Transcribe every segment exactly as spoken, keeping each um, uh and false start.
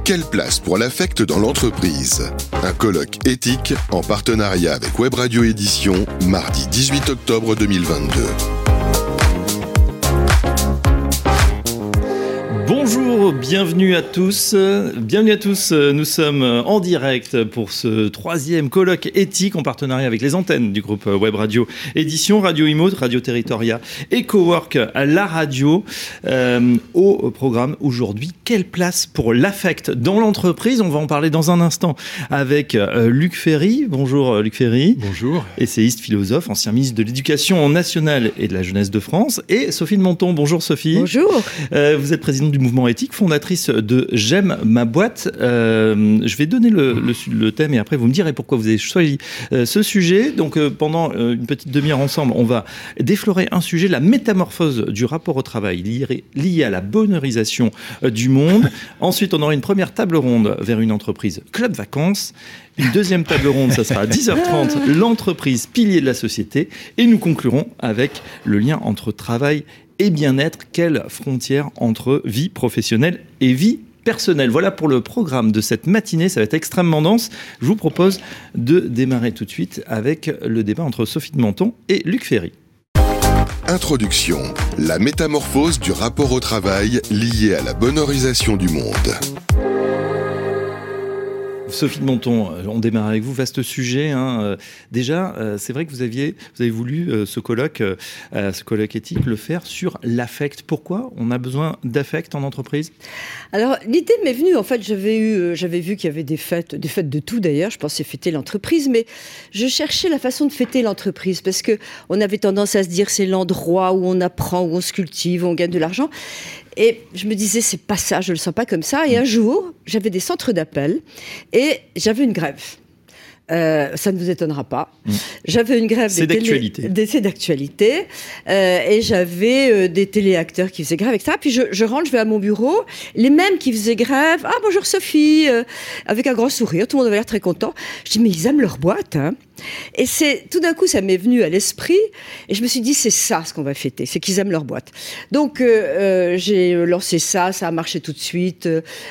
Quelle place pour l'affect dans l'entreprise ? Un colloque éthique en partenariat avec Web Radio Édition, mardi dix-huit octobre deux mille vingt-deux. Bonjour, bienvenue à tous. Bienvenue à tous. Nous sommes en direct pour ce troisième colloque éthique en partenariat avec les antennes du groupe Web Radio Édition, Radio Imo, Radio Territoria et Cowork à la radio. Euh, au programme aujourd'hui, quelle place pour l'affect dans l'entreprise ? On va en parler dans un instant avec euh, Luc Ferry. Bonjour Luc Ferry. Bonjour. Essayiste, philosophe, ancien ministre de l'Éducation nationale et de la jeunesse de France. Et Sophie de Menton. Bonjour Sophie. Bonjour. Euh, vous êtes présidente du mouvement éthique, fondatrice de J'aime ma boîte. Euh, je vais donner le, le, le thème et après vous me direz pourquoi vous avez choisi euh, ce sujet. Donc euh, pendant euh, une petite demi-heure ensemble, on va déflorer un sujet, la métamorphose du rapport au travail lié, lié à la bonheurisation euh, du monde. Ensuite, on aura une première table ronde vers une entreprise club vacances. Une deuxième table ronde, ça sera à dix heures trente, l'entreprise pilier de la société. Et nous conclurons avec le lien entre travail et bien-être. Quelle frontière entre vie professionnelle et vie personnelle ? Voilà pour le programme de cette matinée, ça va être extrêmement dense. Je vous propose de démarrer tout de suite avec le débat entre Sophie de Menton et Luc Ferry. Introduction. La métamorphose du rapport au travail lié à la bonheurisation du monde. Sophie de Menton, on démarre avec vous, vaste sujet. Hein. Déjà, c'est vrai que vous aviez, vous avez voulu ce colloque, ce colloque éthique, le faire sur l'affect. Pourquoi on a besoin d'affect en entreprise ? Alors, l'idée m'est venue, en fait, j'avais, eu, j'avais vu qu'il y avait des fêtes, des fêtes de tout d'ailleurs, je pensais fêter l'entreprise, mais je cherchais la façon de fêter l'entreprise, parce qu'on avait tendance à se dire c'est l'endroit où on apprend, où on se cultive, où on gagne de l'argent. Et je me disais, c'est pas ça, je le sens pas comme ça. Et un jour, j'avais des centres d'appel et j'avais une grève. Euh, ça ne vous étonnera pas. Mmh. J'avais une grève c'est des d'actualité. Télé, des, c'est d'actualité. Euh, et j'avais euh, des téléacteurs qui faisaient grève, et cetera. Puis je, je rentre, je vais à mon bureau. Les mêmes qui faisaient grève. Ah, bonjour Sophie, euh, avec un grand sourire. Tout le monde avait l'air très content. Je dis, mais ils aiment leur boîte, hein. Et c'est, tout d'un coup, ça m'est venu à l'esprit. Et je me suis dit, c'est ça ce qu'on va fêter. C'est qu'ils aiment leur boîte. Donc, euh, euh, j'ai lancé ça. Ça a marché tout de suite.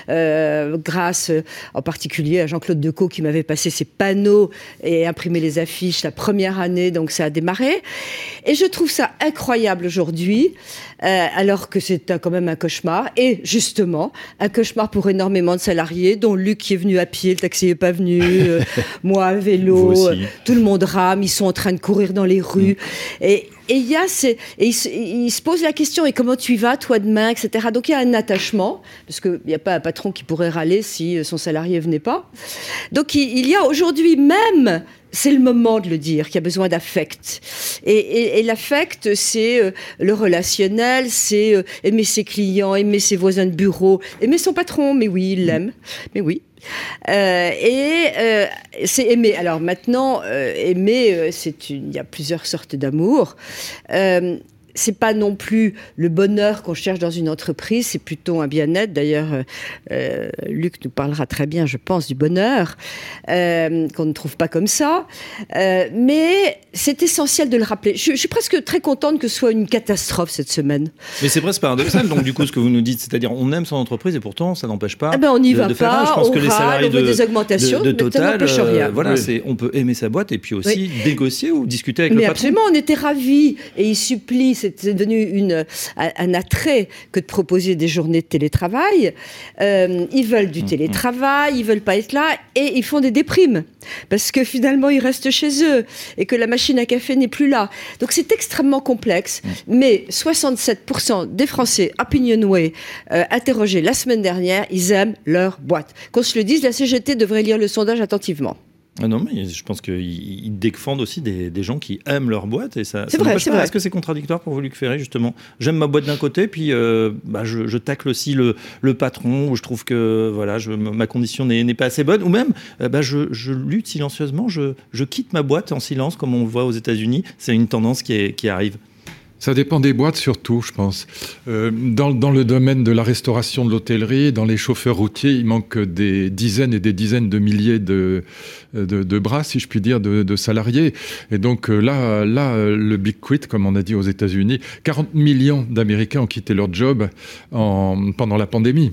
Euh, grâce, euh, en particulier, à Jean-Claude Decaux qui m'avait passé ses panneaux et imprimé les affiches la première année. Donc, ça a démarré. Et je trouve ça incroyable aujourd'hui, euh, alors que c'est un, quand même un cauchemar. Et justement, un cauchemar pour énormément de salariés, dont Luc qui est venu à pied, le taxi n'est pas venu, euh, moi à vélo. Tout le monde rame, ils sont en train de courir dans les rues. Mmh. Et et il y a ces, et il, se, il se pose la question, et comment tu y vas, toi, demain, et cetera. Donc il y a un attachement, parce qu'il n'y a pas un patron qui pourrait râler si son salarié venait pas. Donc il, il y a aujourd'hui même, c'est le moment de le dire, qu'il y a besoin d'affect. Et, et, et l'affect, c'est euh, le relationnel, c'est euh, aimer ses clients, aimer ses voisins de bureau, aimer son patron, mais oui, il l'aime, mais oui. Euh, et euh, c'est aimer. Alors maintenant, euh, aimer, euh, c'est une, il y a plusieurs sortes d'amour. Euh, c'est pas non plus le bonheur qu'on cherche dans une entreprise, c'est plutôt un bien-être. D'ailleurs, euh, Luc nous parlera très bien, je pense, du bonheur, euh, qu'on ne trouve pas comme ça. Euh, mais c'est essentiel de le rappeler. Je, je suis presque très contente que ce soit une catastrophe cette semaine. Mais c'est presque paradoxal, donc du coup, ce que vous nous dites, c'est-à-dire on aime son entreprise et pourtant, ça n'empêche pas eh ben, on n'y de, va de pas, faire un. Je pense on que les râle, salariés on veut de, des augmentations, de, de Total, mais ça n'empêche rien. Euh, voilà, oui. c'est, on peut aimer sa boîte et puis aussi oui. négocier ou discuter avec mais le patron. Mais absolument, on était ravis et ils supplient, c'est devenu une, un attrait que de proposer des journées de télétravail. Euh, ils veulent du télétravail, ils veulent pas être là et ils font des déprimes parce que finalement ils restent chez eux et que la machine à café n'est plus là. Donc c'est extrêmement complexe, mais soixante-sept pour cent des Français Opinionway euh, interrogés la semaine dernière, ils aiment leur boîte. Qu'on se le dise, la C G T devrait lire le sondage attentivement. Ah non, mais je pense qu'ils défendent aussi des, des gens qui aiment leur boîte. Et ça, c'est ça vrai, c'est vrai. Est-ce que c'est contradictoire pour vous, Luc Ferry, justement ? J'aime ma boîte d'un côté, puis euh, bah, je, je tacle aussi le, le patron, où je trouve que voilà, je, ma condition n'est, n'est pas assez bonne. Ou même, euh, bah, je, je lutte silencieusement, je, je quitte ma boîte en silence, comme on le voit aux États-Unis. C'est une tendance qui, est, qui arrive. Ça dépend des boîtes surtout, je pense. Euh, dans, dans le domaine de la restauration, de l'hôtellerie, dans les chauffeurs routiers, il manque des dizaines et des dizaines de milliers de, de, de bras, si je puis dire, de, de salariés. Et donc là, là, le big quit, comme on a dit aux États-Unis, quarante millions d'Américains ont quitté leur job en, pendant la pandémie.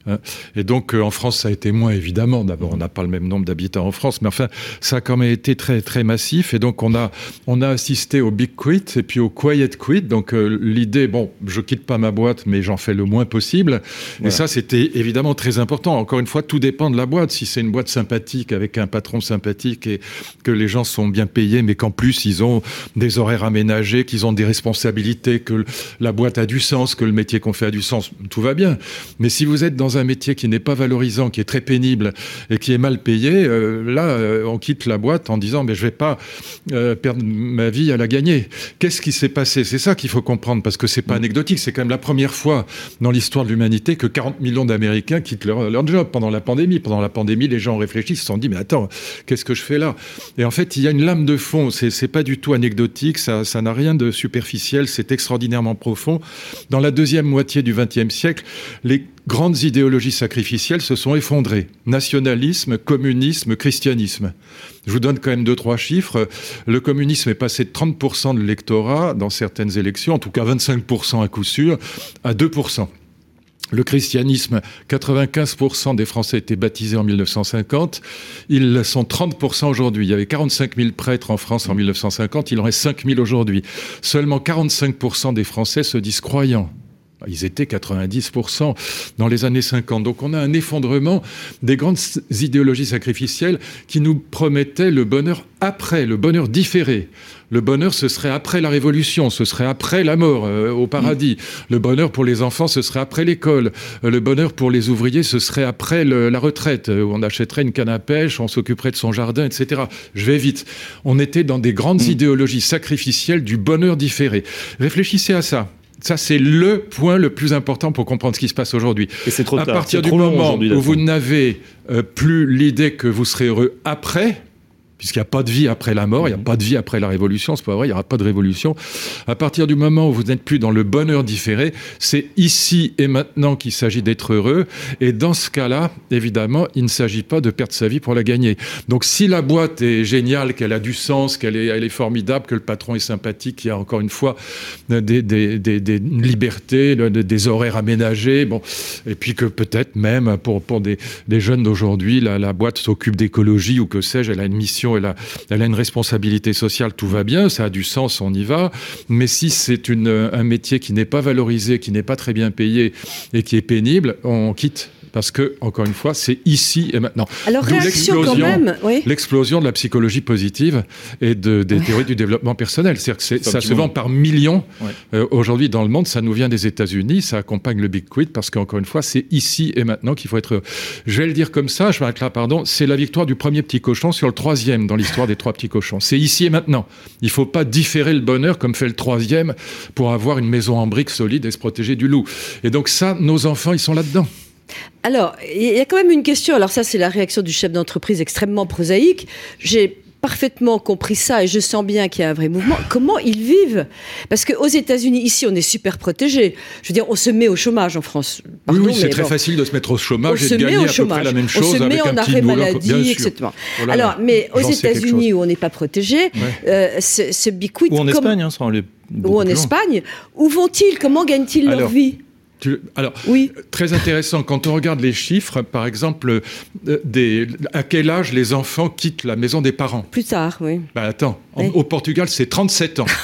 Et donc, en France, ça a été moins, évidemment. D'abord, on n'a pas le même nombre d'habitants en France, mais enfin, ça a quand même été très, très massif. Et donc, on a, on a assisté au big quit et puis au quiet quit. Donc, euh, l'idée, bon, je quitte pas ma boîte, mais j'en fais le moins possible. Voilà. Et ça, c'était évidemment très important. Encore une fois, tout dépend de la boîte. Si c'est une boîte sympathique, avec un patron sympathique et que les gens sont bien payés, mais qu'en plus, ils ont des horaires aménagés, qu'ils ont des responsabilités, que la boîte a du sens, que le métier qu'on fait a du sens, tout va bien. Mais si vous êtes dans un métier qui n'est pas valorisant, qui est très pénible et qui est mal payé, euh, là, euh, on quitte la boîte en disant mais je vais pas euh, perdre ma vie à la gagner. Qu'est-ce qui s'est passé ? C'est ça qu'il faut comprendre, parce que c'est pas anecdotique. C'est quand même la première fois dans l'histoire de l'humanité que quarante millions d'Américains quittent leur, leur job pendant la pandémie. Pendant la pandémie, les gens ont réfléchi, ils se sont dit mais attends, qu'est-ce que je fais là ? Et en fait, il y a une lame de fond. C'est, c'est pas du tout anecdotique. Ça, ça n'a rien de superficiel. C'est extraordinairement profond. Dans la deuxième moitié du vingtième siècle, les grandes idéologies sacrificielles se sont effondrées. Nationalisme, communisme, christianisme. Je vous donne quand même deux, trois chiffres. Le communisme est passé de trente pour cent de l'électorat dans certaines élections, en tout cas vingt-cinq pour cent à coup sûr, à deux pour cent. Le christianisme, quatre-vingt-quinze pour cent des Français étaient baptisés en mille neuf cent cinquante. Ils sont trente pour cent aujourd'hui. Il y avait quarante-cinq mille prêtres en France en mille neuf cent cinquante. Il en reste cinq mille aujourd'hui. Seulement quarante-cinq pour cent des Français se disent croyants. Ils étaient quatre-vingt-dix pour cent dans les années cinquante. Donc on a un effondrement des grandes idéologies sacrificielles qui nous promettaient le bonheur après, le bonheur différé. Le bonheur, ce serait après la Révolution, ce serait après la mort, euh, au paradis. Le bonheur pour les enfants, ce serait après l'école. Le bonheur pour les ouvriers, ce serait après le, la retraite, où on achèterait une canne à pêche, on s'occuperait de son jardin, et cetera. Je vais vite. On était dans des grandes mmh. idéologies sacrificielles du bonheur différé. Réfléchissez à ça. Ça, c'est le point le plus important pour comprendre ce qui se passe aujourd'hui. Et c'est trop à tard. partir c'est du trop moment où vous fin. n'avez euh, plus l'idée que vous serez heureux après, puisqu'il n'y a pas de vie après la mort, il n'y a pas de vie après la révolution, c'est pas vrai, il n'y aura pas de révolution. À partir du moment où vous n'êtes plus dans le bonheur différé, c'est ici et maintenant qu'il s'agit d'être heureux. Et dans ce cas-là, évidemment, il ne s'agit pas de perdre sa vie pour la gagner. Donc si la boîte est géniale, qu'elle a du sens, qu'elle est, elle est formidable, que le patron est sympathique, qu'il y a encore une fois des, des, des, des libertés, des horaires aménagés, bon, et puis que peut-être même pour, pour des, des jeunes d'aujourd'hui, la, la boîte s'occupe d'écologie ou que sais-je, elle a une mission, Elle a, elle a une responsabilité sociale, tout va bien, ça a du sens, on y va. Mais si c'est une, un métier qui n'est pas valorisé, qui n'est pas très bien payé et qui est pénible, on quitte. Parce que, encore une fois, c'est ici et maintenant. Alors, D'où réaction quand même, oui. L'explosion de la psychologie positive et de, des théories du développement personnel. C'est-à-dire que c'est, ça se vend par millions. Ouais. Euh, aujourd'hui, dans le monde, ça nous vient des États-Unis, ça accompagne le Big Quit, parce qu'encore une fois, c'est ici et maintenant qu'il faut être... Je vais le dire comme ça, je m'arrête là, pardon, c'est la victoire du premier petit cochon sur le troisième dans l'histoire des trois petits cochons. C'est ici et maintenant. Il ne faut pas différer le bonheur comme fait le troisième pour avoir une maison en briques solide et se protéger du loup. Et donc ça, nos enfants, ils sont là-dedans. Alors, il y a quand même une question. Alors ça, c'est la réaction du chef d'entreprise extrêmement prosaïque. J'ai parfaitement compris ça et je sens bien qu'il y a un vrai mouvement. Comment ils vivent ? Parce qu'aux États-Unis, ici, on est super protégés. Je veux dire, on se met au chômage en France. Pardon, oui, oui, c'est mais très bon. facile de se mettre au chômage on et de gagner à peu chômage. près la même chose on se avec met un en petit arrêt boulot. maladie, et cetera. Oh là là. Alors, mais aux États-Unis, où on n'est pas protégé, ouais. euh, ce, ce big quit... Ou en comme... Espagne, hein, ça en est Ou en Espagne, où vont-ils ? Comment gagnent-ils Alors, leur vie ? Tu, alors, oui. Très intéressant, quand on regarde les chiffres, par exemple, euh, des, à quel âge les enfants quittent la maison des parents ? Plus tard, oui. Ben attends, en, oui. Au Portugal, c'est trente-sept ans.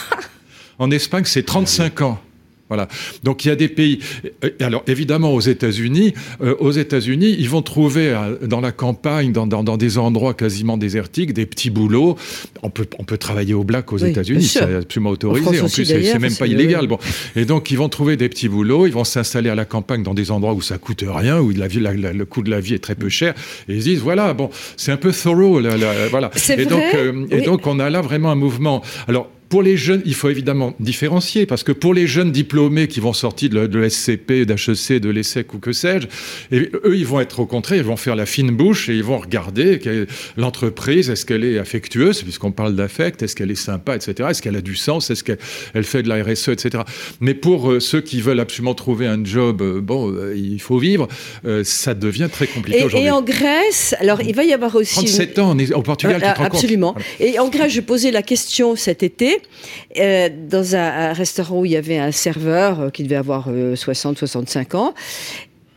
En Espagne, c'est trente-cinq ans. Voilà. Donc il y a des pays. Alors évidemment aux États-Unis, euh, aux États-Unis, ils vont trouver euh, dans la campagne, dans, dans, dans des endroits quasiment désertiques, des petits boulots. On peut on peut travailler au black aux oui, États-Unis, c'est absolument autorisé. En, en plus, c'est, c'est même pas illégal. Bon. Et donc ils vont trouver des petits boulots. Ils vont s'installer à la campagne dans des endroits où ça coûte rien, où la vie, la, la, le coût de la vie est très peu cher. Et ils se disent voilà, bon, c'est un peu thorough, là, là, voilà. C'est et vrai donc euh, oui. et donc on a là vraiment un mouvement. Alors pour les jeunes, il faut évidemment différencier, parce que pour les jeunes diplômés qui vont sortir de, de l'S C P, d'H E C, de l'ESSEC ou que sais-je, et eux, ils vont être au contraire, ils vont faire la fine bouche et ils vont regarder l'entreprise, est-ce qu'elle est affectueuse, puisqu'on parle d'affect, est-ce qu'elle est sympa, et cetera, est-ce qu'elle a du sens, est-ce qu'elle fait de la R S E, et cetera. Mais pour euh, ceux qui veulent absolument trouver un job, euh, bon, euh, il faut vivre, euh, ça devient très compliqué et, aujourd'hui. Et en Grèce, alors il va y avoir aussi... trente-sept une... ans, on est au Portugal, euh, tu te rends absolument. compte. Voilà. Et en Grèce, je posais la question cet été, Euh, dans un, un restaurant où il y avait un serveur euh, qui devait avoir euh, soixante, soixante-cinq ans.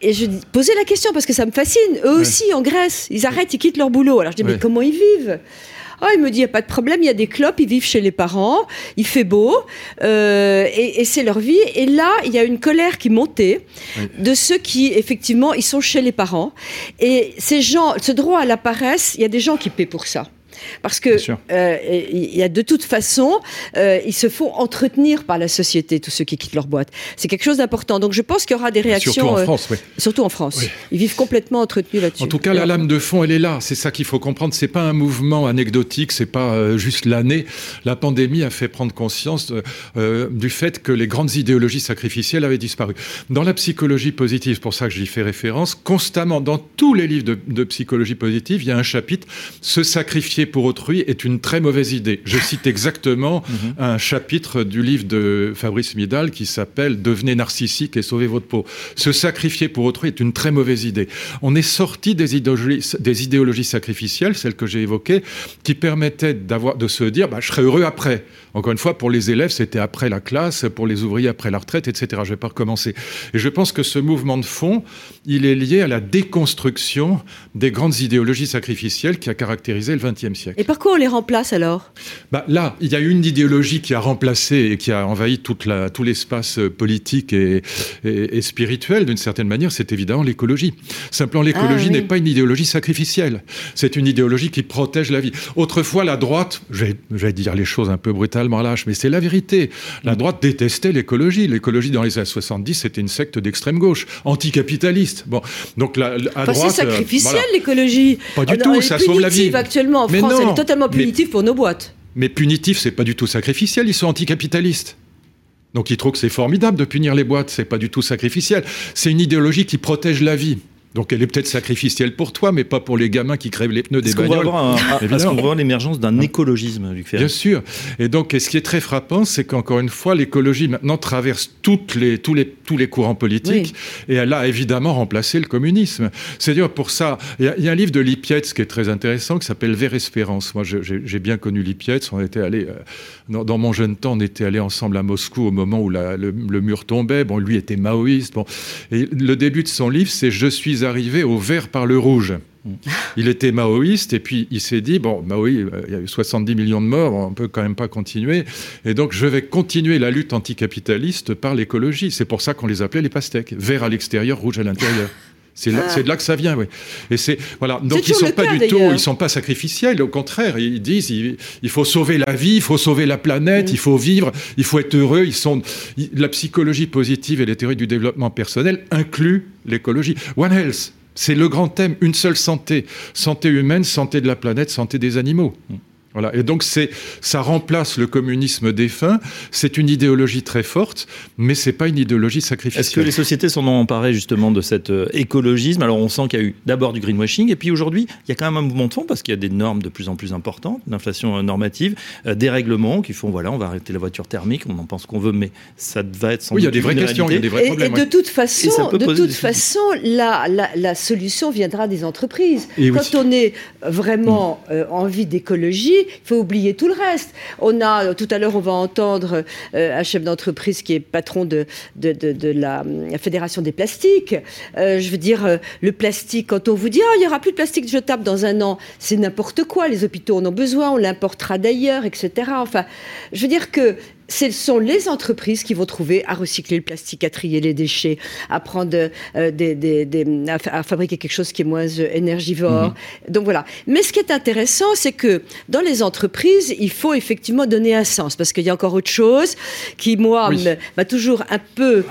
et je posais la question parce que ça me fascine. Eux ouais. aussi en Grèce, ils arrêtent, ils quittent leur boulot. Alors je dis ouais. mais comment ils vivent ? Oh, il me dit, il n'y a pas de problème, il y a des clopes, ils vivent chez les parents, il fait beau, euh, et, et c'est leur vie. Et là, il y a une colère qui montait oui. de ceux qui, effectivement, ils sont chez les parents. Et ces gens, ce droit à la paresse, il y a des gens qui paient pour ça. Parce que euh, il y a de toute façon, euh, ils se font entretenir par la société, tous ceux qui quittent leur boîte. C'est quelque chose d'important. Donc je pense qu'il y aura des réactions. Surtout en France, euh, oui. Surtout en France. Oui. Ils vivent complètement entretenus là-dessus. En tout cas, la lame de fond, elle est là. C'est ça qu'il faut comprendre. C'est pas un mouvement anecdotique. C'est pas euh, juste l'année. La pandémie a fait prendre conscience de, euh, du fait que les grandes idéologies sacrificielles avaient disparu. Dans la psychologie positive, c'est pour ça que j'y fais référence, constamment dans tous les livres de, de psychologie positive, il y a un chapitre se sacrifier pour autrui est une très mauvaise idée. Je cite exactement mm-hmm. un chapitre du livre de Fabrice Midal qui s'appelle « Devenez narcissique et sauvez votre peau ». Se sacrifier pour autrui est une très mauvaise idée. On est sorti des idéologies, des idéologies sacrificielles, celles que j'ai évoquées, qui permettaient d'avoir, de se dire bah, « je serai heureux après ». Encore une fois, pour les élèves, c'était après la classe, pour les ouvriers, après la retraite, et cetera. Je ne vais pas recommencer. Et je pense que ce mouvement de fond, il est lié à la déconstruction des grandes idéologies sacrificielles qui a caractérisé le vingtième siècle. Et par quoi on les remplace alors ? bah, Là, il y a une idéologie qui a remplacé et qui a envahi toute la, tout l'espace politique et, et, et spirituel, d'une certaine manière, c'est évidemment l'écologie. Simplement, l'écologie ah, oui. n'est pas une idéologie sacrificielle. C'est une idéologie qui protège la vie. Autrefois, la droite, je vais, je vais dire les choses un peu brutales, lâche, mais c'est la vérité. La droite détestait l'écologie. L'écologie dans les années soixante-dix, c'était une secte d'extrême gauche, anticapitaliste. Bon, donc la, à enfin, droite, c'est sacrificiel euh, voilà. l'écologie. Pas du Alors, tout, ça sauve la vie. Actuellement en mais France, non, elle est totalement punitive mais, pour nos boîtes. Mais punitif, c'est pas du tout sacrificiel. Ils sont anticapitalistes. Donc ils trouvent que c'est formidable de punir les boîtes. C'est pas du tout sacrificiel. C'est une idéologie qui protège la vie. Donc elle est peut-être sacrificielle pour toi, mais pas pour les gamins qui crèvent les pneus des bagnoles. Est-ce qu'on va avoir, un, est-ce qu'on va avoir l'émergence d'un écologisme, Luc Ferry ? Bien sûr. Et donc, ce qui est très frappant, c'est qu'encore une fois, l'écologie maintenant traverse toutes les, tous, les, tous les courants politiques, oui. et elle a évidemment remplacé le communisme. C'est-à-dire, pour ça, il y, y a un livre de Lippietz qui est très intéressant, qui s'appelle Vers Espérance. Moi, je, j'ai, j'ai bien connu Lippietz. On était allé, euh, dans, dans mon jeune temps, on était allés ensemble à Moscou au moment où la, le, le mur tombait. Bon, lui était maoïste. Bon. Et le début de son livre, c'est « Je suis arrivé au vert par le rouge ». Il était maoïste et puis il s'est dit, bon, bah oui, il y a eu soixante-dix millions de morts, on peut quand même pas continuer. Et donc, je vais continuer la lutte anticapitaliste par l'écologie. C'est pour ça qu'on les appelait les pastèques. Vert à l'extérieur, rouge à l'intérieur. C'est, là, ah. c'est de là que ça vient, oui. Et c'est, voilà. Donc, c'est ils sont pas cas, du d'ailleurs. tout, ils sont pas sacrificiels. Au contraire, ils disent, il, il faut sauver la vie, il faut sauver la planète, mmh. il faut vivre, il faut être heureux. Ils sont, ils, la psychologie positive et les théories du développement personnel incluent l'écologie. One Health. C'est le grand thème, une seule santé. Santé humaine, santé de la planète, santé des animaux. Voilà. Et donc, c'est, ça remplace le communisme défunt. C'est une idéologie très forte, mais c'est pas une idéologie sacrificielle. Est-ce que les sociétés s'en ont emparées justement de cet euh, écologisme ? Alors, on sent qu'il y a eu d'abord du greenwashing, et puis aujourd'hui, il y a quand même un mouvement de fond parce qu'il y a des normes de plus en plus importantes, l'inflation normative, euh, des règlements qui font, voilà, on va arrêter la voiture thermique, on en pense qu'on veut, mais ça va être sans oui, il y a des vraies réalité. questions, il y a des vrais et, problèmes. Et de ouais. toute façon, de toute façon, la, la, la solution viendra des entreprises. Et Quand oui. on est vraiment mmh. euh, envie d'écologie, il faut oublier tout le reste. On a, tout à l'heure, on va entendre euh, un chef d'entreprise qui est patron de, de, de, de la, la Fédération des plastiques. Euh, je veux dire, euh, le plastique, quand on vous dit oh, il n'y aura plus de plastique jetable dans un an, c'est n'importe quoi. Les hôpitaux en ont besoin, on l'importera d'ailleurs, et cetera. Enfin, je veux dire que ce sont les entreprises qui vont trouver à recycler le plastique, à trier les déchets, à prendre euh, des, des, des, à, à fabriquer quelque chose qui est moins euh, énergivore. Mmh. Donc voilà. Mais ce qui est intéressant, c'est que dans les entreprises, il faut effectivement donner un sens, parce qu'il y a encore autre chose qui, moi, oui. m'a toujours un peu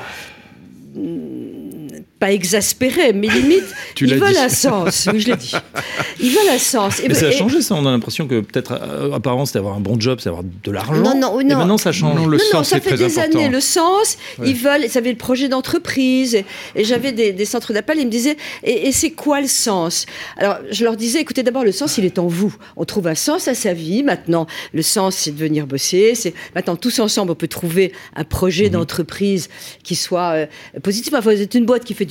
pas exaspéré, mais limite, tu ils veulent dit. un sens. Oui, je l'ai dit. Ils veulent un sens. Et mais ça a et... changé, ça. On a l'impression que peut-être, euh, apparemment, c'était avoir un bon job, c'est avoir de l'argent. Non, non, non. Et maintenant, ça change. Non, le non, sens, non, ça c'est fait très des important. années. Le sens, ouais. ils veulent. Ils avaient le projet d'entreprise, et, et j'avais des, des centres d'appel. Ils me disaient, et, et c'est quoi le sens ? Alors, je leur disais, écoutez, d'abord, le sens, il est en vous. On trouve un sens à sa vie. Maintenant, le sens, c'est de venir bosser. C'est maintenant tous ensemble, on peut trouver un projet mmh. d'entreprise qui soit euh, positif. Enfin, vous êtes une boîte qui fait du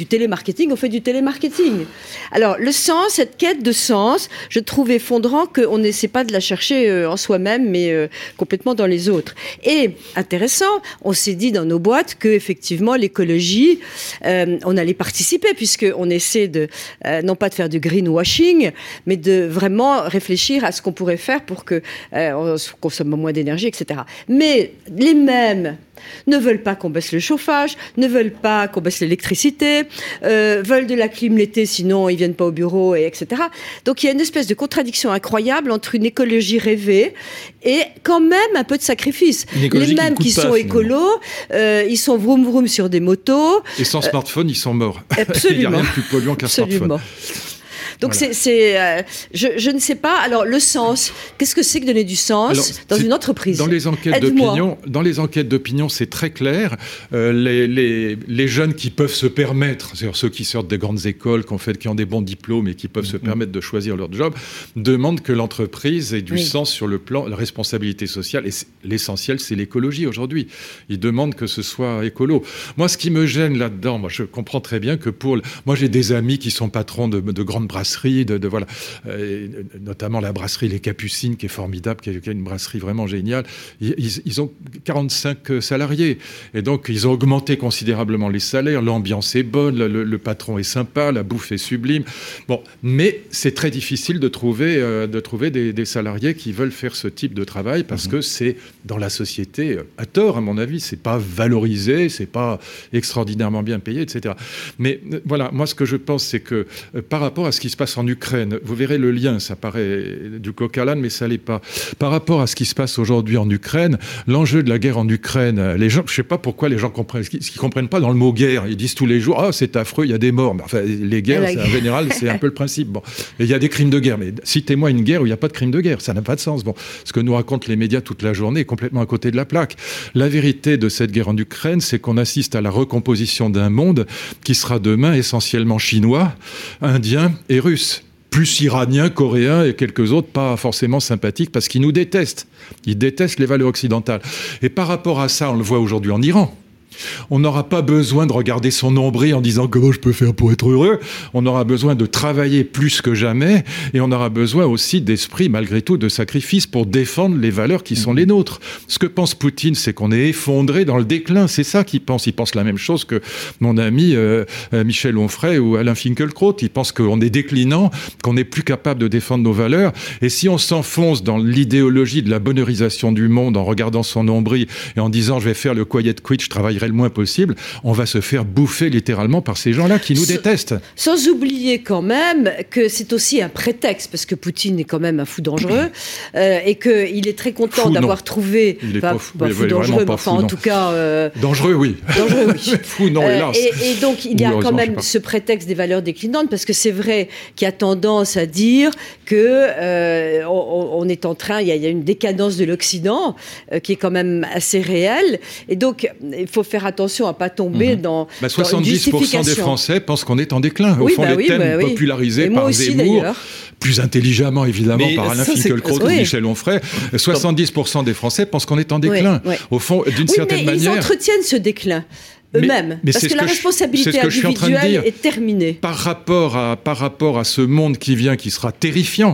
du télémarketing, on fait du télémarketing. Alors, le sens, cette quête de sens, je trouve effondrant qu'on n'essaie pas de la chercher euh, en soi-même, mais euh, complètement dans les autres. Et, intéressant, on s'est dit dans nos boîtes que, effectivement, l'écologie, euh, on allait participer, puisqu'on essaie de, euh, non pas de faire du greenwashing, mais de vraiment réfléchir à ce qu'on pourrait faire pour que euh, on consomme moins d'énergie, et cetera. Mais les mêmes ne veulent pas qu'on baisse le chauffage, ne veulent pas qu'on baisse l'électricité, euh, veulent de la clim l'été, sinon ils viennent pas au bureau, et etc. Donc il y a une espèce de contradiction incroyable entre une écologie rêvée et quand même un peu de sacrifice. Les mêmes qui, qui sont pas, écolos, euh, ils sont vroom vroom sur des motos. Et sans euh, smartphone, ils sont morts. Absolument. Il n'y a rien de plus polluant qu'un absolument. smartphone. Donc voilà. c'est, c'est euh, je, je ne sais pas. Alors le sens, qu'est-ce que c'est que donner du sens Alors, dans une entreprise ? Dans les enquêtes Aide-moi. d'opinion, dans les enquêtes d'opinion, c'est très clair. Euh, les, les, les jeunes qui peuvent se permettre, c'est-à-dire ceux qui sortent des grandes écoles, qui ont, fait, qui ont des bons diplômes et qui peuvent mmh. se permettre de choisir leur job, demandent que l'entreprise ait du oui. sens sur le plan de la responsabilité sociale. Et l'essentiel, c'est l'écologie aujourd'hui. Ils demandent que ce soit écolo. Moi, ce qui me gêne là-dedans, moi, je comprends très bien que pour, moi, j'ai des amis qui sont patrons de, de grandes brasseries. De, de, voilà, euh, notamment la brasserie Les Capucines qui est formidable, qui est, qui est une brasserie vraiment géniale. Ils, ils, ils ont quarante-cinq salariés et donc ils ont augmenté considérablement les salaires. L'ambiance est bonne, le, le patron est sympa, la bouffe est sublime. Bon, mais c'est très difficile de trouver, euh, de trouver des, des salariés qui veulent faire ce type de travail parce mmh. que c'est dans la société à tort, à mon avis, c'est pas valorisé, c'est pas extraordinairement bien payé, et cetera. Mais euh, voilà, moi ce que je pense, c'est que euh, par rapport à ce qui se passe en Ukraine, vous verrez le lien, ça paraît du coq à l'âne, mais ça l'est pas. Par rapport à ce qui se passe aujourd'hui en Ukraine, l'enjeu de la guerre en Ukraine, les gens, je sais pas pourquoi les gens comprennent, ce qu'ils comprennent pas dans le mot guerre, ils disent tous les jours, ah oh, c'est affreux, il y a des morts. Mais enfin, les guerres, c'est, en général, c'est un peu le principe. Bon, il y a des crimes de guerre, mais citez-moi une guerre où il n'y a pas de crime de guerre, ça n'a pas de sens. Bon, ce que nous racontent les médias toute la journée est complètement à côté de la plaque. La vérité de cette guerre en Ukraine, c'est qu'on assiste à la recomposition d'un monde qui sera demain essentiellement chinois, indien et russe. Plus iraniens, coréens et quelques autres pas forcément sympathiques parce qu'ils nous détestent. Ils détestent les valeurs occidentales. Et par rapport à ça, on le voit aujourd'hui en Iran. On n'aura pas besoin de regarder son nombril en disant comment je peux faire pour être heureux. On aura besoin de travailler plus que jamais et on aura besoin aussi d'esprit, malgré tout, de sacrifice pour défendre les valeurs qui sont les nôtres. Ce que pense Poutine, c'est qu'on est effondré dans le déclin. C'est ça qu'il pense. Il pense la même chose que mon ami euh, Michel Onfray ou Alain Finkielkraut. Il pense qu'on est déclinant, qu'on n'est plus capable de défendre nos valeurs. Et si on s'enfonce dans l'idéologie de la bonheurisation du monde en regardant son nombril et en disant je vais faire le quiet quit, je travaillerai le moins possible, on va se faire bouffer littéralement par ces gens-là qui nous S- détestent. Sans oublier quand même que c'est aussi un prétexte, parce que Poutine est quand même un fou dangereux, euh, et qu'il est très content fou, d'avoir non. trouvé... Il est pas fou, pas fou dangereux, mais enfin fou, en tout cas... Euh, dangereux, oui. Dangereux, oui. Fou, non, hélas. Euh, et, et donc, il y a quand même ce prétexte des valeurs déclinantes, parce que c'est vrai qu'il y a tendance à dire que euh, on, on est en train... Il y, a, il y a une décadence de l'Occident euh, qui est quand même assez réelle, et donc, il faut faire attention à ne pas tomber mmh. dans, bah, soixante-dix pour cent dans une des Français pensent qu'on est en déclin. Au oui, fond, bah les oui, thèmes bah oui. popularisés et par aussi, Zemmour, d'ailleurs. plus intelligemment évidemment mais par Alain Finkielkraut ou oui. Michel Onfray, soixante-dix pour cent des Français pensent qu'on est en déclin. Oui, oui. Au fond, d'une oui, certaine mais manière... ils entretiennent ce déclin. Eux-mêmes, mais, mais parce que la que responsabilité je, c'est ce que individuelle est terminée. Par rapport, à, par rapport à ce monde qui vient, qui sera terrifiant,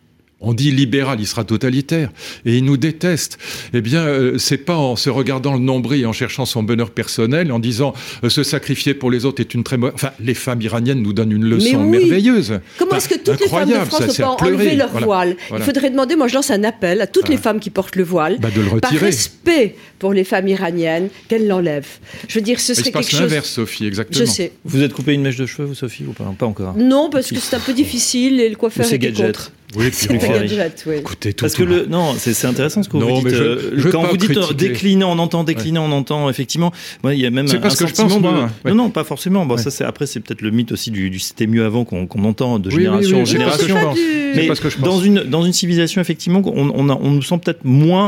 on dit libéral, il sera totalitaire, et il nous déteste. Eh bien, euh, c'est pas en se regardant le nombril et en cherchant son bonheur personnel, en disant euh, se sacrifier pour les autres est une très bonne... Enfin, les femmes iraniennes nous donnent une leçon oui. merveilleuse. Comment enfin, est-ce que toutes les femmes de France ne peuvent pas enlever leur voilà. voile voilà. Il faudrait demander, moi je lance un appel à toutes voilà. les femmes qui portent le voile, bah, de le par respect pour les femmes iraniennes, qu'elles l'enlèvent. Je veux dire, ce serait quelque chose... Il se passe l'inverse, Sophie, exactement. Je sais. Vous êtes coupé une mèche de cheveux, vous, Sophie, ou pas, pas encore? Non, parce que c'est un peu difficile et le coiffeur est contre. Oui, c'est le gadget, oui. Écoutez, tout Parce que le, non, c'est, c'est intéressant ce que non, vous dites. Je, je quand vous dites critiquer. décliner, on entend décliner, ouais. on entend effectivement. Moi, il y a même c'est un, parce un que sentiment je pense, de. moi, ouais. Non, non, pas forcément. Bon, ouais. ça, c'est après, c'est peut-être le mythe aussi du, du c'était mieux avant qu'on, qu'on entend de oui, génération oui, oui, en génération. Du... Mais parce que je pense. dans une dans une civilisation effectivement, on, on, a, on nous sent peut-être moins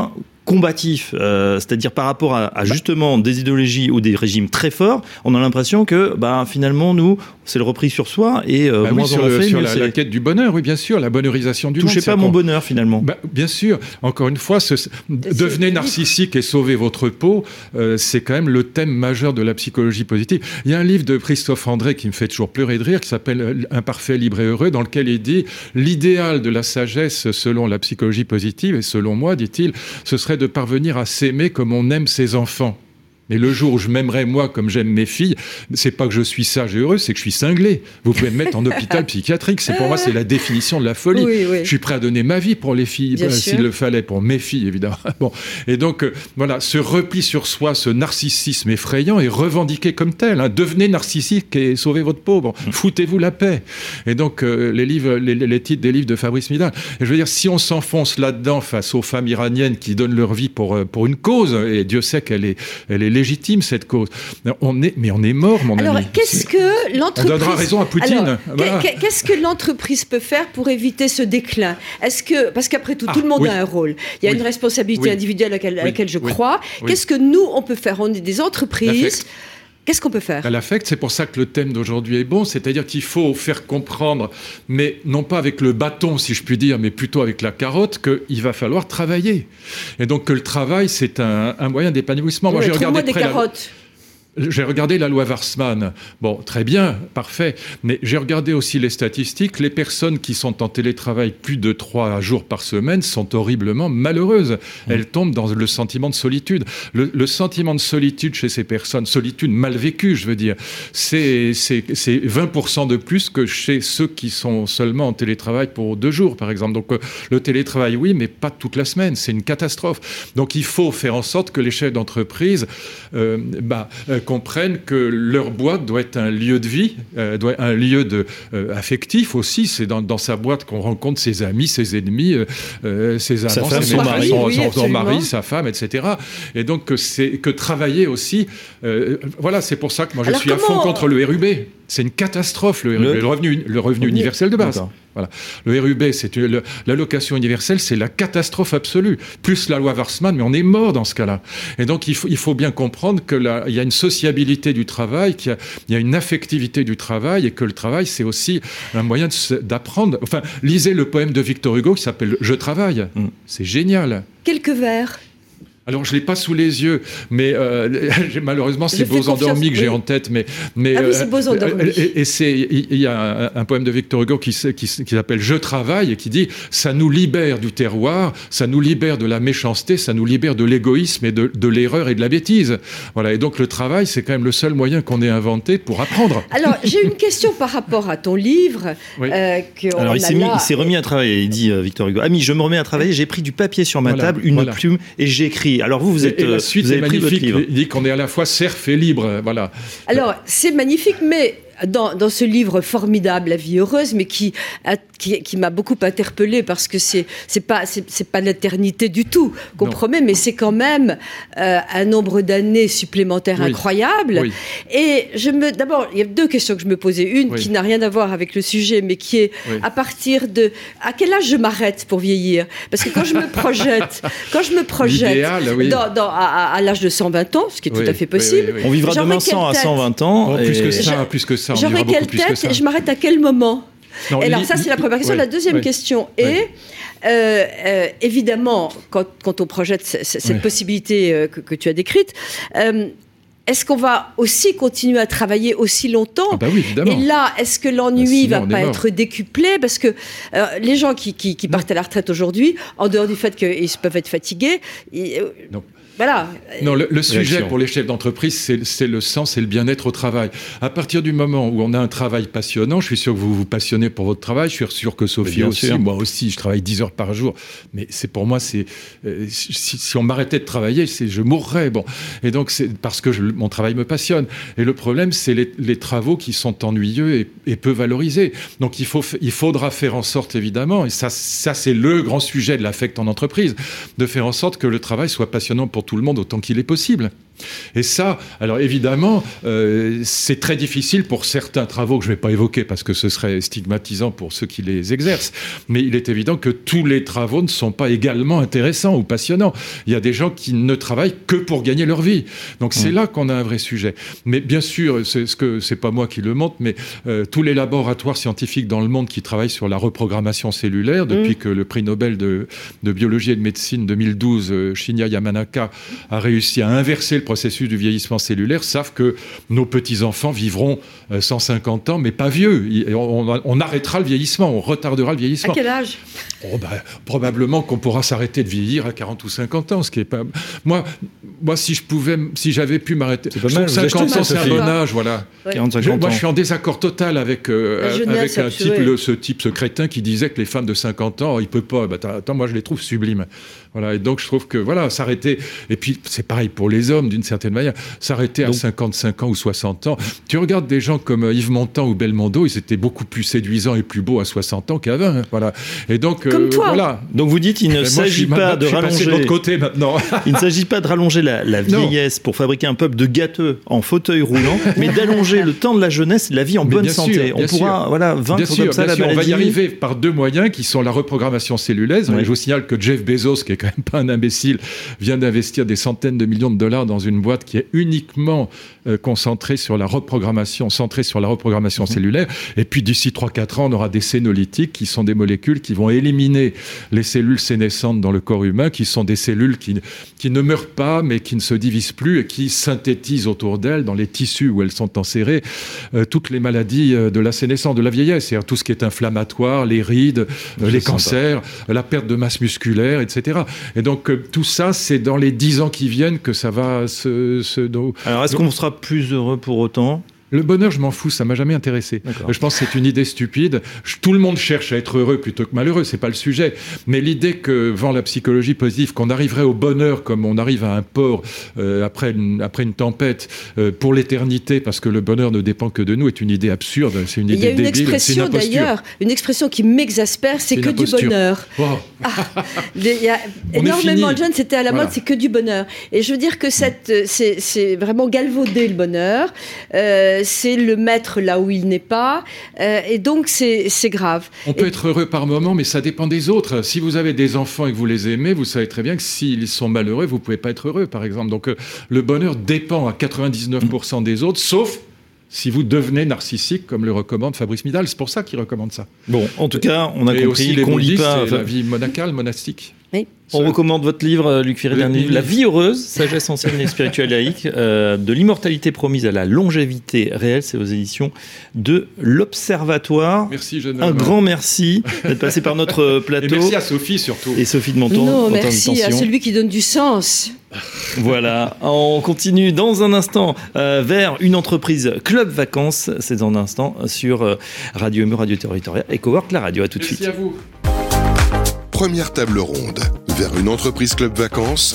combatif, euh, c'est-à-dire par rapport à, à justement des idéologies ou des régimes très forts, on a l'impression que bah, finalement, nous, c'est le repris sur soi et euh, bah moins oui, on sur, en le, fait, sur mieux la, c'est. la quête du bonheur, oui, bien sûr, la bonheurisation du Touchez monde. pas mon bonheur, finalement. Bah, bien sûr, encore une fois, ce, devenez narcissique et sauvez votre peau, euh, c'est quand même le thème majeur de la psychologie positive. Il y a un livre de Christophe André qui me fait toujours pleurer de rire, qui s'appelle « Imparfait, libre et heureux », dans lequel il dit « L'idéal de la sagesse, selon la psychologie positive, et selon moi, dit-il, ce serait de parvenir à s'aimer comme on aime ses enfants. » Mais le jour où je m'aimerais moi comme j'aime mes filles, c'est pas que je suis sage et heureux, c'est que je suis cinglé. Vous pouvez me mettre en hôpital psychiatrique. C'est pour moi, c'est la définition de la folie. Oui, oui. Je suis prêt à donner ma vie pour les filles, bah, s'il le fallait, pour mes filles évidemment. Bon, et donc euh, voilà, ce repli sur soi, ce narcissisme effrayant est revendiqué comme tel. Hein. Devenez narcissique et sauvez votre peau. Bon, mmh. Foutez-vous la paix. Et donc euh, les livres, les, les titres des livres de Fabrice Midal. Et je veux dire, si on s'enfonce là-dedans face aux femmes iraniennes qui donnent leur vie pour pour une cause, et Dieu sait qu'elle est, elle est légitime cette cause. On est, mais on est mort, mon Alors, ami. Alors, qu'est-ce que l'entreprise... On donnera raison à Poutine. Alors, voilà. Qu'est-ce que l'entreprise peut faire pour éviter ce déclin ? Est-ce que, parce qu'après tout, ah, tout le monde oui. a un rôle. Il y a oui. une responsabilité oui. individuelle à laquelle, oui. à laquelle je oui. crois. Oui. Qu'est-ce que nous, on peut faire ? On est des entreprises... Qu'est-ce qu'on peut faire ? À l'affect, c'est pour ça que le thème d'aujourd'hui est bon, c'est-à-dire qu'il faut faire comprendre, mais non pas avec le bâton, si je puis dire, mais plutôt avec la carotte, qu'il va falloir travailler. Et donc que le travail, c'est un, un moyen d'épanouissement. Moi, j'ai regardé des carottes. La... J'ai regardé la loi Warsmann. Bon, très bien, parfait. Mais j'ai regardé aussi les statistiques. Les personnes qui sont en télétravail plus de trois jours par semaine sont horriblement malheureuses. Mmh. Elles tombent dans le sentiment de solitude. Le, le sentiment de solitude chez ces personnes, solitude mal vécue, je veux dire, c'est, c'est, c'est vingt pour cent de plus que chez ceux qui sont seulement en télétravail pour deux jours, par exemple. Donc, euh, le télétravail, oui, mais pas toute la semaine. C'est une catastrophe. Donc, il faut faire en sorte que les chefs d'entreprise, euh, bah, euh, comprennent que leur boîte doit être un lieu de vie, euh, doit être un lieu de, euh, affectif aussi. C'est dans, dans sa boîte qu'on rencontre ses amis, ses ennemis, euh, ses amants, femme, ses son mari, son, oui, son, son mari, sa femme, et cetera. Et donc, que, c'est, que travailler aussi... Euh, voilà, c'est pour ça que moi, je Alors suis comment... à fond contre le R U B. C'est une catastrophe, le, le... le revenu, le revenu oui. universel de base. D'accord. Voilà. Le R U B, c'est une, l'allocation universelle, c'est la catastrophe absolue. Plus la loi Warsmann, mais on est mort dans ce cas-là. Et donc, il faut, il faut bien comprendre qu'il y a une sociabilité du travail, qu'il y a, il y a une affectivité du travail, et que le travail, c'est aussi un moyen de, d'apprendre. Enfin, lisez le poème de Victor Hugo qui s'appelle « Je travaille mm. ». C'est génial. Quelques vers. Alors, je ne l'ai pas sous les yeux, mais euh, malheureusement, c'est Beaux endormis que j'ai oui. en tête. Mais, mais, ah oui, c'est Beaux endormis. Euh, et, et c'est, il y a un, un poème de Victor Hugo qui, qui, qui s'appelle « Je travaille » et qui dit « Ça nous libère du terroir, ça nous libère de la méchanceté, ça nous libère de l'égoïsme et de, de l'erreur et de la bêtise. » Voilà. Et donc, le travail, c'est quand même le seul moyen qu'on ait inventé pour apprendre. Alors, j'ai une question par rapport à ton livre. Oui. Euh, Alors, il s'est, mis, il s'est remis à travailler, il dit euh, Victor Hugo. « Ami, je me remets à travailler, j'ai pris du papier sur ma voilà, table, une voilà. plume, et j'écris. » Alors vous, vous êtes, et, et la suite vous avez est pris magnifique. Votre livre. Il dit qu'on est à la fois serf et libre, voilà. Alors c'est magnifique, mais dans, dans ce livre formidable, La vie heureuse, mais qui, a, qui, qui m'a beaucoup interpellée parce que c'est, c'est pas, c'est, c'est pas l'éternité du tout qu'on non. promet, mais c'est quand même euh, un nombre d'années supplémentaires oui. incroyable. Oui. Et je me, d'abord, il y a deux questions que je me posais. Une oui. qui n'a rien à voir avec le sujet, mais qui est oui. à partir de à quel âge je m'arrête pour vieillir ? Parce que quand je me projette, quand je me projette L'idéal, oui. dans, dans, à, à l'âge de cent vingt ans, ce qui est oui. tout à fait possible, oui, oui, oui. on vivra demain cent à cent vingt ans. Oh, et... Plus que ça, plus que ça. J'aurais quelle tête et je m'arrête à quel moment ? Non, et alors, ça, c'est la première question. Ouais, la deuxième ouais, question est, ouais. euh, euh, évidemment, quand, quand on projette c- c- cette ouais. possibilité euh, que, que tu as décrite, euh, est-ce qu'on va aussi continuer à travailler aussi longtemps ? Ah bah oui, évidemment. Et là, est-ce que l'ennui ne bah, va pas être décuplé ? Parce que euh, les gens qui, qui, qui partent à la retraite aujourd'hui, en dehors du fait qu'ils peuvent être fatigués... Ils, euh, non. Voilà. Non, le, le sujet pour les chefs d'entreprise, c'est, c'est le sens et le bien-être au travail. À partir du moment où on a un travail passionnant, je suis sûr que vous vous passionnez pour votre travail, je suis sûr que Sophie aussi, sûr. Moi aussi, je travaille dix heures par jour, mais c'est pour moi, c'est euh, si, si on m'arrêtait de travailler, c'est, je mourrais. Bon, et donc c'est parce que je, mon travail me passionne. Et le problème, c'est les, les travaux qui sont ennuyeux et, et peu valorisés. Donc il faut, il faudra faire en sorte, évidemment, et ça, ça c'est le grand sujet de l'affect en entreprise, de faire en sorte que le travail soit passionnant pour tout le monde autant qu'il est possible. Et ça, alors évidemment, euh, c'est très difficile pour certains travaux que je ne vais pas évoquer parce que ce serait stigmatisant pour ceux qui les exercent, mais il est évident que tous les travaux ne sont pas également intéressants ou passionnants. Il y a des gens qui ne travaillent que pour gagner leur vie. Donc c'est mmh. là qu'on a un vrai sujet. Mais bien sûr, c'est, ce que, c'est pas moi qui le montre, mais euh, tous les laboratoires scientifiques dans le monde qui travaillent sur la reprogrammation cellulaire, depuis mmh. que le prix Nobel de, de biologie et de médecine deux mille douze, euh, Shinya Yamanaka, a réussi à inverser le processus du vieillissement cellulaire, savent que nos petits-enfants vivront euh, cent cinquante ans, mais pas vieux. On, on, on arrêtera le vieillissement, on retardera le vieillissement. À quel âge ? Oh ben, probablement qu'on pourra s'arrêter de vieillir à quarante ou cinquante ans, ce qui est pas... Moi, moi si je pouvais, si j'avais pu m'arrêter... C'est pas mal, cinquante ans, c'est un bon âge, voilà. Ouais. quarante, cinquante je, ans. Moi, je suis en désaccord total avec, euh, avec un type, le, ce type, ce crétin qui disait que les femmes de cinquante ans, il peut pas. Bah, attends, moi, je les trouve sublimes. Voilà, et donc je trouve que voilà, s'arrêter, et puis c'est pareil pour les hommes d'une certaine manière, s'arrêter donc, à cinquante-cinq ans ou soixante ans. Tu regardes des gens comme Yves Montand ou Belmondo, ils étaient beaucoup plus séduisants et plus beaux à soixante ans qu'à vingt. Hein, voilà. Et donc comme euh, toi. Voilà. Donc vous dites il ne s'agit moi, pas je suis, de rallonger de l'autre côté maintenant. Il ne s'agit pas de rallonger la, la vieillesse non. pour fabriquer un peuple de gâteux en fauteuil roulant, mais d'allonger le temps de la jeunesse et de la vie en mais bonne santé. Sûr, on pourra sûr. voilà vaincre sûr, comme ça la sûr, maladie. On va y arriver par deux moyens qui sont la reprogrammation cellulaire. Ouais. Je vous signale que Jeff Bezos, qui est quand même pas un imbécile, vient d'investir des centaines de millions de dollars dans une boîte qui est uniquement euh, concentrée sur la reprogrammation, centrée sur la reprogrammation mmh. cellulaire. Et puis d'ici trois à quatre ans, on aura des sénolytiques qui sont des molécules qui vont éliminer les cellules sénescentes dans le corps humain, qui sont des cellules qui, qui ne meurent pas, mais qui ne se divisent plus et qui synthétisent autour d'elles, dans les tissus où elles sont enserrées, euh, toutes les maladies euh, de la sénescence, de la vieillesse, c'est-à-dire tout ce qui est inflammatoire, les rides, euh, les cancers, euh, la perte de masse musculaire, et cetera. Et donc, euh, tout ça, c'est dans les dix ans qui viennent que ça va se... se do... Alors, est-ce qu'on sera plus heureux pour autant ? Le bonheur, je m'en fous, ça m'a jamais intéressé. D'accord. Je pense que c'est une idée stupide. Je, tout le monde cherche à être heureux plutôt que malheureux, c'est pas le sujet. Mais l'idée que vend la psychologie positive, qu'on arriverait au bonheur comme on arrive à un port euh, après, une, après une tempête euh, pour l'éternité, parce que le bonheur ne dépend que de nous, est une idée absurde. C'est une idée débile. Il y a une expression une d'ailleurs, une expression qui m'exaspère, c'est, c'est que du bonheur. Wow. Ah, il y a énormément de jeunes, c'était à la voilà. mode, c'est que du bonheur. Et je veux dire que cette, c'est, c'est vraiment galvaudé le bonheur. Euh, c'est le mettre là où il n'est pas, euh, et donc c'est, c'est grave. On peut et... être heureux par moment, mais ça dépend des autres. Si vous avez des enfants et que vous les aimez, vous savez très bien que s'ils sont malheureux, vous ne pouvez pas être heureux, par exemple. Donc euh, le bonheur dépend à quatre-vingt-dix-neuf pour cent des autres, sauf si vous devenez narcissique, comme le recommande Fabrice Midal. C'est pour ça qu'il recommande ça. Bon, en tout cas, on a et compris aussi, qu'on lit pas... C'est la vie monacale, monastique. Oui. On recommande votre livre, Luc Ferry, La vie heureuse, sagesse ancienne et spirituelle laïque, euh, de l'immortalité promise à la longévité réelle. C'est aux éditions de l'Observatoire. Merci, jeune Un homme. Grand merci d'être passé par notre plateau. Et merci à Sophie surtout. Et Sophie de Menton. Non, merci à celui qui donne du sens. Voilà, on continue dans un instant euh, vers une entreprise Club Vacances. C'est dans un instant sur euh, Radio Emu, Radio Territoriale et Cowork, la radio. À tout de suite. Merci à vous. Première table ronde vers une entreprise Club Vacances.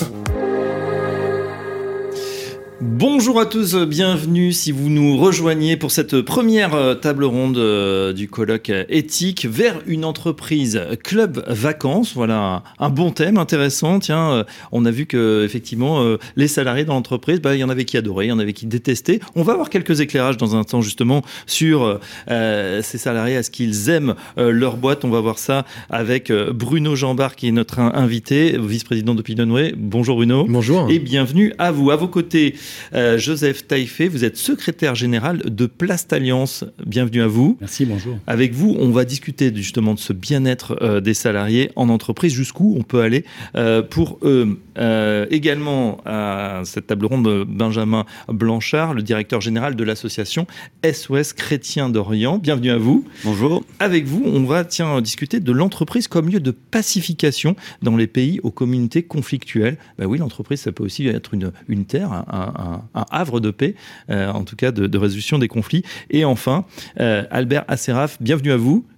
Bonjour à tous, bienvenue si vous nous rejoignez pour cette première table ronde du colloque éthique vers une entreprise Club Vacances. Voilà un bon thème intéressant. Tiens, on a vu que effectivement les salariés dans l'entreprise, bah, il y en avait qui adoraient, il y en avait qui détestaient. On va avoir quelques éclairages dans un temps justement sur euh, ces salariés, à ce qu'ils aiment euh, leur boîte. On va voir ça avec Bruno Jambard qui est notre invité, vice-président d'Opinionway. Bonjour Bruno. Bonjour. Et bienvenue à vous. À vos côtés, Euh, Joseph Taillefer, vous êtes secrétaire général de Plastalliance. Bienvenue à vous. Merci, bonjour. Avec vous, on va discuter justement de ce bien-être euh, des salariés en entreprise, jusqu'où on peut aller euh, pour eux. Euh, également à cette table ronde, Benjamin Blanchard, le directeur général de l'association S O S Chrétiens d'Orient. Bienvenue à vous. Bonjour. Avec vous, on va tiens, discuter de l'entreprise comme lieu de pacification dans les pays aux communautés conflictuelles. Ben oui, l'entreprise, ça peut aussi être une, une terre, un, un, un havre de paix, euh, en tout cas de, de résolution des conflits. Et enfin, euh, Albert Asseraf, bienvenue à vous.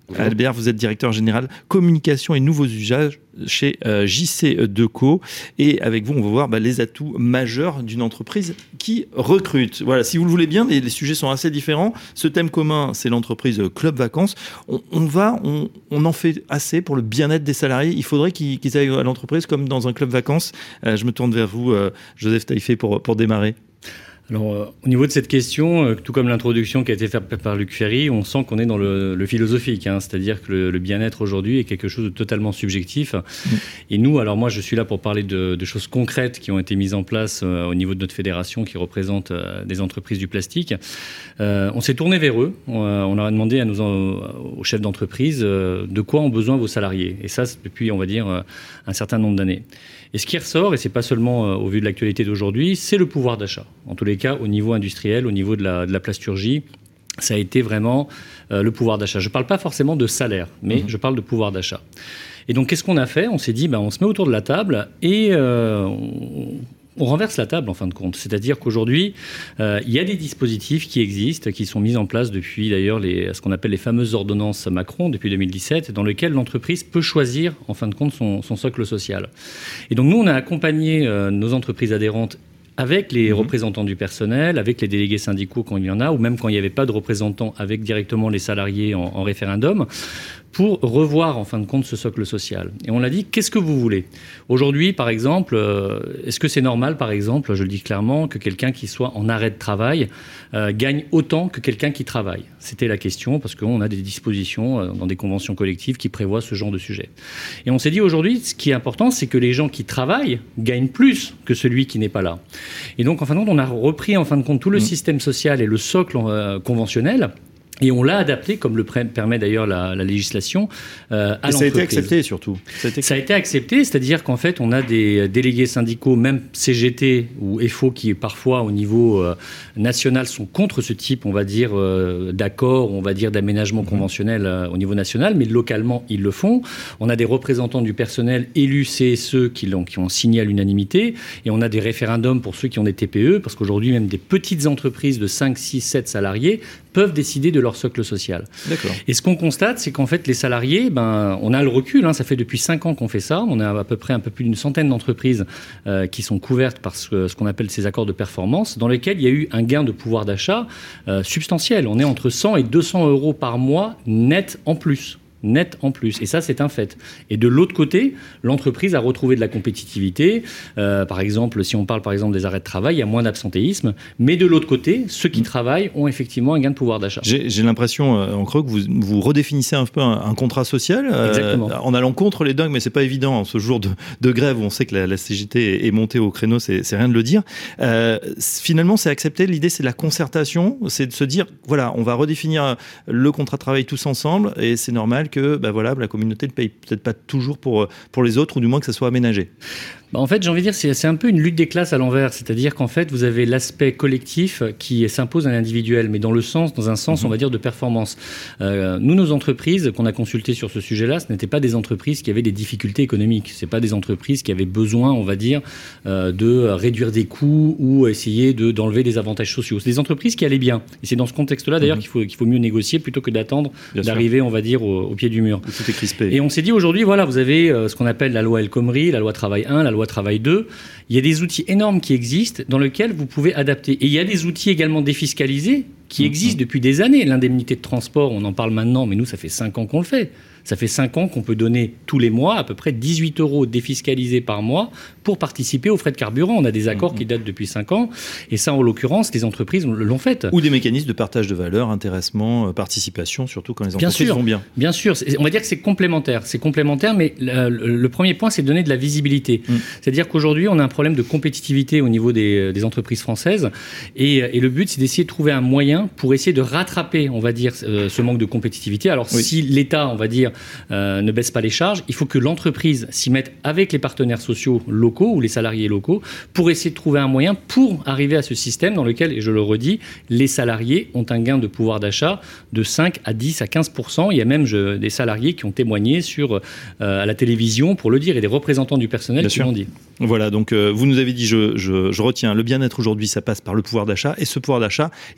Bonjour. Albert, vous êtes directeur général communication et nouveaux usages chez euh, J C Decaux. Et avec vous, on va voir bah, les atouts majeurs d'une entreprise qui recrute. Voilà, si vous le voulez bien, les, les sujets sont assez différents. Ce thème commun, c'est l'entreprise Club Vacances. On, on va, on, on en fait assez pour le bien-être des salariés. Il faudrait qu'ils, qu'ils aillent à l'entreprise comme dans un club vacances. Euh, je me tourne vers vous, euh, Joseph Taillefer, pour, pour démarrer. Alors, euh, au niveau de cette question, euh, tout comme l'introduction qui a été faite par Luc Ferry, on sent qu'on est dans le, le philosophique, hein, c'est-à-dire que le, le bien-être aujourd'hui est quelque chose de totalement subjectif. Mmh. Et nous, alors moi, je suis là pour parler de, de choses concrètes qui ont été mises en place euh, au niveau de notre fédération qui représente euh, des entreprises du plastique. Euh, on s'est tourné vers eux, on, on leur a demandé à nos, aux chefs d'entreprise euh, de quoi ont besoin vos salariés. Et ça, c'est depuis, on va dire, euh, un certain nombre d'années. Et ce qui ressort, et c'est pas seulement euh, au vu de l'actualité d'aujourd'hui, c'est le pouvoir d'achat. En tous les cas, au niveau industriel, au niveau de la, de la plasturgie, ça a été vraiment euh, le pouvoir d'achat. Je ne parle pas forcément de salaire, mais mmh. je parle de pouvoir d'achat. Et donc, qu'est-ce qu'on a fait ? On s'est dit, ben, on se met autour de la table et euh, on, on renverse la table, en fin de compte. C'est-à-dire qu'aujourd'hui, euh, il y a des dispositifs qui existent, qui sont mis en place depuis, d'ailleurs, les, ce qu'on appelle les fameuses ordonnances Macron, depuis deux mille dix-sept, dans lesquelles l'entreprise peut choisir, en fin de compte, son, son socle social. Et donc, nous, on a accompagné euh, nos entreprises adhérentes avec les mmh. représentants du personnel, avec les délégués syndicaux quand il y en a, ou même quand il n'y avait pas de représentants, avec directement les salariés en, en référendum, pour revoir en fin de compte ce socle social. Et on l'a dit, qu'est-ce que vous voulez ? Aujourd'hui, par exemple, euh, est-ce que c'est normal, par exemple, je le dis clairement, que quelqu'un qui soit en arrêt de travail euh, gagne autant que quelqu'un qui travaille ? C'était la question, parce qu'on a des dispositions euh, dans des conventions collectives qui prévoient ce genre de sujet. Et on s'est dit aujourd'hui, ce qui est important, c'est que les gens qui travaillent gagnent plus que celui qui n'est pas là. Et donc, en fin de compte, on a repris en fin de compte tout le mmh. système social et le socle euh, conventionnel. Et on l'a adapté, comme le permet d'ailleurs la, la législation, euh, à l'entreprise. Ça a été accepté surtout. Ça a été, ça a été accepté, c'est-à-dire qu'en fait, on a des délégués syndicaux, même C G T ou F O, qui parfois au niveau euh, national sont contre ce type, on va dire, euh, d'accord, on va dire d'aménagement conventionnel euh, au niveau national, mais localement, ils le font. On a des représentants du personnel élus C S E qui, l'ont, qui ont signé à l'unanimité, et on a des référendums pour ceux qui ont des T P E, parce qu'aujourd'hui, même des petites entreprises de cinq, six, sept salariés peuvent décider de leur socle social. D'accord. Et ce qu'on constate, c'est qu'en fait, les salariés, ben, on a le recul, hein, ça fait depuis cinq ans qu'on fait ça, on a à peu près un peu plus d'une centaine d'entreprises euh, qui sont couvertes par ce, ce qu'on appelle ces accords de performance, dans lesquels il y a eu un gain de pouvoir d'achat euh, substantiel. On est entre cent et deux cents euros par mois net en plus. net en plus. Et ça, c'est un fait. Et de l'autre côté, l'entreprise a retrouvé de la compétitivité. Euh, par exemple, si on parle par exemple des arrêts de travail, il y a moins d'absentéisme. Mais de l'autre côté, ceux qui mmh. travaillent ont effectivement un gain de pouvoir d'achat. J'ai, j'ai l'impression, euh, en creux, que vous, vous redéfinissez un peu un, un contrat social euh, en allant contre les dogmes, mais c'est pas évident. En ce jour de, de grève où on sait que la, la C G T est montée au créneau, c'est, c'est rien de le dire. Euh, finalement, c'est accepté. L'idée, c'est de la concertation. C'est de se dire, voilà, on va redéfinir le contrat de travail tous ensemble et c'est normal que bah voilà, la communauté ne paye peut-être pas toujours pour, pour les autres, ou du moins que ça soit aménagé. Bah en fait, j'ai envie de dire, c'est, c'est un peu une lutte des classes à l'envers. C'est-à-dire qu'en fait, vous avez l'aspect collectif qui s'impose à l'individuel, mais dans le sens, dans un sens, mmh. on va dire, de performance. Euh, nous, nos entreprises qu'on a consultées sur ce sujet-là, ce n'étaient pas des entreprises qui avaient des difficultés économiques. C'est pas des entreprises qui avaient besoin, on va dire, euh, de réduire des coûts ou essayer de, d'enlever des avantages sociaux. C'est des entreprises qui allaient bien. Et c'est dans ce contexte-là, d'ailleurs, mmh. qu'il faut, qu'il faut mieux négocier plutôt que d'attendre bien d'arriver, sûr. on va dire, au, au pied du mur. Tout est crispé. Et on s'est dit aujourd'hui, voilà, vous avez euh, ce qu'on appelle la loi El Khomri, la loi Travail un, la loi Travail deux. Il y a des outils énormes qui existent dans lesquels vous pouvez adapter. Et il y a des outils également défiscalisés qui mmh. existent depuis des années. L'indemnité de transport, on en parle maintenant, mais nous, ça fait cinq ans qu'on le fait. Ça fait cinq ans qu'on peut donner tous les mois à peu près dix-huit euros défiscalisés par mois pour participer aux frais de carburant. On a des accords mmh. qui datent depuis cinq ans. Et ça, en l'occurrence, les entreprises l'ont fait. Ou des mécanismes de partage de valeur, intéressement, participation, surtout quand les entreprises bien sûr, vont bien. Bien sûr. On va dire que c'est complémentaire. C'est complémentaire, mais le, le premier point, c'est de donner de la visibilité. Mmh. C'est-à-dire qu'aujourd'hui, on a un problème de compétitivité au niveau des, des entreprises françaises. Et, et le but, c'est d'essayer de trouver un moyen pour essayer de rattraper, on va dire, ce manque de compétitivité. Alors, oui. si l'État, on va dire, Euh, ne baisse pas les charges, il faut que l'entreprise s'y mette avec les partenaires sociaux locaux ou les salariés locaux pour essayer de trouver un moyen pour arriver à ce système dans lequel, et je le redis, les salariés ont un gain de pouvoir d'achat de cinq à dix à quinze pour cent. Il y a même je, des salariés qui ont témoigné sur, euh, à la télévision pour le dire, et des représentants du personnel Bien qui sûr. l'ont dit. Voilà, donc euh, vous nous avez dit, je, je, je retiens, le bien-être aujourd'hui, ça passe par le pouvoir d'achat, et ce pouvoir d'achat, il n'est pas bloqué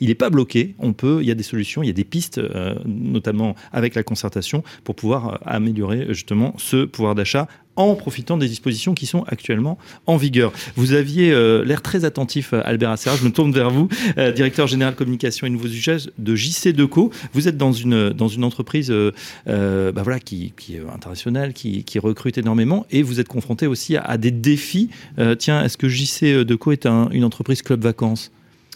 bloqué, on peut, il y a des solutions, il y a des pistes, euh, notamment avec la concertation, pour pouvoir améliorer justement ce pouvoir d'achat en profitant des dispositions qui sont actuellement en vigueur. Vous aviez euh, l'air très attentif, Albert Assera, je me tourne vers vous, euh, directeur général communication et nouveaux usages de J C Decaux. Vous êtes dans une, dans une entreprise euh, euh, bah voilà, qui, qui est internationale, qui, qui recrute énormément, et vous êtes confronté aussi à, à des défis. Euh, tiens, est-ce que J C Decaux est un, une entreprise club vacances ?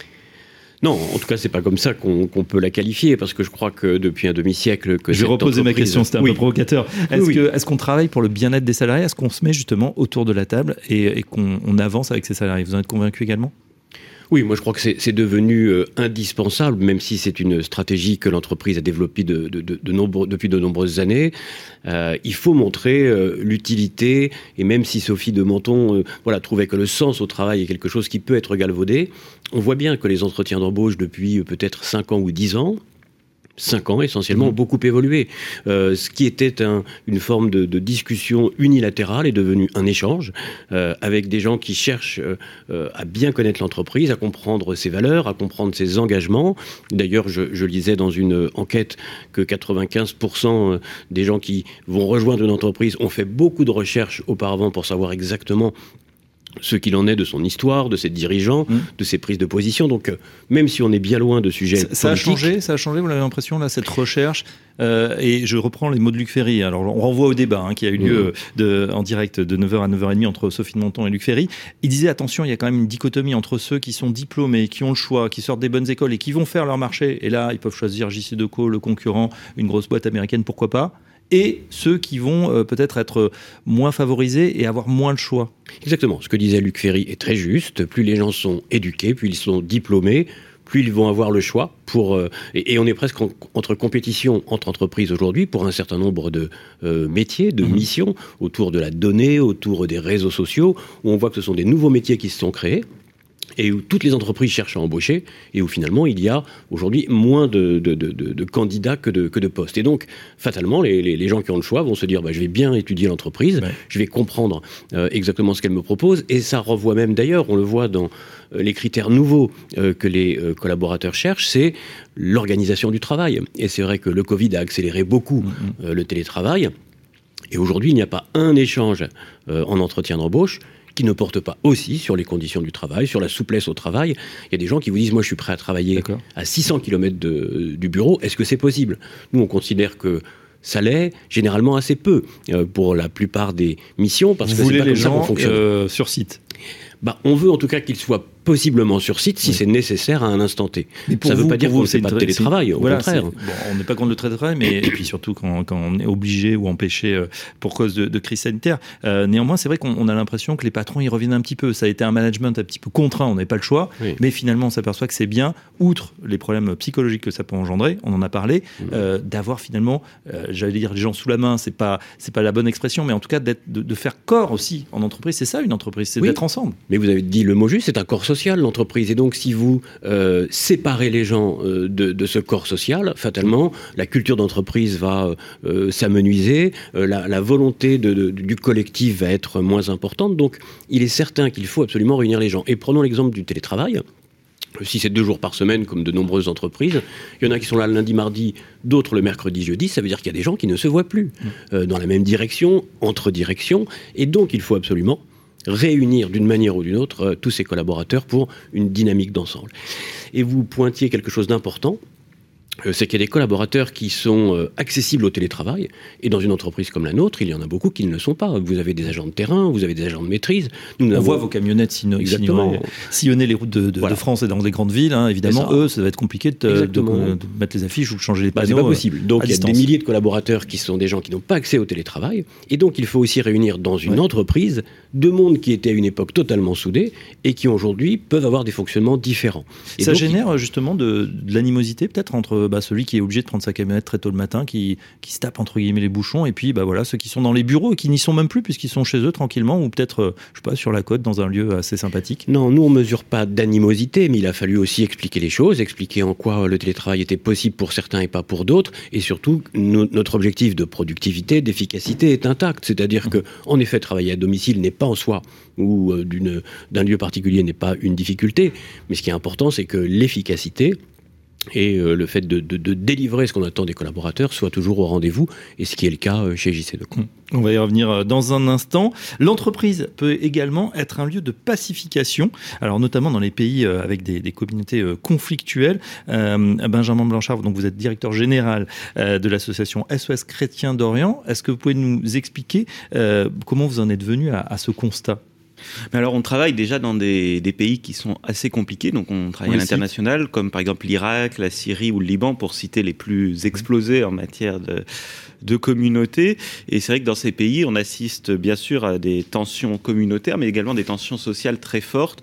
Non, en tout cas, c'est pas comme ça qu'on, qu'on peut la qualifier, parce que je crois que depuis un demi-siècle que je vais reposer ma question, c'était un oui. peu provocateur. Est-ce, oui, que, oui. est-ce qu'on travaille pour le bien-être des salariés ? Est-ce qu'on se met justement autour de la table et, et qu'on on avance avec ces salariés ? Vous en êtes convaincu également ? Oui, moi je crois que c'est, c'est devenu euh, indispensable, même si c'est une stratégie que l'entreprise a développée de, de, de, de nombreux, depuis de nombreuses années. Euh, il faut montrer euh, l'utilité, et même si Sophie de Menton euh, voilà, trouvait que le sens au travail est quelque chose qui peut être galvaudé, on voit bien que les entretiens d'embauche depuis euh, peut-être cinq ans ou dix ans, cinq ans essentiellement, ont beaucoup évolué. Euh, ce qui était un, une forme de, de discussion unilatérale est devenu un échange euh, avec des gens qui cherchent euh, à bien connaître l'entreprise, à comprendre ses valeurs, à comprendre ses engagements. D'ailleurs, je, je lisais dans une enquête que quatre-vingt-quinze pour cent des gens qui vont rejoindre une entreprise ont fait beaucoup de recherches auparavant pour savoir exactement ce qu'il en est de son histoire, de ses dirigeants, mmh. de ses prises de position. Donc, euh, même si on est bien loin de sujets ça, ça a changé, ça a changé, vous avez l'impression, là, cette recherche euh, et je reprends les mots de Luc Ferry. Alors, on renvoie au débat hein, qui a eu lieu mmh. de, en direct de neuf heures à neuf heures trente entre Sophie de Menton et Luc Ferry. Il disait, attention, il y a quand même une dichotomie entre ceux qui sont diplômés, qui ont le choix, qui sortent des bonnes écoles et qui vont faire leur marché. Et là, ils peuvent choisir J C Decaux, le concurrent, une grosse boîte américaine, pourquoi pas, et ceux qui vont euh, peut-être être moins favorisés et avoir moins le choix. Exactement. Ce que disait Luc Ferry est très juste. Plus les gens sont éduqués, plus ils sont diplômés, plus ils vont avoir le choix. Pour, euh, et, et on est presque en, entre compétition entre entreprises aujourd'hui pour un certain nombre de euh, métiers, de mmh. missions, autour de la donnée, autour des réseaux sociaux, où on voit que ce sont des nouveaux métiers qui se sont créés, et où toutes les entreprises cherchent à embaucher, et où finalement il y a aujourd'hui moins de, de, de, de, de candidats que de, que de postes. Et donc, fatalement, les, les, les gens qui ont le choix vont se dire bah, je vais bien étudier l'entreprise, ouais. je vais comprendre euh, exactement ce qu'elle me propose, et ça renvoie même d'ailleurs, on le voit dans euh, les critères nouveaux euh, que les euh, collaborateurs cherchent, c'est l'organisation du travail. Et c'est vrai que le Covid a accéléré beaucoup mmh. euh, le télétravail, et aujourd'hui il n'y a pas un échange euh, en entretien d'embauche qui ne porte pas aussi sur les conditions du travail, sur la souplesse au travail. Il y a des gens qui vous disent, moi je suis prêt à travailler D'accord. à six cents kilomètres de, du bureau, est-ce que c'est possible ? Nous on considère que ça l'est généralement assez peu euh, pour la plupart des missions, parce vous que voulez c'est pas les comme gens ça qu'on fonctionne. Euh, sur site. Bah, on veut en tout cas qu'ils soient possiblement sur site si oui. c'est nécessaire à un instant T. Ça ne veut pas dire qu'on ne fait pas de télétravail, au voilà, contraire. Bon, on n'est pas contre le télétravail, mais et puis surtout quand, quand on est obligé ou empêché euh, pour cause de, de crise sanitaire. Euh, néanmoins, c'est vrai qu'on a l'impression que les patrons y reviennent un petit peu. Ça a été un management un petit peu contraint, on n'avait pas le choix, oui. mais finalement on s'aperçoit que c'est bien, outre les problèmes psychologiques que ça peut engendrer, on en a parlé, mmh. euh, d'avoir finalement, euh, j'allais dire les gens sous la main, c'est pas, c'est pas la bonne expression, mais en tout cas d'être, de, de faire corps aussi en entreprise. C'est ça une entreprise, c'est oui. d'être ensemble. Mais vous avez dit le mot juste, c'est un corps social l'entreprise. Et donc, si vous euh, séparez les gens euh, de, de ce corps social, fatalement, la culture d'entreprise va euh, s'amenuiser, euh, la, la volonté de, de, du collectif va être moins importante. Donc, il est certain qu'il faut absolument réunir les gens. Et prenons l'exemple du télétravail. Si c'est deux jours par semaine, comme de nombreuses entreprises, il y en a qui sont là le lundi, mardi, d'autres le mercredi, jeudi. Ça veut dire qu'il y a des gens qui ne se voient plus euh, dans la même direction, entre directions. Et donc, il faut absolument réunir d'une manière ou d'une autre euh, tous ces collaborateurs pour une dynamique d'ensemble. Et vous pointiez quelque chose d'important, euh, c'est qu'il y a des collaborateurs qui sont euh, accessibles au télétravail, et dans une entreprise comme la nôtre, il y en a beaucoup qui ne le sont pas. Vous avez des agents de terrain, vous avez des agents de maîtrise. Nous, On avons... voit vos camionnettes sino- sino- sillonner les routes de, de, voilà. de France et dans les grandes villes. Hein, évidemment, ça. eux, ça va être compliqué de, de, de, de mettre les affiches ou de changer les panneaux. Bah, c'est pas possible. Donc il y a distance. des milliers de collaborateurs qui sont des gens qui n'ont pas accès au télétravail, et donc il faut aussi réunir dans une ouais. entreprise deux mondes qui étaient à une époque totalement soudés et qui aujourd'hui peuvent avoir des fonctionnements différents. Et ça donc, génère il... justement de, de l'animosité peut-être entre bah, celui qui est obligé de prendre sa camionnette très tôt le matin, qui, qui se tape entre guillemets les bouchons, et puis bah, voilà, ceux qui sont dans les bureaux et qui n'y sont même plus puisqu'ils sont chez eux tranquillement, ou peut-être euh, je sais pas, sur la côte dans un lieu assez sympathique. Non, nous on mesure pas d'animosité, mais il a fallu aussi expliquer les choses, expliquer en quoi le télétravail était possible pour certains et pas pour d'autres, et surtout no- notre objectif de productivité, d'efficacité est intact, c'est-à-dire mmh. que en effet travailler à domicile n'est pas en soi ou euh, d'une, d'un lieu particulier n'est pas une difficulté, mais ce qui est important c'est que l'efficacité et euh, le fait de, de, de délivrer ce qu'on attend des collaborateurs soit toujours au rendez-vous, et ce qui est le cas euh, chez J C Decaux. On va y revenir dans un instant. L'entreprise peut également être un lieu de pacification, alors notamment dans les pays avec des, des communautés conflictuelles. Euh, Benjamin Blanchard, donc vous êtes directeur général euh, de l'association S O S Chrétiens d'Orient. Est-ce que vous pouvez nous expliquer euh, comment vous en êtes venu à, à ce constat ? Mais alors, on travaille déjà dans des, des pays qui sont assez compliqués. Donc, on travaille oui, à l'international, si. comme par exemple l'Irak, la Syrie ou le Liban, pour citer les plus explosés en matière de, de communauté. Et c'est vrai que dans ces pays, on assiste bien sûr à des tensions communautaires, mais également des tensions sociales très fortes.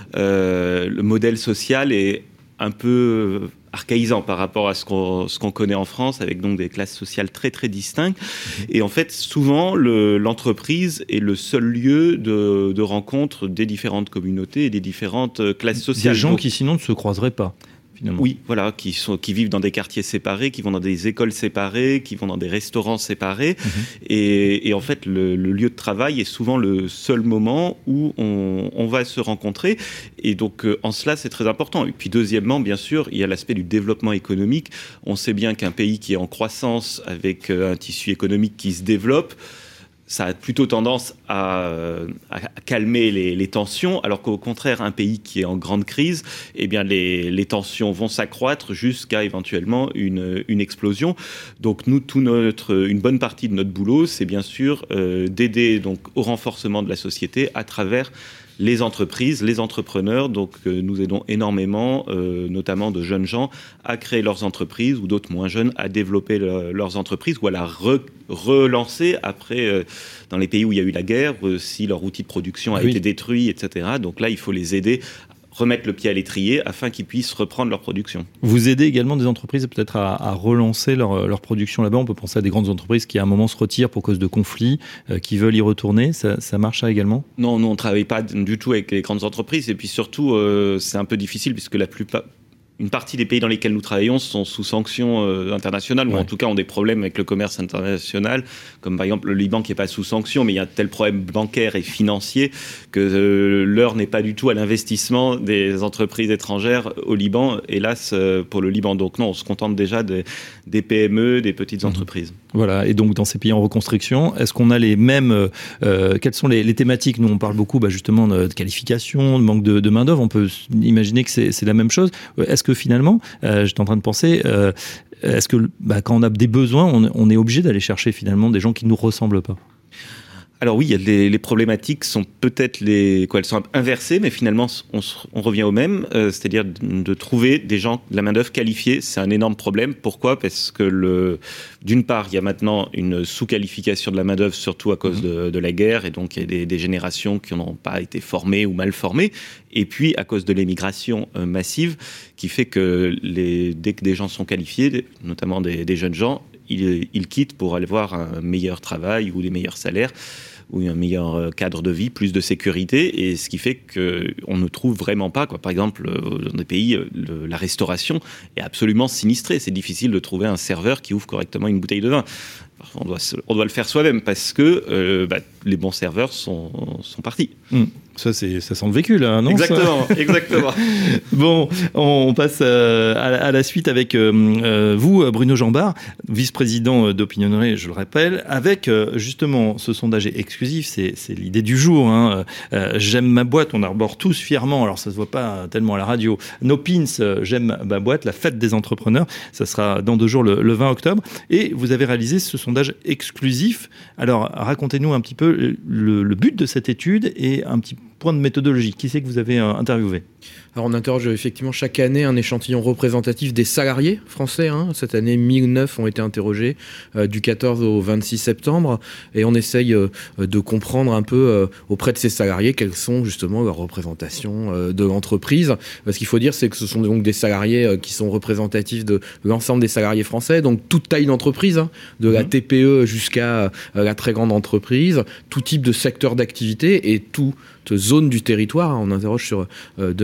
Euh, le modèle social est un peu archaïsant par rapport à ce qu'on, ce qu'on connaît en France, avec donc des classes sociales très très distinctes. Et en fait, souvent, le, l'entreprise est le seul lieu de, de rencontre des différentes communautés et des différentes classes sociales. Des gens donc, qui sinon ne se croiseraient pas. Oui, voilà, qui, sont, qui vivent dans des quartiers séparés, qui vont dans des écoles séparées, qui vont dans des restaurants séparés. Mmh. Et, et en fait, le, le lieu de travail est souvent le seul moment où on, on va se rencontrer. Et donc, euh, en cela, c'est très important. Et puis, deuxièmement, bien sûr, il y a l'aspect du développement économique. On sait bien qu'un pays qui est en croissance, avec euh, un tissu économique qui se développe, ça a plutôt tendance à, à calmer les, les tensions, alors qu'au contraire, un pays qui est en grande crise, eh bien les, les tensions vont s'accroître jusqu'à éventuellement une, une explosion. Donc nous, tout notre, une bonne partie de notre boulot, c'est bien sûr euh, d'aider donc, au renforcement de la société à travers les entreprises, les entrepreneurs. Donc euh, nous aidons énormément, euh, notamment de jeunes gens, à créer leurs entreprises, ou d'autres moins jeunes à développer le, leurs entreprises, ou à la re, relancer après, euh, dans les pays où il y a eu la guerre, euh, si leur outil de production a ah, été oui. détruit, et cetera. Donc là, il faut les aider, remettre le pied à l'étrier afin qu'ils puissent reprendre leur production. Vous aidez également des entreprises peut-être à, à relancer leur, leur production là-bas. On peut penser à des grandes entreprises qui à un moment se retirent pour cause de conflits, euh, qui veulent y retourner. Ça, ça marche ça également ? Non, nous on ne travaille pas du tout avec les grandes entreprises, et puis surtout euh, c'est un peu difficile puisque la plupart... Une partie des pays dans lesquels nous travaillons sont sous sanctions euh, internationales, ouais. ou en tout cas ont des problèmes avec le commerce international, comme par exemple le Liban qui n'est pas sous sanctions, mais il y a tel problème bancaire et financier que euh, l'heure n'est pas du tout à l'investissement des entreprises étrangères au Liban, hélas euh, pour le Liban. Donc non, on se contente déjà des, des P M E, des petites mmh. entreprises. Voilà, et donc dans ces pays en reconstruction, est-ce qu'on a les mêmes... Euh, quelles sont les, les thématiques ? Nous on parle beaucoup bah, justement de, de qualification, de manque de, de main d'œuvre, on peut imaginer que c'est, c'est la même chose. Est-ce que finalement, euh, j'étais en train de penser, euh, est-ce que bah, quand on a des besoins, on, on est obligé d'aller chercher finalement des gens qui ne nous ressemblent pas ? Alors oui, les, les problématiques sont peut-être les, quoi, elles sont inversées, mais finalement on, on revient au même, euh, c'est-à-dire de, de trouver des gens, de la main d'œuvre qualifiée. C'est un énorme problème. Pourquoi ? Parce que le, d'une part, il y a maintenant une sous-qualification de la main d'œuvre, surtout à cause mmh. de, de la guerre, et donc il y a des, des générations qui n'ont pas été formées ou mal formées. Et puis à cause de l'émigration euh, massive, qui fait que les, dès que des gens sont qualifiés, notamment des, des jeunes gens, ils, ils quittent pour aller voir un meilleur travail ou des meilleurs salaires, ou un meilleur cadre de vie, plus de sécurité, et ce qui fait qu'on ne trouve vraiment pas, quoi. Par exemple, dans des pays, le, la restauration est absolument sinistrée. C'est difficile de trouver un serveur qui ouvre correctement une bouteille de vin. On doit, on doit le faire soi-même parce que euh, bah, les bons serveurs sont, sont partis. Mmh. Ça, c'est, ça sent le vécu, là, non ? Exactement, exactement. Bon, on passe euh, à, à la suite avec euh, vous, Bruno Jambard, vice-président d'Opinionnerie, je le rappelle, avec euh, justement ce sondage exclusif, c'est, c'est l'idée du jour. Hein. Euh, j'aime ma boîte, on arbore tous fièrement, alors ça ne se voit pas tellement à la radio, nos pins, euh, j'aime ma boîte, la fête des entrepreneurs, ça sera dans deux jours, le, le vingt octobre, et vous avez réalisé ce sondage exclusif. Alors, racontez-nous un petit peu le, le but de cette étude et un petit point de méthodologie. Qui c'est que vous avez euh, interviewé ? Alors on interroge effectivement chaque année un échantillon représentatif des salariés français. Hein. Cette année, mille neuf ont été interrogés euh, du quatorze au vingt-six septembre, et on essaye euh, de comprendre un peu euh, auprès de ces salariés quelles sont justement leurs représentations euh, de l'entreprise. Ce qu'il faut dire, c'est que ce sont donc des salariés euh, qui sont représentatifs de l'ensemble des salariés français, donc toute taille d'entreprise, hein, de mmh. la T P E jusqu'à euh, la très grande entreprise, tout type de secteur d'activité et toute zone du territoire. On interroge sur euh, deux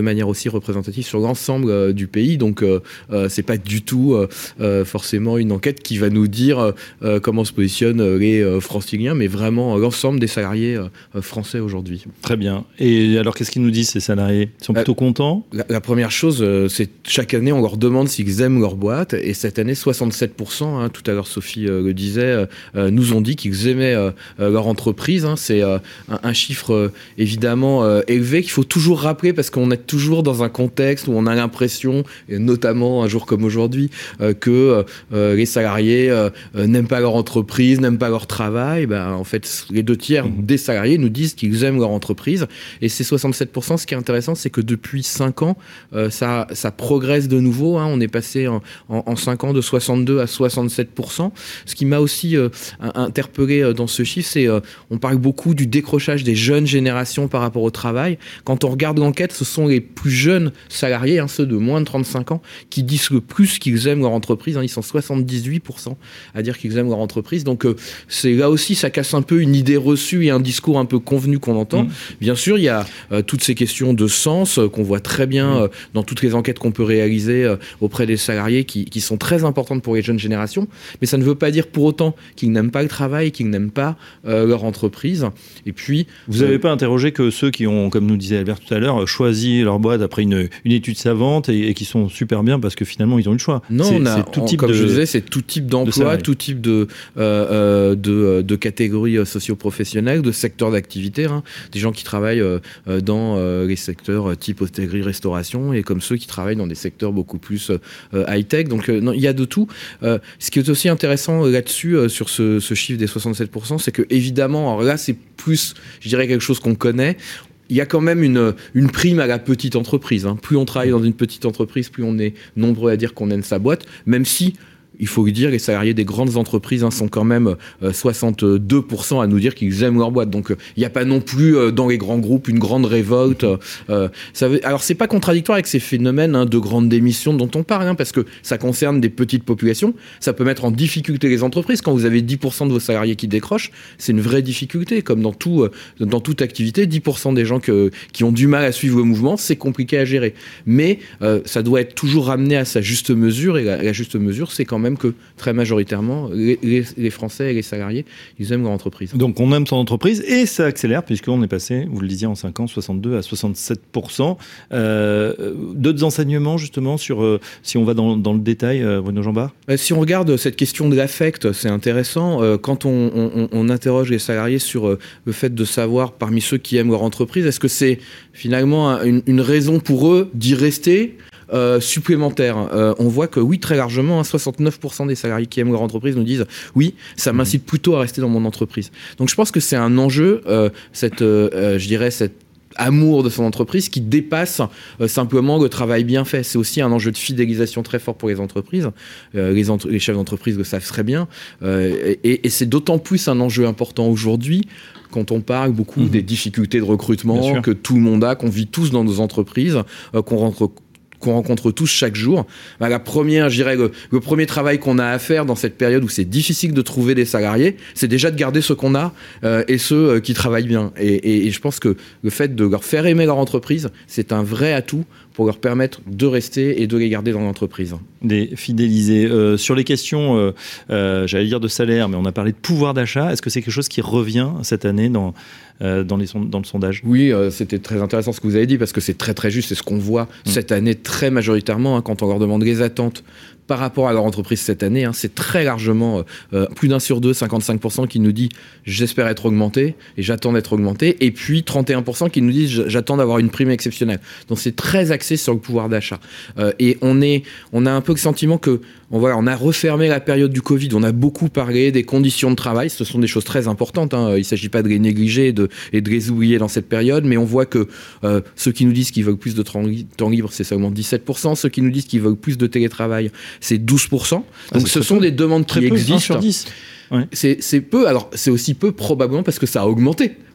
manière aussi représentative sur l'ensemble euh, du pays. Donc, euh, euh, c'est pas du tout euh, euh, forcément une enquête qui va nous dire euh, comment se positionnent euh, les euh, franciliens, mais vraiment euh, l'ensemble des salariés euh, français aujourd'hui. Très bien. Et alors, qu'est-ce qu'ils nous disent, ces salariés? Ils sont plutôt euh, contents? la, la première chose, euh, c'est chaque année, on leur demande s'ils aiment leur boîte. Et cette année, soixante-sept pour cent, hein, tout à l'heure Sophie euh, le disait, euh, nous ont dit qu'ils aimaient euh, leur entreprise. Hein. C'est euh, un, un chiffre euh, évidemment euh, élevé qu'il faut toujours rappeler parce qu'on est toujours dans un contexte où on a l'impression, et notamment un jour comme aujourd'hui, euh, que euh, les salariés euh, n'aiment pas leur entreprise, n'aiment pas leur travail. Ben, en fait, les deux tiers mmh. des salariés nous disent qu'ils aiment leur entreprise. Et ces soixante-sept pour cent, ce qui est intéressant, c'est que depuis cinq ans, euh, ça, ça progresse de nouveau. Hein. On est passé en, en, en cinq ans de soixante-deux à soixante-sept pour cent. Ce qui m'a aussi euh, interpellé dans ce chiffre, c'est euh, on parle beaucoup du décrochage des jeunes générations par rapport au travail. Quand on regarde l'enquête, ce sont les plus jeunes salariés, hein, ceux de moins de trente-cinq ans, qui disent le plus qu'ils aiment leur entreprise. Hein. Ils sont soixante-dix-huit pour cent à dire qu'ils aiment leur entreprise. Donc euh, c'est là aussi, ça casse un peu une idée reçue et un discours un peu convenu qu'on entend. Mmh. Bien sûr, il y a euh, toutes ces questions de sens euh, qu'on voit très bien euh, dans toutes les enquêtes qu'on peut réaliser euh, auprès des salariés qui, qui sont très importantes pour les jeunes générations. Mais ça ne veut pas dire pour autant qu'ils n'aiment pas le travail, qu'ils n'aiment pas euh, leur entreprise. Et puis, vous n'avez euh, pas interrogé que ceux qui ont, comme nous disait Albert tout à l'heure, choisi leur boîte après une, une étude savante et, et qui sont super bien parce que finalement ils ont eu le choix. Non, c'est, on a, c'est tout type on, comme de, je disais, c'est tout type d'emploi, de tout type de, euh, de, de catégories socio-professionnelles, de secteurs d'activité. Hein. Des gens qui travaillent euh, dans euh, les secteurs type hôtellerie, restauration, et comme ceux qui travaillent dans des secteurs beaucoup plus euh, high-tech. Donc euh, non, il y a de tout. Euh, ce qui est aussi intéressant là-dessus, euh, sur ce, ce chiffre des soixante-sept pour cent, c'est que évidemment, alors là c'est plus, je dirais, quelque chose qu'on connaît. Il y a quand même une, une prime à la petite entreprise. Hein. Plus on travaille dans une petite entreprise, plus on est nombreux à dire qu'on aime sa boîte, même si, il faut le dire, les salariés des grandes entreprises hein, sont quand même euh, soixante-deux pour cent à nous dire qu'ils aiment leur boîte. Donc il euh, n'y a pas non plus euh, dans les grands groupes une grande révolte. Euh, ça veut... Alors c'est pas contradictoire avec ces phénomènes hein, de grandes démissions dont on parle, hein, parce que ça concerne des petites populations. Ça peut mettre en difficulté les entreprises. Quand vous avez dix pour cent de vos salariés qui décrochent, c'est une vraie difficulté. Comme dans, tout, euh, dans toute activité, dix pour cent des gens que, qui ont du mal à suivre le mouvement, c'est compliqué à gérer. Mais euh, ça doit être toujours ramené à sa juste mesure, et la, la juste mesure, c'est quand même que très majoritairement, les, les, les Français et les salariés, ils aiment leur entreprise. Donc on aime son entreprise et ça accélère puisqu'on est passé, vous le disiez, en cinq ans, soixante-deux à soixante-sept pour cent. Euh, d'autres enseignements justement sur, euh, si on va dans, dans le détail, euh, Bruno Jambard ? Si on regarde cette question de l'affect, c'est intéressant. Euh, quand on, on, on interroge les salariés sur euh, le fait de savoir parmi ceux qui aiment leur entreprise, est-ce que c'est finalement une, une raison pour eux d'y rester ? Euh, supplémentaire. Euh, on voit que oui, très largement, hein, soixante-neuf pour cent des salariés qui aiment leur entreprise nous disent oui, ça m'incite plutôt à rester dans mon entreprise. Donc je pense que c'est un enjeu, euh, cette, euh, je dirais, cette amour de son entreprise qui dépasse euh, simplement le travail bien fait. C'est aussi un enjeu de fidélisation très fort pour les entreprises. Euh, les, entre- les chefs d'entreprise le savent très bien. Euh, et, et c'est d'autant plus un enjeu important aujourd'hui quand on parle beaucoup mmh. des difficultés de recrutement que tout le monde a, qu'on vit tous dans nos entreprises, euh, qu'on rentre qu'on rencontre tous chaque jour. Bah, la première, je dirais, le, le premier travail qu'on a à faire dans cette période où c'est difficile de trouver des salariés, c'est déjà de garder ceux qu'on a euh, et ceux euh, qui travaillent bien. Et, et, et je pense que le fait de leur faire aimer leur entreprise, c'est un vrai atout pour leur permettre de rester et de les garder dans l'entreprise. Des fidélisés. Euh, sur les questions, euh, euh, j'allais dire de salaire, mais on a parlé de pouvoir d'achat. Est-ce que c'est quelque chose qui revient cette année dans, euh, dans, les son- dans le sondage ? Oui, euh, c'était très intéressant ce que vous avez dit, parce que c'est très très juste. C'est ce qu'on voit mmh. cette année très majoritairement, hein, quand on leur demande les attentes par rapport à leur entreprise cette année, hein, c'est très largement euh, plus d'un sur deux, cinquante-cinq pour cent qui nous dit j'espère être augmenté et j'attends d'être augmenté, et puis trente et un pour cent qui nous disent j'attends d'avoir une prime exceptionnelle. Donc c'est très axé sur le pouvoir d'achat. Euh, et on, est, on a un peu le sentiment que on, voilà, on a refermé la période du Covid, on a beaucoup parlé des conditions de travail, ce sont des choses très importantes, hein. Il ne s'agit pas de les négliger et de, et de les oublier dans cette période, mais on voit que euh, ceux qui nous disent qu'ils veulent plus de temps libre, c'est seulement dix-sept pour cent, ceux qui nous disent qu'ils veulent plus de télétravail, c'est douze pour cent. Donc ah, ce sont peu. des demandes qui peu, existent. un sur dix. Ouais. C'est, c'est peu, alors c'est aussi peu probablement parce que ça a augmenté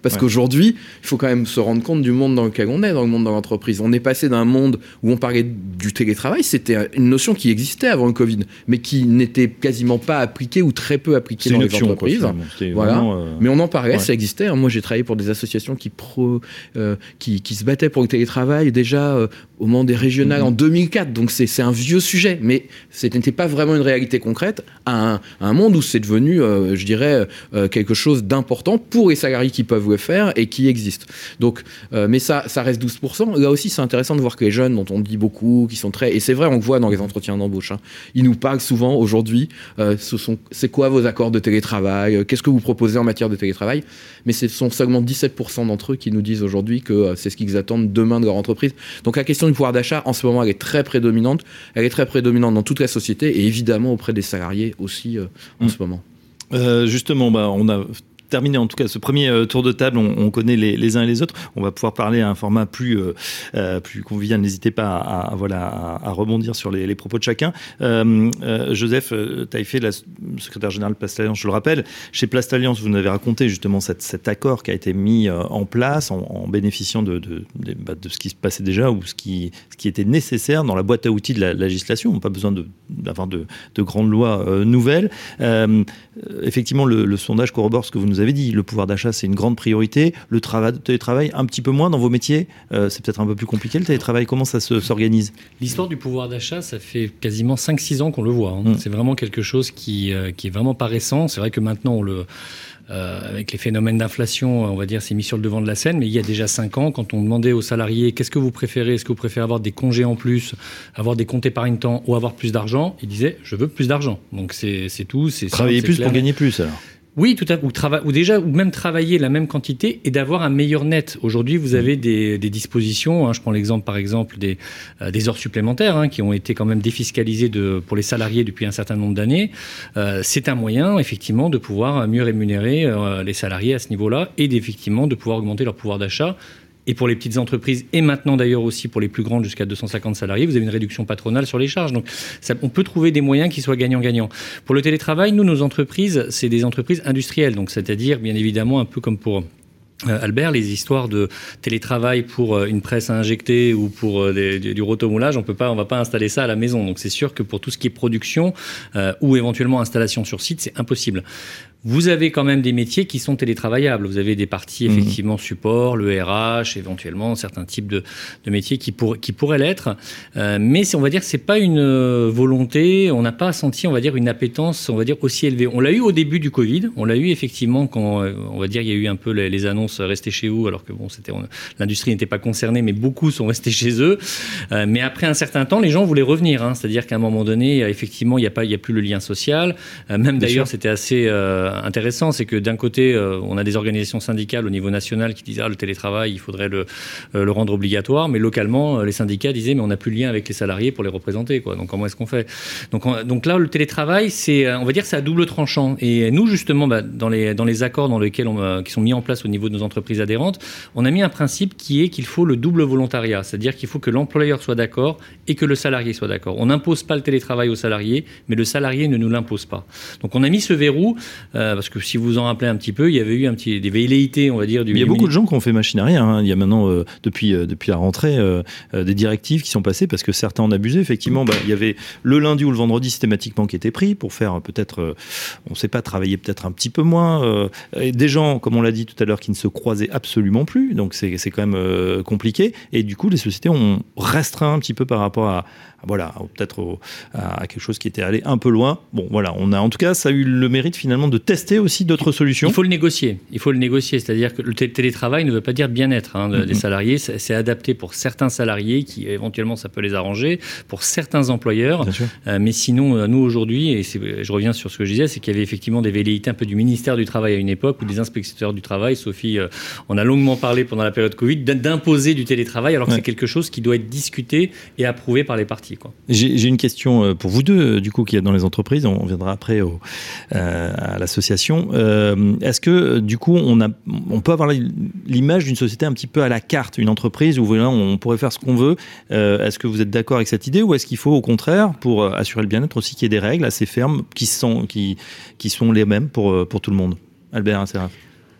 Parce ouais. qu'aujourd'hui, il faut quand même se rendre compte du monde dans lequel on est, dans le monde de l'entreprise. On est passé d'un monde où on parlait du télétravail, c'était une notion qui existait avant le Covid, mais qui n'était quasiment pas appliquée ou très peu appliquée dans les option, entreprises. Quoi, voilà. euh... Mais on en parlait, ouais. ça existait. Moi, j'ai travaillé pour des associations qui, pro, euh, qui, qui se battaient pour le télétravail déjà euh, au moment des régionales mmh. en deux mille quatre. Donc c'est, c'est un vieux sujet, mais ce n'était pas vraiment une réalité concrète à un, à un monde où c'est devenu, euh, je dirais, euh, quelque chose d'important pour les salariés qui peuvent le faire et qui existent. Donc, euh, mais ça, ça reste douze pour cent. Là aussi, c'est intéressant de voir que les jeunes, dont on dit beaucoup, qui sont très... Et c'est vrai, on le voit dans les entretiens d'embauche. Hein, ils nous parlent souvent aujourd'hui, euh, ce sont, c'est quoi vos accords de télétravail, euh, qu'est-ce que vous proposez en matière de télétravail, mais ce sont seulement dix-sept pour cent d'entre eux qui nous disent aujourd'hui que euh, c'est ce qu'ils attendent demain de leur entreprise. Donc la question du pouvoir d'achat, en ce moment, elle est très prédominante. Elle est très prédominante dans toute la société et évidemment auprès des salariés aussi euh, en mmh. ce moment. Euh, justement, bah, on a terminé en tout cas ce premier euh, tour de table, on, on connaît les, les uns et les autres. On va pouvoir parler à un format plus, euh, euh, plus convivial. N'hésitez pas à, à, voilà, à, à rebondir sur les, les propos de chacun. Euh, euh, Joseph euh, Taillefer, la secrétaire générale de Place Alliance, je le rappelle. Chez Place Alliance, vous nous avez raconté justement cette, cet accord qui a été mis euh, en place en, en bénéficiant de, de, de, bah, de ce qui se passait déjà ou ce qui, ce qui était nécessaire dans la boîte à outils de la, la législation. On n'a pas besoin de, d'avoir de, de grandes lois euh, nouvelles. Euh, effectivement, le, le sondage corrobore ce que vous nous avez dit, le pouvoir d'achat c'est une grande priorité, le travail, télétravail un petit peu moins dans vos métiers, euh, c'est peut-être un peu plus compliqué le télétravail, comment ça se, s'organise? L'histoire du pouvoir d'achat, ça fait quasiment cinq six ans qu'on le voit, hein. Mmh. C'est vraiment quelque chose qui, euh, qui est vraiment pas récent, c'est vrai que maintenant on le... Euh, avec les phénomènes d'inflation, on va dire, c'est mis sur le devant de la scène, mais il y a déjà cinq ans, quand on demandait aux salariés qu'est-ce que vous préférez, est-ce que vous préférez avoir des congés en plus, avoir des comptes épargne-temps ou avoir plus d'argent, ils disaient je veux plus d'argent. Donc c'est, c'est tout. C'est Travailler simple, plus c'est clair. Pour gagner plus alors. Oui, tout à fait. Ou, trava- ou déjà, ou même travailler la même quantité et d'avoir un meilleur net. Aujourd'hui, vous avez des, des dispositions. Hein, je prends l'exemple, par exemple, des, euh, des heures supplémentaires hein, qui ont été quand même défiscalisées de, pour les salariés depuis un certain nombre d'années. Euh, c'est un moyen, effectivement, de pouvoir mieux rémunérer euh, les salariés à ce niveau-là et d'effectivement de pouvoir augmenter leur pouvoir d'achat. Et pour les petites entreprises, et maintenant d'ailleurs aussi pour les plus grandes jusqu'à deux cent cinquante salariés, vous avez une réduction patronale sur les charges. Donc ça, on peut trouver des moyens qui soient gagnant-gagnant. Pour le télétravail, nous, nos entreprises, c'est des entreprises industrielles. Donc c'est-à-dire, bien évidemment, un peu comme pour... Euh, Albert, les histoires de télétravail pour euh, une presse à injecter ou pour euh, des, du, du rotomoulage, on peut pas, on va pas installer ça à la maison. Donc c'est sûr que pour tout ce qui est production euh, ou éventuellement installation sur site, c'est impossible. Vous avez quand même des métiers qui sont télétravaillables. Vous avez des parties effectivement support, le R H, éventuellement certains types de, de métiers qui, pour, qui pourraient l'être. Euh, mais c'est, on va dire, c'est pas une volonté. On n'a pas senti, on va dire, une appétence, on va dire, aussi élevée. On l'a eu au début du Covid. On l'a eu effectivement quand, on va dire, il y a eu un peu les, les annonces restez chez vous, alors que bon, c'était, on, l'industrie n'était pas concernée, mais beaucoup sont restés chez eux. Euh, mais après un certain temps, les gens voulaient revenir. Hein, c'est-à-dire qu'à un moment donné, effectivement, il y a pas, il y a plus le lien social. Euh, même Bien d'ailleurs, sûr. C'était assez euh, intéressant, c'est que d'un côté, euh, on a des organisations syndicales au niveau national qui disent ah, le télétravail, il faudrait le, euh, le rendre obligatoire, mais localement, euh, les syndicats disaient mais on n'a plus de lien avec les salariés pour les représenter, quoi. Donc comment est-ce qu'on fait? Donc, on, donc là, le télétravail, c'est, on va dire, c'est à double tranchant. Et nous, justement, bah, dans les dans les accords dans lesquels on, euh, qui sont mis en place au niveau de nos entreprises adhérentes, on a mis un principe qui est qu'il faut le double volontariat, c'est-à-dire qu'il faut que l'employeur soit d'accord et que le salarié soit d'accord. On n'impose pas le télétravail au salarié, mais le salarié ne nous l'impose pas. Donc on a mis ce verrou euh, parce que si vous vous en rappelez un petit peu, il y avait eu un petit, des velléités, on va dire. Du, il y a du beaucoup mini... de gens qui ont fait machine arrière. Hein. Il y a maintenant, euh, depuis, euh, depuis la rentrée, euh, euh, des directives qui sont passées parce que certains en abusaient. Effectivement, bah, il y avait le lundi ou le vendredi systématiquement qui était pris pour faire peut-être, euh, on ne sait pas, travailler peut-être un petit peu moins. Euh, et des gens, comme on l'a dit tout à l'heure, qui ne se croisaient absolument plus. Donc c'est, c'est quand même euh, compliqué. Et du coup, les sociétés ont restreint un petit peu par rapport à, voilà, peut-être au, à quelque chose qui était allé un peu loin. Bon, voilà, on a, en tout cas, ça a eu le mérite finalement de tester aussi d'autres solutions. Il faut le négocier. Il faut le négocier, c'est-à-dire que le télétravail ne veut pas dire bien-être hein, mm-hmm. des salariés. C'est, c'est adapté pour certains salariés qui éventuellement ça peut les arranger, pour certains employeurs. Euh, mais sinon, euh, nous aujourd'hui, et c'est, je reviens sur ce que je disais, c'est qu'il y avait effectivement des velléités un peu du ministère du Travail à une époque ou des inspecteurs du travail. Sophie, euh, on a longuement parlé pendant la période Covid d'imposer du télétravail, alors que ouais. c'est quelque chose qui doit être discuté et approuvé par les parties. Quoi. J'ai, j'ai une question pour vous deux, du coup, qui est dans les entreprises. On viendra après au, euh, à l'association. Euh, est-ce que, du coup, on, a, on peut avoir l'image d'une société un petit peu à la carte, une entreprise où voilà, on pourrait faire ce qu'on veut? euh, Est-ce que vous êtes d'accord avec cette idée ou est-ce qu'il faut, au contraire, pour assurer le bien-être aussi, qu'il y ait des règles assez fermes qui sont, qui, qui sont les mêmes pour, pour tout le monde? Albert, Seraph.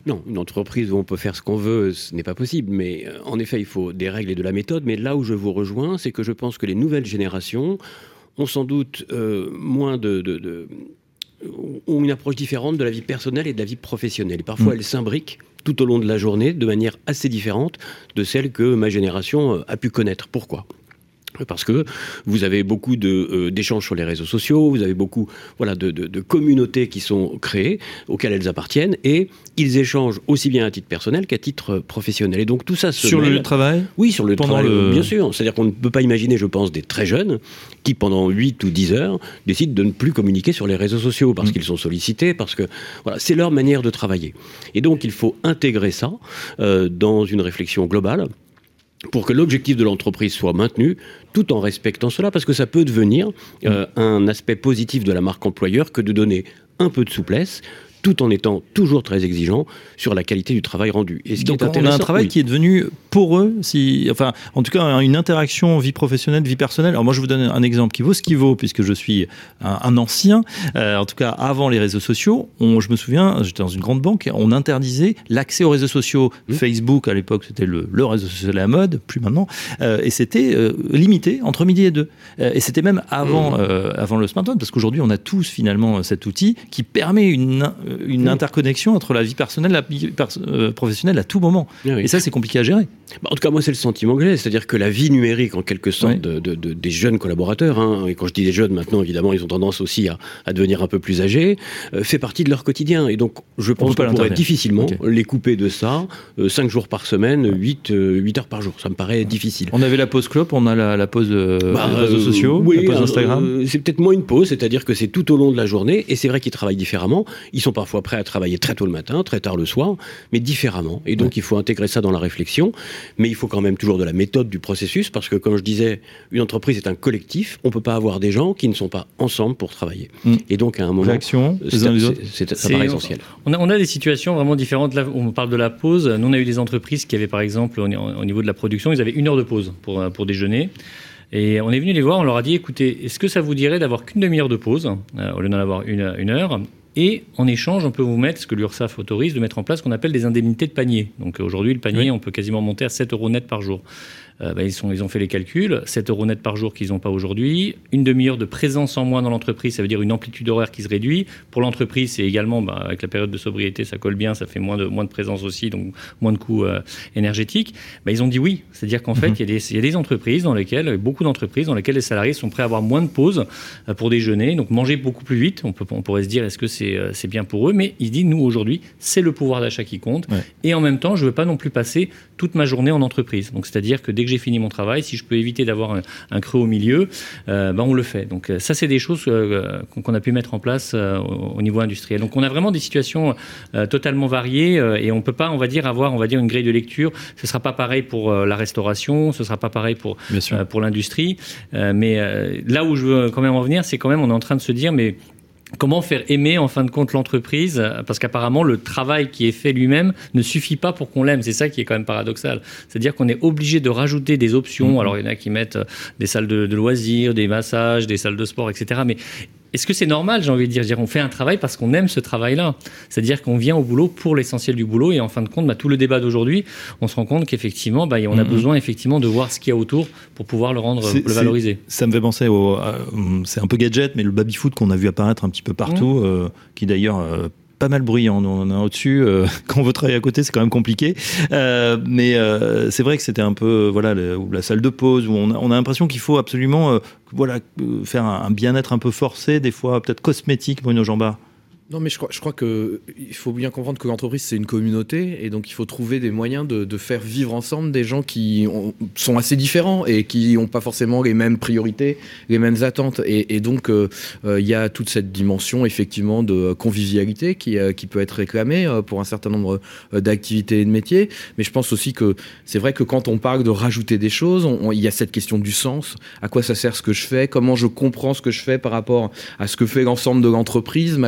Non, une entreprise où on peut faire ce qu'on veut, ce n'est pas possible. Mais euh, en effet, il faut des règles et de la méthode. Mais là où je vous rejoins, c'est que je pense que les nouvelles générations ont sans doute euh, moins de, de, de... ont une approche différente de la vie personnelle et de la vie professionnelle. Et parfois, mmh. elles s'imbriquent tout au long de la journée de manière assez différente de celle que ma génération a pu connaître. Pourquoi ? Parce que vous avez beaucoup de, euh, d'échanges sur les réseaux sociaux, vous avez beaucoup voilà, de, de, de communautés qui sont créées, auxquelles elles appartiennent, et ils échangent aussi bien à titre personnel qu'à titre professionnel. Et donc tout ça se Sur mêle. le lieu de travail ? Oui, sur le lieu de Pendant travail, le... bien sûr. C'est-à-dire qu'on ne peut pas imaginer, je pense, des très jeunes qui, pendant huit ou dix heures, décident de ne plus communiquer sur les réseaux sociaux parce mmh. qu'ils sont sollicités, parce que voilà, c'est leur manière de travailler. Et donc il faut intégrer ça euh, dans une réflexion globale, pour que l'objectif de l'entreprise soit maintenu, tout en respectant cela, parce que ça peut devenir euh, un aspect positif de la marque employeur que de donner un peu de souplesse, tout en étant toujours très exigeant sur la qualité du travail rendu. Et ce Donc qui est on a un travail oui. qui est devenu poreux, si, enfin, en tout cas une interaction vie professionnelle, vie personnelle. Alors moi je vous donne un exemple qui vaut ce qui vaut, puisque je suis un, un ancien, euh, en tout cas avant les réseaux sociaux, on, je me souviens, j'étais dans une grande banque, on interdisait l'accès aux réseaux sociaux. Mmh. Facebook à l'époque c'était le, le réseau social à la mode, plus maintenant, euh, et c'était euh, limité entre midi et deux. Euh, et c'était même avant, mmh. euh, avant le smartphone, parce qu'aujourd'hui on a tous finalement cet outil qui permet une une oui. interconnexion entre la vie personnelle et la vie pers- euh, professionnelle à tout moment. Oui, oui. Et ça, c'est compliqué à gérer. Bah, en tout cas, moi, c'est le sentiment que j'ai. C'est-à-dire que la vie numérique, en quelque sorte, oui. de, de, de, des jeunes collaborateurs, hein, et quand je dis des jeunes, maintenant, évidemment, ils ont tendance aussi à, à devenir un peu plus âgés, euh, fait partie de leur quotidien. Et donc, je pense qu'on pourrait difficilement okay. les couper de ça, euh, cinq jours par semaine, huit heures par jour. Ça me paraît difficile. On avait la pause clope, on a la, la pause euh, bah, réseaux euh, sociaux, oui, la pause Instagram. Euh, c'est peut-être moins une pause, c'est-à-dire que c'est tout au long de la journée, et c'est vrai qu'ils travaillent différemment. Ils sont parfois prêts à travailler très tôt le matin, très tard le soir, mais différemment. Et donc, ouais. il faut intégrer ça dans la réflexion. Mais il faut quand même toujours de la méthode du processus, parce que, comme je disais, une entreprise est un collectif. On ne peut pas avoir des gens qui ne sont pas ensemble pour travailler. Mmh. Et donc, à un moment, Réaction, c'est, c'est, c'est, ça paraît essentiel. On a, on a des situations vraiment différentes. Là, on parle de la pause. Nous, on a eu des entreprises qui avaient, par exemple, au, au niveau de la production, ils avaient une heure de pause pour, pour déjeuner. Et on est venu les voir, on leur a dit, écoutez, est-ce que ça vous dirait d'avoir qu'une demi-heure de pause, euh, au lieu d'en avoir une, une heure ? Et en échange, on peut vous mettre, ce que l'URSSAF autorise, de mettre en place ce qu'on appelle des indemnités de panier. Donc aujourd'hui, le panier, oui. on peut quasiment monter à sept euros net par jour. Euh, bah, ils, sont, ils ont fait les calculs, sept euros net par jour qu'ils n'ont pas aujourd'hui, une demi-heure de présence en moins dans l'entreprise, ça veut dire une amplitude horaire qui se réduit. Pour l'entreprise, c'est également, bah, avec la période de sobriété, ça colle bien, ça fait moins de, moins de présence aussi, donc moins de coûts euh, énergétiques. Bah, ils ont dit oui, c'est-à-dire qu'en mm-hmm. fait, il y, y a des entreprises dans lesquelles, beaucoup d'entreprises dans lesquelles les salariés sont prêts à avoir moins de pauses euh, pour déjeuner, donc manger beaucoup plus vite. On, peut, on pourrait se dire, est-ce que c'est, euh, c'est bien pour eux ? Mais ils disent, nous, aujourd'hui, c'est le pouvoir d'achat qui compte. Ouais. Et en même temps, je ne veux pas non plus passer toute ma journée en entreprise. Donc, c'est-à-dire que dès que j'ai fini mon travail, si je peux éviter d'avoir un, un creux au milieu, euh, ben on le fait. Donc ça, c'est des choses euh, qu'on a pu mettre en place euh, au, au niveau industriel. Donc on a vraiment des situations euh, totalement variées euh, et on peut pas, on va dire, avoir, on va dire, une grille de lecture. Ce sera pas pareil pour euh, la restauration, ce sera pas pareil pour euh, pour l'industrie. Euh, mais euh, là où je veux quand même en venir, c'est quand même, on est en train de se dire, mais comment faire aimer, en fin de compte, l'entreprise ? Parce qu'apparemment, le travail qui est fait lui-même ne suffit pas pour qu'on l'aime. C'est ça qui est quand même paradoxal. C'est-à-dire qu'on est obligé de rajouter des options. Mmh. Alors, il y en a qui mettent des salles de, de loisirs, des massages, des salles de sport, et cetera. Mais est-ce que c'est normal, j'ai envie de dire, dire on fait un travail parce qu'on aime ce travail-là. C'est-à-dire qu'on vient au boulot pour l'essentiel du boulot et en fin de compte, bah, tout le débat d'aujourd'hui, on se rend compte qu'effectivement, bah, on a mmh. besoin effectivement de voir ce qu'il y a autour pour pouvoir le rendre, c'est, le valoriser. Ça me fait penser au, euh, c'est un peu gadget, mais le baby-foot qu'on a vu apparaître un petit peu partout, mmh. euh, qui d'ailleurs euh, pas mal bruyant, on en a au-dessus, euh, quand on veut travailler à côté c'est quand même compliqué, euh, mais euh, c'est vrai que c'était un peu voilà, le, la salle de pause où on a, on a l'impression qu'il faut absolument euh, voilà, euh, faire un, un bien-être un peu forcé, des fois peut-être cosmétique, Bruno Jambard. Non, mais je crois, je crois qu'il faut bien comprendre que l'entreprise, c'est une communauté, et donc il faut trouver des moyens de, de faire vivre ensemble des gens qui ont, sont assez différents et qui n'ont pas forcément les mêmes priorités, les mêmes attentes. Et, et donc, il euh, euh, y a toute cette dimension, effectivement, de convivialité qui, euh, qui peut être réclamée euh, pour un certain nombre euh, d'activités et de métiers. Mais je pense aussi que c'est vrai que quand on parle de rajouter des choses, il y a cette question du sens. À quoi ça sert ce que je fais ? Comment je comprends ce que je fais par rapport à ce que fait l'ensemble de l'entreprise ? ma, ma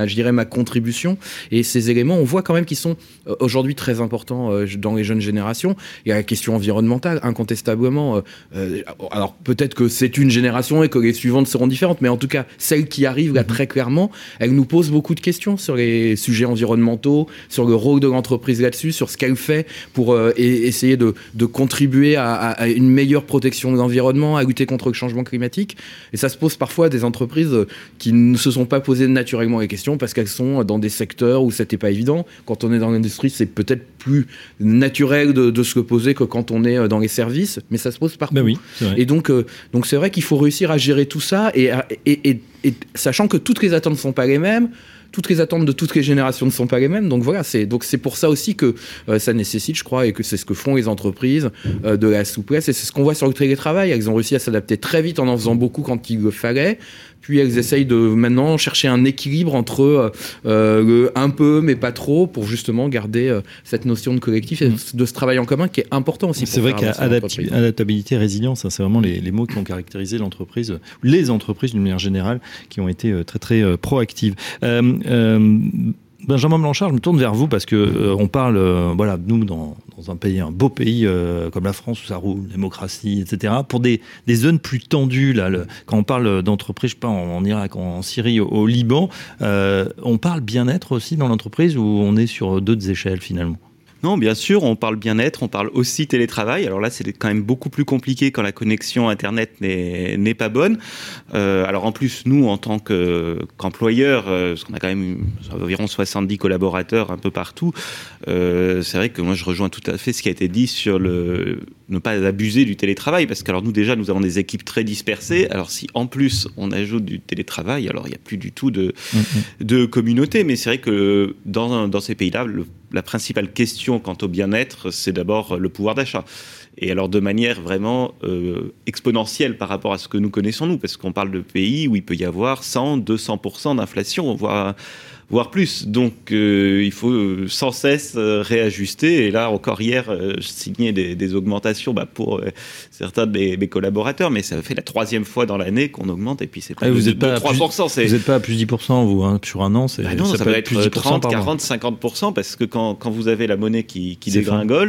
ma, je dirais ma contribution. Et ces éléments, on voit quand même qu'ils sont euh, aujourd'hui très importants euh, dans les jeunes générations. Il y a la question environnementale, incontestablement. Euh, alors peut-être que c'est une génération et que les suivantes seront différentes, mais en tout cas, celle qui arrive là très clairement, elle nous pose beaucoup de questions sur les sujets environnementaux, sur le rôle de l'entreprise là-dessus, sur ce qu'elle fait pour euh, et, essayer de, de contribuer à, à, à une meilleure protection de l'environnement, à lutter contre le changement climatique. Et ça se pose parfois à des entreprises qui ne se sont pas posées naturellement les questions parce qu'elles sont dans des secteurs où c'était pas évident. Quand on est dans l'industrie, c'est peut-être plus naturel de, de se le poser que quand on est dans les services, mais ça se pose partout. Ben oui, c'est vrai. Et donc, euh, donc c'est vrai qu'il faut réussir à gérer tout ça et, et, et, et sachant que toutes les attentes ne sont pas les mêmes, toutes les attentes de toutes les générations ne sont pas les mêmes. Donc voilà, c'est, donc c'est pour ça aussi que euh, ça nécessite, je crois, et que c'est ce que font les entreprises, euh, de la souplesse. Et c'est ce qu'on voit sur le télétravail. Elles ont réussi à s'adapter très vite en en faisant beaucoup quand il le fallait. Puis elles essayent de maintenant chercher un équilibre entre euh, le un peu mais pas trop pour justement garder euh, cette notion de collectif et de ce travail en commun qui est important aussi. C'est vrai qu'adaptabilité, résilience, hein, c'est vraiment les, les mots qui ont caractérisé l'entreprise, les entreprises d'une manière générale, qui ont été très très euh, proactives. Euh, euh, Benjamin Blanchard, je me tourne vers vous parce que euh, on parle, euh, voilà, nous dans, dans un pays, un beau pays euh, comme la France où ça roule, démocratie, et cetera. Pour des, des zones plus tendues, là, le, quand on parle d'entreprise, je sais pas, en, en Irak, en, en Syrie, au, au Liban, euh, on parle bien-être aussi dans l'entreprise ou on est sur d'autres échelles finalement? Non, bien sûr, on parle bien-être, on parle aussi télétravail. Alors là, c'est quand même beaucoup plus compliqué quand la connexion Internet n'est, n'est pas bonne. Euh, alors en plus, nous, en tant que, qu'employeurs, euh, parce qu'on a quand même environ soixante-dix collaborateurs un peu partout, euh, c'est vrai que moi, je rejoins tout à fait ce qui a été dit sur le ne pas abuser du télétravail, parce que alors nous, déjà, nous avons des équipes très dispersées. Alors si en plus, on ajoute du télétravail, alors il n'y a plus du tout de, mmh. de communauté. Mais c'est vrai que dans, dans ces pays-là, le la principale question quant au bien-être, c'est d'abord le pouvoir d'achat. Et alors de manière vraiment euh, exponentielle par rapport à ce que nous connaissons nous, parce qu'on parle de pays où il peut y avoir cent, deux cents pour cent d'inflation, voire, voire plus. Donc euh, il faut sans cesse euh, réajuster. Et là, encore hier, euh, je signais des, des augmentations bah, pour euh, certains de mes, mes collaborateurs, mais ça fait la troisième fois dans l'année qu'on augmente, et puis c'est pas, ah, de, vous êtes de pas trois pour cent. Plus, c'est... Vous n'êtes pas à plus dix pour cent, vous, hein, sur un an, c'est, bah non, ça, ça peut va être être plus dix pour cent trente, quarante, cinquante pour cent, parce que quand, quand vous avez la monnaie qui, qui dégringole,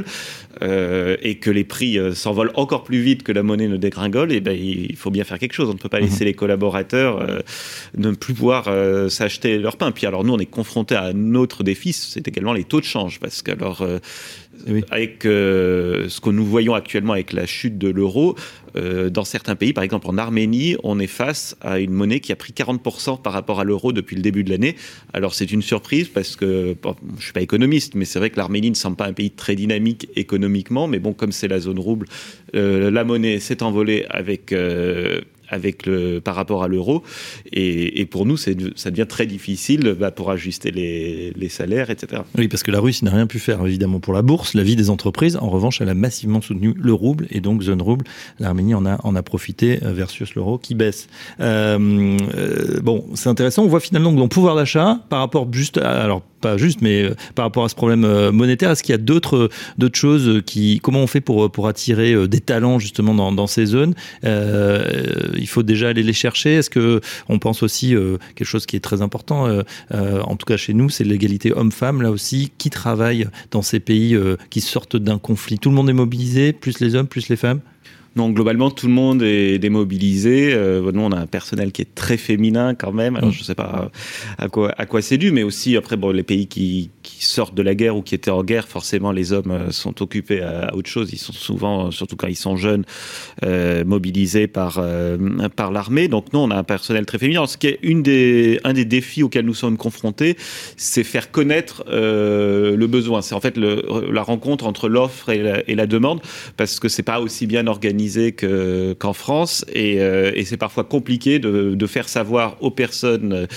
euh, et que les prix euh, s'envolent encore plus vite que la monnaie ne dégringole, et ben, il faut bien faire quelque chose. On ne peut pas laisser mmh. les collaborateurs euh, ne plus pouvoir euh, s'acheter leur pain. Puis alors nous, on est confrontés à un autre défi, c'est également les taux de change, parce que alors euh, oui. avec euh, ce que nous voyons actuellement avec la chute de l'euro, euh, dans certains pays, par exemple en Arménie, on est face à une monnaie qui a pris quarante pour cent par rapport à l'euro depuis le début de l'année. Alors c'est une surprise parce que bon, je ne suis pas économiste, mais c'est vrai que l'Arménie ne semble pas un pays très dynamique économiquement, mais bon, comme c'est la zone rouble, euh, la monnaie s'est envolée avec... Euh, avec le, par rapport à l'euro, et, et pour nous, c'est, ça devient très difficile bah, pour ajuster les, les salaires, et cetera. Oui, parce que la Russie n'a rien pu faire, évidemment, pour la bourse, la vie des entreprises. En revanche, elle a massivement soutenu le rouble, et donc zone rouble, l'Arménie en a, en a profité versus l'euro qui baisse. Euh, euh, bon, c'est intéressant, on voit finalement que dans le pouvoir d'achat, par rapport juste à... Alors, pas juste, mais euh, par rapport à ce problème euh, monétaire, est-ce qu'il y a d'autres, d'autres choses qui... Comment on fait pour, pour attirer euh, des talents, justement, dans, dans ces zones euh, il faut déjà aller les chercher. Est-ce qu'on pense aussi euh, quelque chose qui est très important, euh, euh, en tout cas chez nous, c'est l'égalité homme-femme, là aussi, qui travaille dans ces pays euh, qui sortent d'un conflit. Tout le monde est mobilisé, plus les hommes, plus les femmes? Non, globalement, tout le monde est démobilisé. Euh, nous, on a un personnel qui est très féminin quand même. Alors, je ne sais pas à quoi, à quoi c'est dû, mais aussi, après, bon, les pays qui, qui sortent de la guerre ou qui étaient en guerre, forcément, les hommes sont occupés à autre chose. Ils sont souvent, surtout quand ils sont jeunes, euh, mobilisés par, euh, par l'armée. Donc, nous, on a un personnel très féminin. Alors, ce qui est une des, un des défis auxquels nous sommes confrontés, c'est faire connaître euh, le besoin. C'est en fait le, la rencontre entre l'offre et la, et la demande, parce que c'est pas aussi bien organisé Que, qu'en France, et, euh, et c'est parfois compliqué de, de faire savoir aux personnes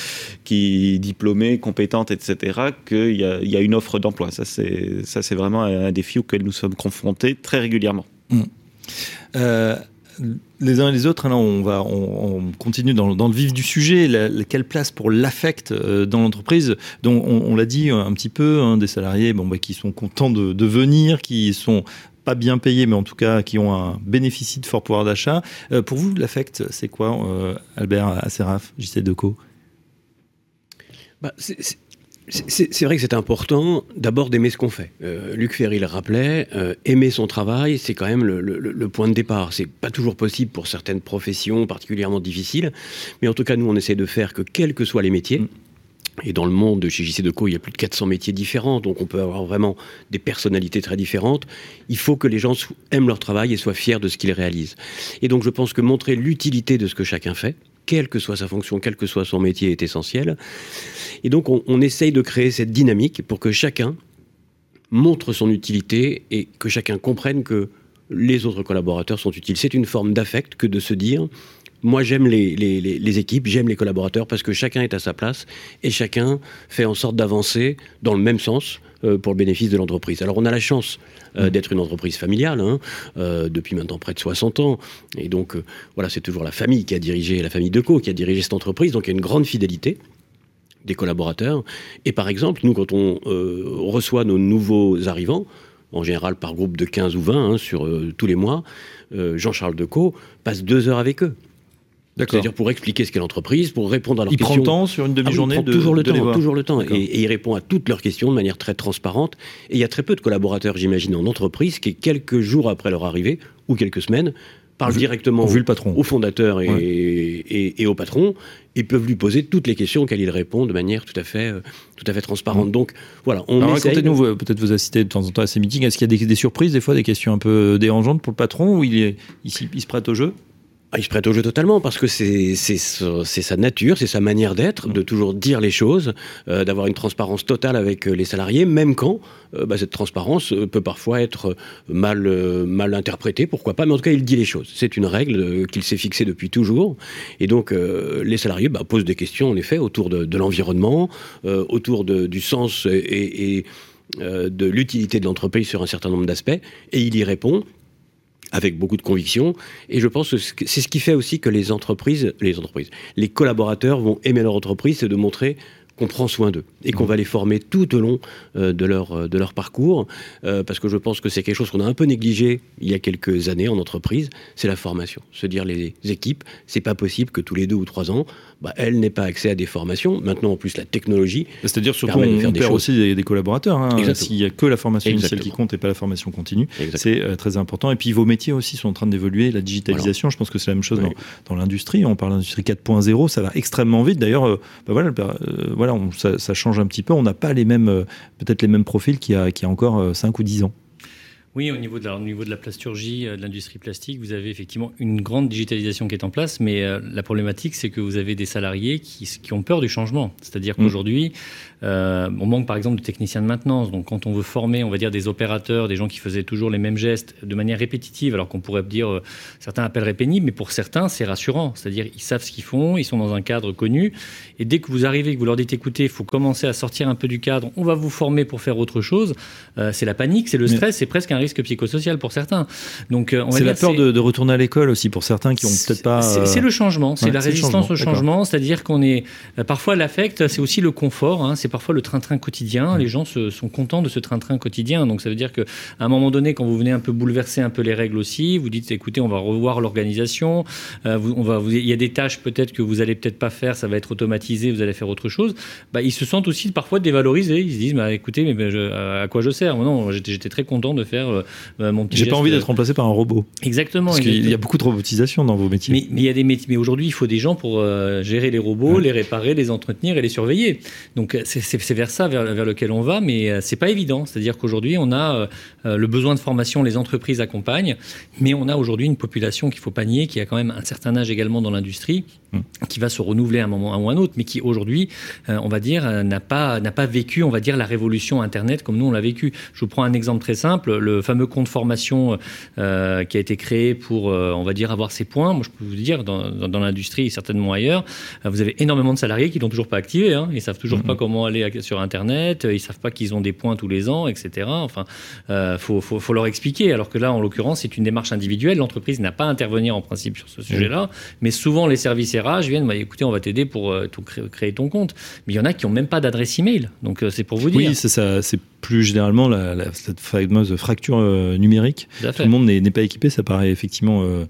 qui diplômées, compétentes, et cetera, qu'il y a, il y a une offre d'emploi. Ça c'est, ça, c'est vraiment un défi auquel nous sommes confrontés très régulièrement. Mmh. Euh... Les uns et les autres, là, on va, on, on continue dans, dans le vif du sujet. La, la, quelle place pour l'affect euh, dans l'entreprise? Donc, on, on l'a dit un petit peu, hein, des salariés, bon, bah, qui sont contents de, de venir, qui sont pas bien payés, mais en tout cas qui ont un bénéficie de fort pouvoir d'achat. Euh, pour vous, l'affect, c'est quoi, euh, Albert Asseraf, J C Decaux? bah, c'est, c'est... C'est, c'est vrai que c'est important d'abord d'aimer ce qu'on fait. Euh, Luc Ferry le rappelait, euh, aimer son travail, c'est quand même le, le, le point de départ. C'est pas toujours possible pour certaines professions particulièrement difficiles, mais en tout cas, nous, on essaie de faire que, quels que soient les métiers, et dans le monde de chez J C Decaux, il y a plus de quatre cents métiers différents, donc on peut avoir vraiment des personnalités très différentes. Il faut que les gens aiment leur travail et soient fiers de ce qu'ils réalisent. Et donc, je pense que montrer l'utilité de ce que chacun fait, quelle que soit sa fonction, quel que soit son métier, est essentiel. Et donc, on, on essaye de créer cette dynamique pour que chacun montre son utilité et que chacun comprenne que les autres collaborateurs sont utiles. C'est une forme d'affect que de se dire, moi j'aime les, les, les, les équipes, j'aime les collaborateurs, parce que chacun est à sa place et chacun fait en sorte d'avancer dans le même sens euh, pour le bénéfice de l'entreprise. Alors, on a la chance euh, d'être une entreprise familiale, hein, euh, depuis maintenant près de soixante ans. Et donc, euh, voilà, c'est toujours la famille qui a dirigé, la famille Decaux qui a dirigé cette entreprise. Donc, il y a une grande fidélité des collaborateurs. Et par exemple, nous, quand on euh, reçoit nos nouveaux arrivants, en général par groupe de quinze ou vingt, hein, sur euh, tous les mois, euh, Jean-Charles Decaux passe deux heures avec eux. D'accord. C'est-à-dire pour expliquer ce qu'est l'entreprise, pour répondre à leurs il questions. Il prend le temps sur une demi-journée ah oui, il prend de toujours le de temps, toujours le temps, et, et il répond à toutes leurs questions de manière très transparente. Et il y a très peu de collaborateurs, j'imagine, en entreprise qui, quelques jours après leur arrivée ou quelques semaines, parlent vu, directement vu le patron. au fondateur et, ouais. et, et, et au patron, et peuvent lui poser toutes les questions auxquelles il répond de manière tout à fait, euh, tout à fait transparente. Mmh. Donc voilà, on Alors, essaye... racontez-nous, de... peut-être vous assistez de temps en temps à ces meetings, est-ce qu'il y a des, des surprises, des fois des questions un peu dérangeantes pour le patron, ou il, est, il, il se prête au jeu ? Ah, il se prête au jeu totalement, parce que c'est, c'est, c'est sa nature, c'est sa manière d'être, de toujours dire les choses, euh, d'avoir une transparence totale avec les salariés, même quand euh, bah, cette transparence peut parfois être mal, euh, mal interprétée, pourquoi pas, mais en tout cas il dit les choses. C'est une règle euh, qu'il s'est fixée depuis toujours, et donc euh, les salariés bah, posent des questions en effet autour de, de l'environnement, euh, autour de, du sens et, et euh, de l'utilité de l'entreprise sur un certain nombre d'aspects, et il y répond avec beaucoup de conviction, et je pense que c'est ce qui fait aussi que les entreprises, les entreprises, les collaborateurs vont aimer leur entreprise, c'est de montrer qu'on prend soin d'eux et qu'on va les former tout au long euh, de, leur, de leur parcours, euh, parce que je pense que c'est quelque chose qu'on a un peu négligé il y a quelques années en entreprise, c'est la formation. Se dire les équipes, c'est pas possible que tous les deux ou trois ans, bah, elles n'aient pas accès à des formations. Maintenant, en plus, la technologie. C'est-à-dire surtout on, on perd aussi des, des collaborateurs. Hein. S'il n'y a que la formation Exactement. initiale qui compte et pas la formation continue, Exactement. c'est euh, très important. Et puis vos métiers aussi sont en train d'évoluer, la digitalisation, voilà. Je pense que c'est la même chose oui. dans, dans l'industrie. On parle d'industrie quatre point zéro, ça va extrêmement vite. D'ailleurs, euh, bah, voilà, euh, voilà on, ça, ça change un petit peu. On n'a pas les mêmes, euh, peut-être les mêmes profils qu'il y a, qu'il y a encore euh, cinq ou dix ans. Oui, au niveau de la, au niveau de la plasturgie, de l'industrie plastique, vous avez effectivement une grande digitalisation qui est en place, mais euh, la problématique, c'est que vous avez des salariés qui, qui ont peur du changement. C'est-à-dire qu'aujourd'hui, euh, on manque par exemple de techniciens de maintenance. Donc quand on veut former, on va dire, des opérateurs, des gens qui faisaient toujours les mêmes gestes de manière répétitive, alors qu'on pourrait dire, euh, certains appelleraient pénible, mais pour certains, c'est rassurant. C'est-à-dire ils savent ce qu'ils font, ils sont dans un cadre connu, et dès que vous arrivez, que vous leur dites, écoutez, il faut commencer à sortir un peu du cadre, on va vous former pour faire autre chose, euh, c'est la panique, c'est le stress, mais... c'est presque un risque psychosocial pour certains. Donc, on va c'est dire, la peur c'est... De, de retourner à l'école aussi pour certains qui ont peut-être pas. C'est, c'est le changement, c'est ouais, la c'est résistance changement. au changement, D'accord. c'est-à-dire qu'on est euh, parfois l'affect, c'est aussi le confort, hein, c'est parfois le train-train quotidien. Mmh. Les gens se, sont contents de ce train-train quotidien. Donc ça veut dire que à un moment donné, quand vous venez un peu bouleverser un peu les règles aussi, vous dites écoutez, on va revoir l'organisation. Euh, vous, on va, vous, il y a des tâches peut-être que vous allez peut-être pas faire, ça va être automatisé, vous allez faire autre chose. Bah, ils se sentent aussi parfois dévalorisés. Ils se disent bah, écoutez, mais ben, je, à quoi je sers ? Non, j'étais, j'étais très content de faire euh, mon petit. J'ai pas envie d'être remplacé par un robot. Exactement. Parce exactement. qu'il y a beaucoup de robotisation dans vos métiers. Mais, mais il y a des métiers. Mais aujourd'hui, il faut des gens pour euh, gérer les robots, ouais. les réparer, les entretenir et les surveiller. Donc c'est, c'est, c'est vers ça, vers, vers lequel on va, mais euh, c'est pas évident. C'est-à-dire qu'aujourd'hui, on a euh, le besoin de formation, les entreprises accompagnent, mais on a aujourd'hui une population qu'il faut pas nier, qui a quand même un certain âge également dans l'industrie, mmh. qui va se renouveler à un moment ou à un autre, mais qui aujourd'hui, euh, on va dire, euh, n'a pas n'a pas vécu, on va dire, la révolution Internet comme nous on l'a vécu. Je vous prends un exemple très simple, le fameux compte formation euh, qui a été créé pour, euh, on va dire, avoir ses points. Moi, je peux vous dire, dans, dans, dans l'industrie et certainement ailleurs, euh, vous avez énormément de salariés qui l'ont toujours pas activé. Hein. Ils savent toujours mmh. pas comment aller sur Internet. Ils savent pas qu'ils ont des points tous les ans, et cetera. Enfin, euh, faut, faut, faut leur expliquer. Alors que là, en l'occurrence, c'est une démarche individuelle. L'entreprise n'a pas à intervenir en principe sur ce sujet-là. Mmh. Mais souvent, les services R H viennent, bah, écoutez, on va t'aider pour euh, créer, créer ton compte. Mais il y en a qui ont même pas d'adresse email. Donc, euh, c'est pour vous dire. Oui, c'est ça. C'est plus généralement la, la, cette fameuse fracture euh, numérique. Tout le monde n'est, n'est pas équipé. Ça paraît effectivement euh,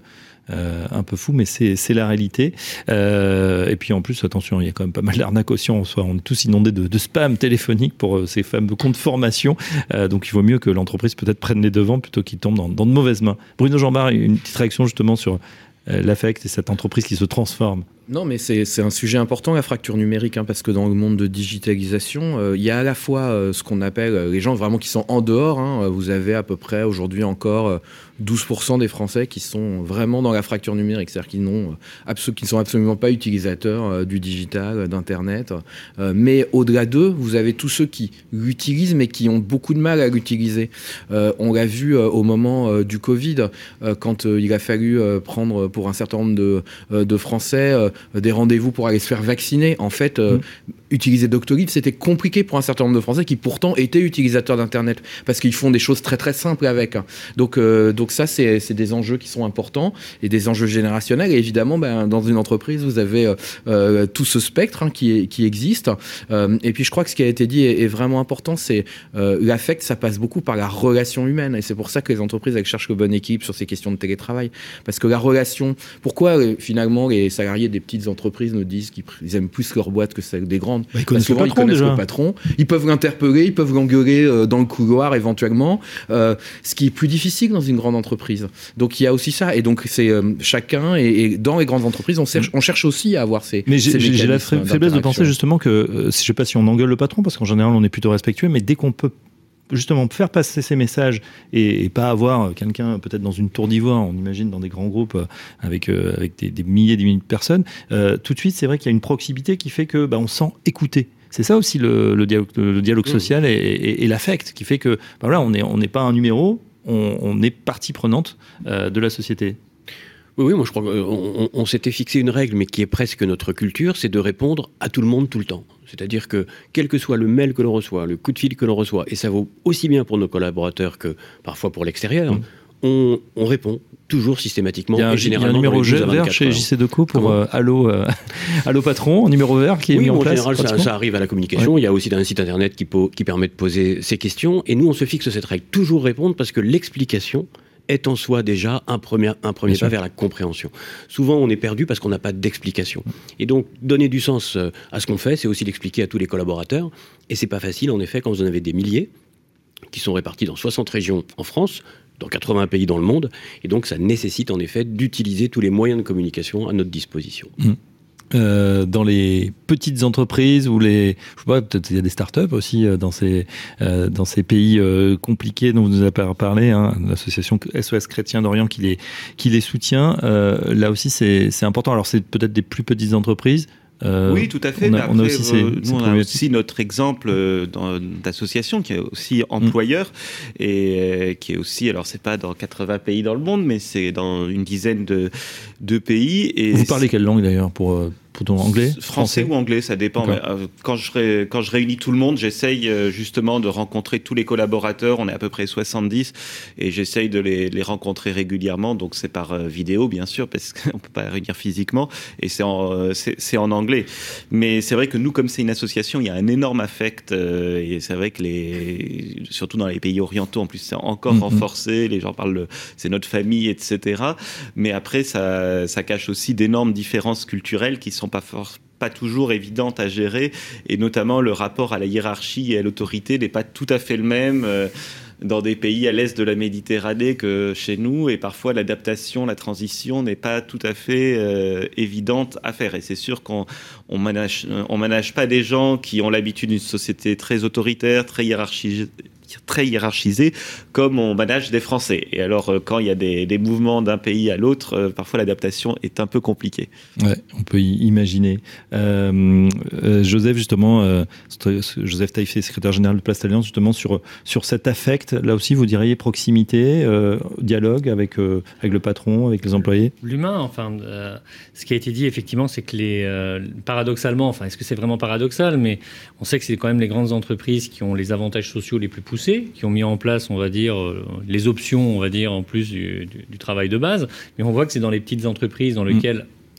euh, un peu fou, mais c'est, c'est la réalité. Euh, et puis en plus, attention, il y a quand même pas mal d'arnaques aussi. On, soit, on est tous inondés de, de spam téléphonique pour euh, ces fameux comptes formation. Euh, donc il vaut mieux que l'entreprise peut-être prenne les devants plutôt qu'il tombe dans, dans de mauvaises mains. Bruno Jambard, une petite réaction justement sur euh, l'affect et cette entreprise qui se transforme. Non, mais c'est, c'est un sujet important, la fracture numérique, hein, parce que dans le monde de digitalisation, euh, il y a à la fois euh, ce qu'on appelle euh, les gens vraiment qui sont en dehors. Hein, vous avez à peu près aujourd'hui encore euh, douze pour cent des Français qui sont vraiment dans la fracture numérique, c'est-à-dire qu'ils n'ont, euh, abso- qui ne sont absolument pas utilisateurs euh, du digital, euh, d'Internet. Euh, mais au-delà d'eux, vous avez tous ceux qui l'utilisent, mais qui ont beaucoup de mal à l'utiliser. Euh, on l'a vu euh, au moment euh, du Covid, euh, quand euh, il a fallu euh, prendre pour un certain nombre de, euh, de Français euh, des rendez-vous pour aller se faire vacciner. En fait, euh, mmh. utiliser Doctolib, c'était compliqué pour un certain nombre de Français qui pourtant étaient utilisateurs d'Internet, parce qu'ils font des choses très très simples avec. Donc, euh, donc ça, c'est, c'est des enjeux qui sont importants et des enjeux générationnels. Et évidemment, ben, dans une entreprise, vous avez euh, tout ce spectre hein, qui, est, qui existe. Euh, et puis, je crois que ce qui a été dit est, est vraiment important, c'est euh, l'affect, ça passe beaucoup par la relation humaine. Et c'est pour ça que les entreprises, elles cherchent le bon équilibre sur ces questions de télétravail. Parce que la relation... Pourquoi, euh, finalement, les salariés des petites entreprises nous disent qu'ils aiment plus leur boîte que celle des grandes? Bah, ils connaissent, souvent, le, patron, ils connaissent déjà. le patron. Ils peuvent l'interpeller, ils peuvent l'engueuler euh, dans le couloir éventuellement, euh, ce qui est plus difficile dans une grande entreprise. Donc il y a aussi ça. Et donc c'est euh, chacun, et, et dans les grandes entreprises, on cherche, on cherche aussi à avoir ces. Mais j'ai, ces j'ai la faiblesse de penser justement que, euh, je ne sais pas si on engueule le patron, parce qu'en général on est plutôt respectueux, mais dès qu'on peut justement faire passer ces messages et, et pas avoir quelqu'un peut-être dans une tour d'ivoire, on imagine dans des grands groupes avec, euh, avec des, des milliers et des milliers de personnes, euh, tout de suite c'est vrai qu'il y a une proximité qui fait que bah, on se sent écouté. C'est ça aussi le, le dialogue, le dialogue social et, et, et l'affect qui fait que bah, voilà, on n'est on n'est pas un numéro, on, on est partie prenante euh, de la société. Oui, oui, moi je crois qu'on on, on s'était fixé une règle, mais qui est presque notre culture, c'est de répondre à tout le monde tout le temps. C'est-à-dire que, quel que soit le mail que l'on reçoit, le coup de fil que l'on reçoit, et ça vaut aussi bien pour nos collaborateurs que parfois pour l'extérieur, mmh. on, on répond toujours systématiquement. Il y a un, et généralement, il y a un numéro vert chez J C Deco pour euh, Allo, euh, Allo Patron, un numéro vert qui est oui, mis en bon, place. En général, ça, ça arrive à la communication. Ouais. Il y a aussi un site internet qui, po- qui permet de poser ces questions. Et nous, on se fixe cette règle. Toujours répondre, parce que l'explication est en soi déjà un premier, un premier pas vers la compréhension. Souvent, on est perdu parce qu'on n'a pas d'explication. Et donc, donner du sens à ce qu'on fait, c'est aussi l'expliquer à tous les collaborateurs. Et c'est pas facile, en effet, quand vous en avez des milliers qui sont répartis dans soixante régions en France, dans quatre-vingts pays dans le monde. Et donc, ça nécessite, en effet, d'utiliser tous les moyens de communication à notre disposition. Mmh. Euh, dans les petites entreprises ou les, je sais pas, peut-être il y a des startups aussi euh, dans ces euh, dans ces pays euh, compliqués dont vous nous avez parlé, hein, l'association S O S Chrétien d'Orient qui les qui les soutient. Euh, là aussi, c'est c'est important. Alors c'est peut-être des plus petites entreprises. Euh, oui, tout à fait. On a, mais après, on a aussi, ces, nous, ces on a aussi notre exemple dans, d'association qui est aussi employeur mmh. et qui est aussi, alors c'est pas dans quatre-vingts pays dans le monde, mais c'est dans une dizaine de, de pays. Et vous parlez quelle langue d'ailleurs pour Plutôt anglais, français, français ou anglais, ça dépend. Mais, euh, quand, je ré, quand je réunis tout le monde, j'essaye euh, justement de rencontrer tous les collaborateurs. On est à peu près soixante-dix et j'essaye de les, les rencontrer régulièrement. Donc c'est par euh, vidéo, bien sûr, parce qu'on ne peut pas réunir physiquement. Et c'est en, euh, c'est, c'est en anglais. Mais c'est vrai que nous, comme c'est une association, il y a un énorme affect. Euh, et c'est vrai que les, surtout dans les pays orientaux, en plus, c'est encore mm-hmm. renforcé. Les gens parlent de c'est notre famille, et cetera. Mais après, ça, ça cache aussi d'énormes différences culturelles qui sont pas for- pas toujours évidentes à gérer, et notamment le rapport à la hiérarchie et à l'autorité n'est pas tout à fait le même euh, dans des pays à l'est de la Méditerranée que chez nous, et parfois l'adaptation, la transition n'est pas tout à fait euh, évidente à faire. Et c'est sûr qu'on on manage, on manage pas des gens qui ont l'habitude d'une société très autoritaire, très hiérarchisée, très hiérarchisé, comme on manage des Français. Et alors, euh, quand il y a des, des mouvements d'un pays à l'autre, euh, parfois l'adaptation est un peu compliquée. Ouais, on peut y imaginer. Euh, euh, Joseph, justement, euh, Joseph Taillefer, secrétaire général de Place Alliance, justement, sur, sur cet affect, là aussi, vous diriez proximité, euh, dialogue avec, euh, avec le patron, avec les employés? L'humain, enfin, euh, ce qui a été dit, effectivement, c'est que les, euh, paradoxalement, enfin, est-ce que c'est vraiment paradoxal, mais on sait que c'est quand même les grandes entreprises qui ont les avantages sociaux les plus poussés, qui ont mis en place, on va dire, les options, on va dire, en plus du, du, du travail de base. Mais on voit que c'est dans les petites entreprises dans lesquelles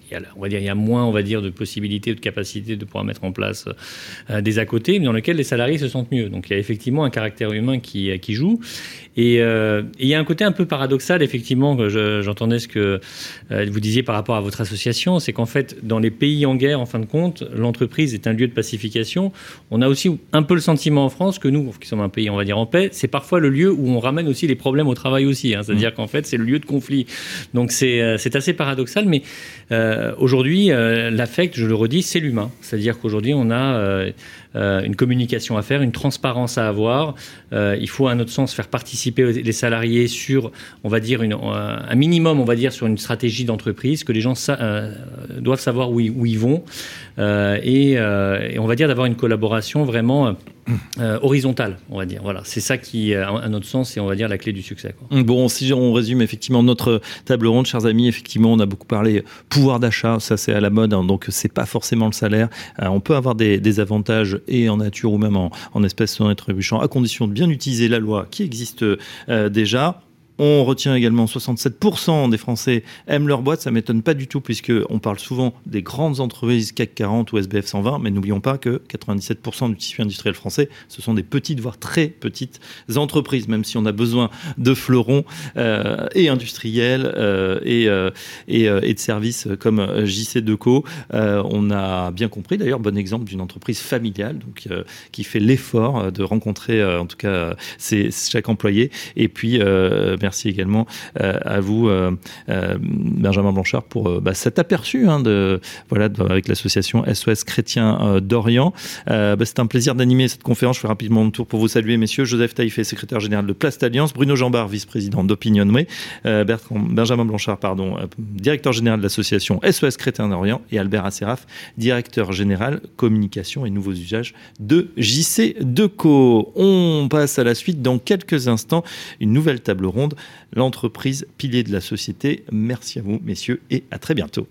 il y a, on va dire, il y a moins, on va dire, de possibilités, de capacités de pouvoir mettre en place euh, des à côté, mais dans lesquels les salariés se sentent mieux. Donc il y a effectivement un caractère humain qui, qui joue. Et, euh, et il y a un côté un peu paradoxal, effectivement, que je, j'entendais ce que euh, vous disiez par rapport à votre association, c'est qu'en fait, dans les pays en guerre, en fin de compte, l'entreprise est un lieu de pacification. On a aussi un peu le sentiment en France que nous, qui sommes un pays, on va dire, en paix, c'est parfois le lieu où on ramène aussi les problèmes au travail aussi. Hein. C'est-à-dire mmh. qu'en fait, c'est le lieu de conflit. Donc c'est, euh, c'est assez paradoxal, mais euh, aujourd'hui, euh, l'affect, je le redis, c'est l'humain. C'est-à-dire qu'aujourd'hui, on a euh, euh, une communication à faire, une transparence à avoir. Euh, il faut, à notre sens, faire participer les salariés sur, on va dire, une, un minimum, on va dire, sur une stratégie d'entreprise, que les gens sa- euh, doivent savoir où ils, où ils vont, euh, et, euh, et on va dire d'avoir une collaboration vraiment euh, horizontale, on va dire. Voilà, c'est ça qui, à notre sens, c'est, on va dire, la clé du succès, quoi. Bon, si on résume effectivement notre table ronde, chers amis, effectivement, on a beaucoup parlé pouvoir d'achat, ça c'est à la mode, hein, donc c'est pas forcément le salaire. Euh, on peut avoir des, des avantages et en nature ou même en, en espèces sans être trébuchant, à condition de bien utiliser la loi qui existe euh, déjà. On retient également soixante-sept pour cent des Français aiment leur boîte. Ça ne m'étonne pas du tout puisqu'on parle souvent des grandes entreprises C A C quarante ou S B F cent vingt, mais n'oublions pas que quatre-vingt-dix-sept pour cent du tissu industriel français, ce sont des petites, voire très petites entreprises, même si on a besoin de fleurons euh, et industriels euh, et, euh, et, euh, et de services comme J C Decaux. Euh, on a bien compris, d'ailleurs, bon exemple d'une entreprise familiale donc, euh, qui fait l'effort de rencontrer, euh, en tout cas, ses, chaque employé. Et puis, euh, merci également euh, à vous, euh, euh, Benjamin Blanchard, pour euh, bah, cet aperçu hein, de, voilà, de, avec l'association S O S Chrétien euh, d'Orient. Euh, bah, c'est un plaisir d'animer cette conférence. Je fais rapidement le tour pour vous saluer, messieurs. Joseph Taïfé, secrétaire général de Place d'Alliance, Bruno Jambard, vice-président d'Opinionway, euh, Bertrand, Benjamin Blanchard, pardon, euh, directeur général de l'association S O S Chrétien d'Orient, et Albert Asseraf, directeur général communication et nouveaux usages de J C Decaux. On passe à la suite dans quelques instants. Une nouvelle table ronde. L'entreprise, pilier de la société. Merci à vous, messieurs, et à très bientôt.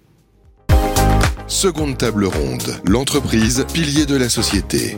Seconde table ronde. L'entreprise, pilier de la société.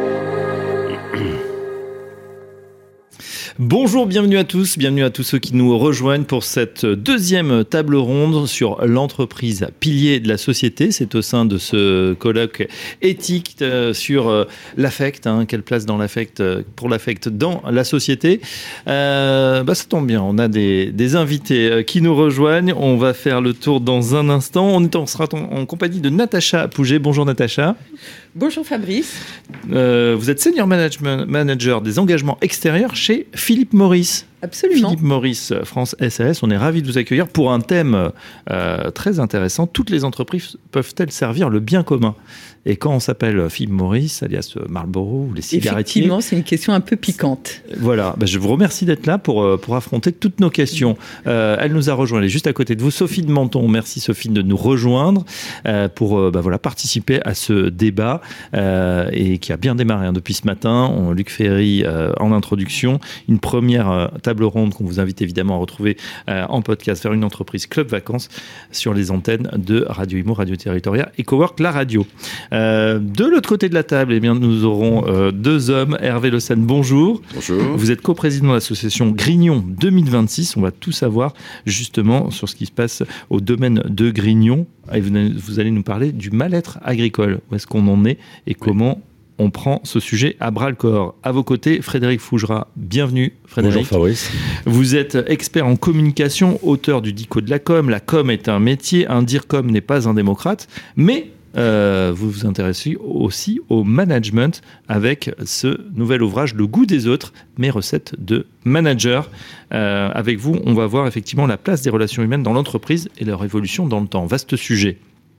Bonjour, bienvenue à tous, bienvenue à tous ceux qui nous rejoignent pour cette deuxième table ronde sur l'entreprise pilier de la société. C'est au sein de ce colloque éthique euh, sur euh, l'affect, hein, quelle place dans l'affect, euh, pour l'affect dans la société. Euh, bah, ça tombe bien, on a des, des invités euh, qui nous rejoignent. On va faire le tour dans un instant. On, est, on sera en, en compagnie de Natacha Pouget. Bonjour Natacha. Bonjour Fabrice. Euh, vous êtes senior management, manager des engagements extérieurs chez Philippe Morris. Absolument. Philippe Morris, France S A S, on est ravis de vous accueillir pour un thème euh, très intéressant. Toutes les entreprises peuvent-elles servir le bien commun ? Et quand on s'appelle Philippe Morris, alias Marlboro ou les cigarettiers... Effectivement, c'est une question un peu piquante. Voilà, ben je vous remercie d'être là pour, pour affronter toutes nos questions. Euh, elle nous a rejoint, elle est juste à côté de vous, Sophie de Menton. Merci Sophie de nous rejoindre euh, pour euh, ben voilà, participer à ce débat euh, et qui a bien démarré hein, depuis ce matin. On, Luc Ferry euh, en introduction, une première euh, table ronde qu'on vous invite évidemment à retrouver euh, en podcast vers une entreprise Club Vacances sur les antennes de Radio Imo, Radio Territoria et Cowork La Radio. Euh, de l'autre côté de la table, eh bien, nous aurons euh, deux hommes. Hervé Le Sen, bonjour. Bonjour. Vous êtes coprésident de l'association Grignon deux mille vingt-six. On va tout savoir justement sur ce qui se passe au domaine de Grignon. Et vous, vous allez nous parler du mal-être agricole. Où est-ce qu'on en est et comment on prend ce sujet à bras-le-corps. À vos côtés, Frédéric Fougera. Bienvenue, Frédéric. Bonjour Fabrice. Vous êtes expert en communication, auteur du Dico de la com. La com est un métier, un DIRCOM n'est pas un démocrate, mais euh, vous vous intéressez aussi au management avec ce nouvel ouvrage, Le goût des autres, mes recettes de manager. Euh, avec vous, on va voir effectivement la place des relations humaines dans l'entreprise et leur évolution dans le temps. Vaste sujet.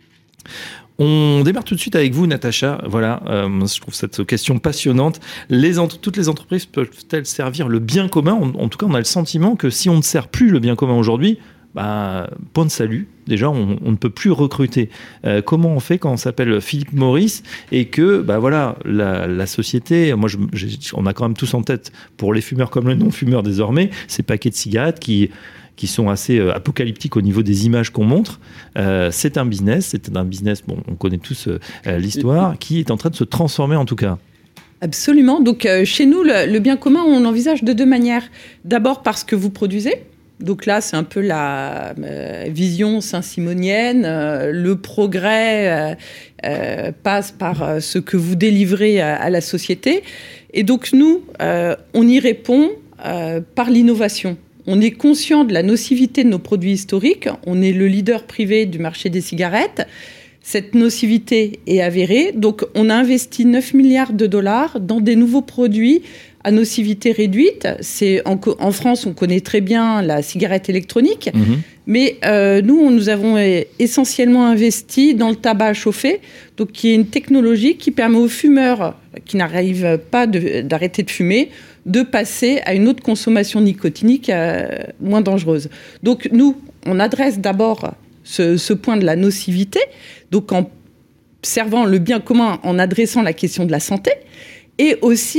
On démarre tout de suite avec vous, Natacha. Voilà, euh, je trouve cette question passionnante. Les entre- toutes les entreprises peuvent-elles servir le bien commun ? en, en tout cas, on a le sentiment que si on ne sert plus le bien commun aujourd'hui, bah, point de salut. Déjà, on, on ne peut plus recruter. Euh, comment on fait quand on s'appelle Philippe Morris et que, bah voilà, la, la société, moi, je, j'ai, on a quand même tous en tête, pour les fumeurs comme les non-fumeurs désormais, ces paquets de cigarettes qui qui sont assez euh, apocalyptiques au niveau des images qu'on montre. Euh, c'est un business, c'est un business, bon, on connaît tous euh, l'histoire, qui est en train de se transformer en tout cas. Absolument. Donc, euh, chez nous, le, le bien commun, on l'envisage de deux manières. D'abord, parce que vous produisez. Donc là, c'est un peu la euh, vision saint-simonienne. Euh, le progrès euh, euh, passe par euh, ce que vous délivrez à, à la société. Et donc nous, euh, on y répond euh, par l'innovation. On est conscient de la nocivité de nos produits historiques. On est le leader privé du marché des cigarettes. Cette nocivité est avérée. Donc on a investi neuf milliards de dollars dans des nouveaux produits à nocivité réduite. C'est en, en France, on connaît très bien la cigarette électronique, mmh. mais euh, nous, on, nous avons essentiellement investi dans le tabac à chauffer, donc qui est une technologie qui permet aux fumeurs qui n'arrivent pas de, d'arrêter de fumer de passer à une autre consommation nicotinique euh, moins dangereuse. Donc nous, on adresse d'abord ce, ce point de la nocivité, donc en servant le bien commun, en adressant la question de la santé, et aussi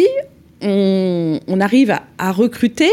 On, on arrive à, à recruter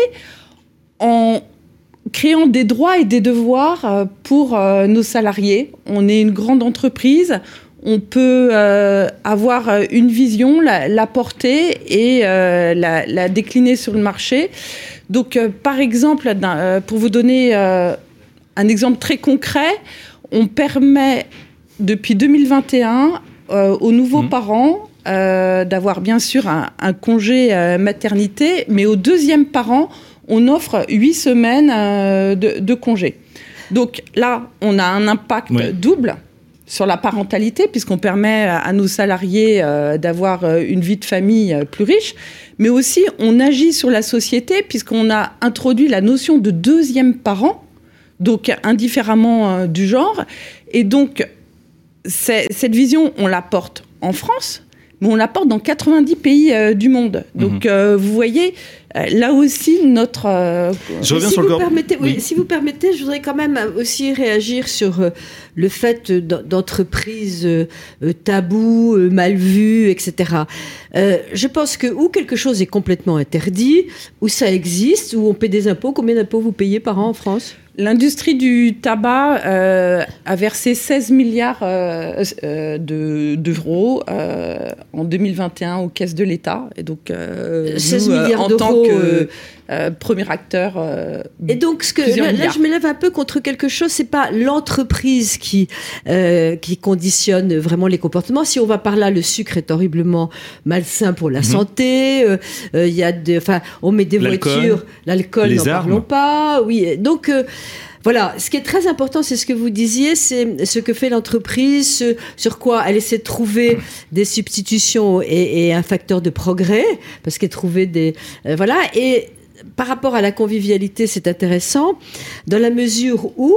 en créant des droits et des devoirs pour euh, nos salariés. On est une grande entreprise, on peut euh, avoir une vision, la, la porter et euh, la, la décliner sur le marché. Donc, euh, par exemple, euh, pour vous donner euh, un exemple très concret, on permet depuis deux mille vingt et un euh, aux nouveaux mmh. parents Euh, d'avoir bien sûr un, un congé euh, maternité, mais au deuxième parent, on offre huit semaines euh, de, de congé. Donc là, on a un impact oui. double sur la parentalité, puisqu'on permet à nos salariés euh, d'avoir une vie de famille plus riche, mais aussi on agit sur la société, puisqu'on a introduit la notion de deuxième parent, donc indifféremment euh, du genre. Et donc, c'est, cette vision, on la porte en France, mais on la porte dans quatre-vingt-dix pays euh, du monde. Donc, mmh. euh, vous voyez, euh, là aussi, notre... Euh, je reviens si sur vous le corps. Permettez, oui, oui. Si vous permettez, je voudrais quand même aussi réagir sur euh, le fait d'entreprises euh, tabous, euh, mal vues, et cetera. Euh, je pense que ou quelque chose est complètement interdit, ou ça existe, ou on paie des impôts. Combien d'impôts vous payez par an en France ? L'industrie du tabac euh, a versé seize milliards euh, euh, de, d'euros euh, en deux mille vingt et un aux caisses de l'État. Et donc, euh, seize nous, milliards en d'euros, tant que euh... euh, premier acteur. Euh, et donc, ce que, là, là, je m'élève un peu contre quelque chose. C'est pas l'entreprise qui euh, qui conditionne vraiment les comportements. Si on va par là, le sucre est horriblement malsain pour la mmh. santé. Il euh, y a de, enfin, on met des l'alcool, voitures, l'alcool, n'en armes. Parlons pas. Oui, donc. Euh, Voilà, ce qui est très important, c'est ce que vous disiez, c'est ce que fait l'entreprise, ce, sur quoi elle essaie de trouver des substitutions et, et un facteur de progrès, parce qu'elle trouver des... Euh, voilà, et par rapport à la convivialité, c'est intéressant, dans la mesure où...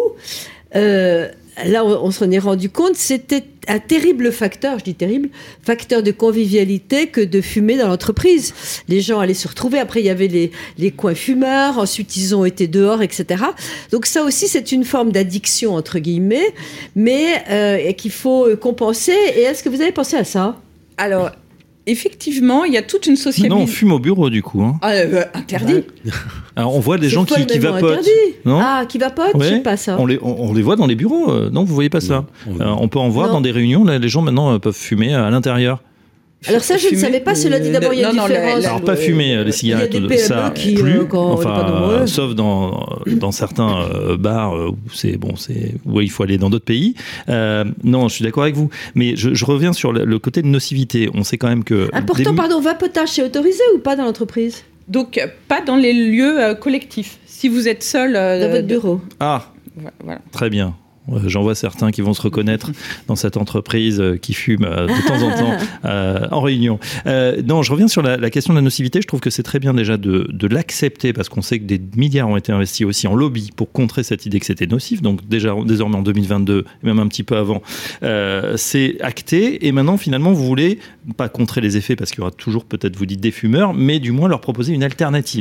Euh, là, on, on s'en est rendu compte, c'était un terrible facteur, je dis terrible, facteur de convivialité que de fumer dans l'entreprise. Les gens allaient se retrouver. Après, il y avait les, les coins fumeurs. Ensuite, ils ont été dehors, et cetera. Donc ça aussi, c'est une forme d'addiction, entre guillemets, mais euh, qu'il faut compenser. Et est-ce que vous avez pensé à ça ? Alors... Effectivement, il y a toute une société. Non, on fume au bureau, du coup. Hein. Ah, euh, interdit. Alors, on voit des c'est gens qui, qui vapotent. Non ah, qui vapotent, ouais. Je sais pas ça. On les, on, on les voit dans les bureaux. Euh, non, vous voyez pas ça. Non. Euh, on peut en voir non. dans des réunions. Là, les gens maintenant euh, peuvent fumer à l'intérieur. Alors ça, je fumer, ne savais pas. Cela dit, d'abord, il y a une différence. Alors pas fumer les cigarettes, il y a des P M E ça qui, plus. Euh, quand enfin, euh, sauf dans dans certains euh, bars où c'est bon, c'est où il faut aller dans d'autres pays. Euh, non, je suis d'accord avec vous. Mais je, je reviens sur le, le côté de nocivité. On sait quand même que important. Des... Pardon, vapotage, c'est autorisé ou pas dans l'entreprise ? Donc pas dans les lieux euh, collectifs. Si vous êtes seul euh, dans votre bureau. Ah, voilà. Très bien. J'en vois certains qui vont se reconnaître dans cette entreprise qui fume de temps en temps euh, en réunion. Euh, non, je reviens sur la, la question de la nocivité. Je trouve que c'est très bien déjà de, de l'accepter parce qu'on sait que des milliards ont été investis aussi en lobby pour contrer cette idée que c'était nocif. Donc déjà, désormais en deux mille vingt-deux, et même un petit peu avant, euh, c'est acté. Et maintenant, finalement, vous voulez pas contrer les effets parce qu'il y aura toujours peut-être, vous dites, des fumeurs, mais du moins leur proposer une alternative.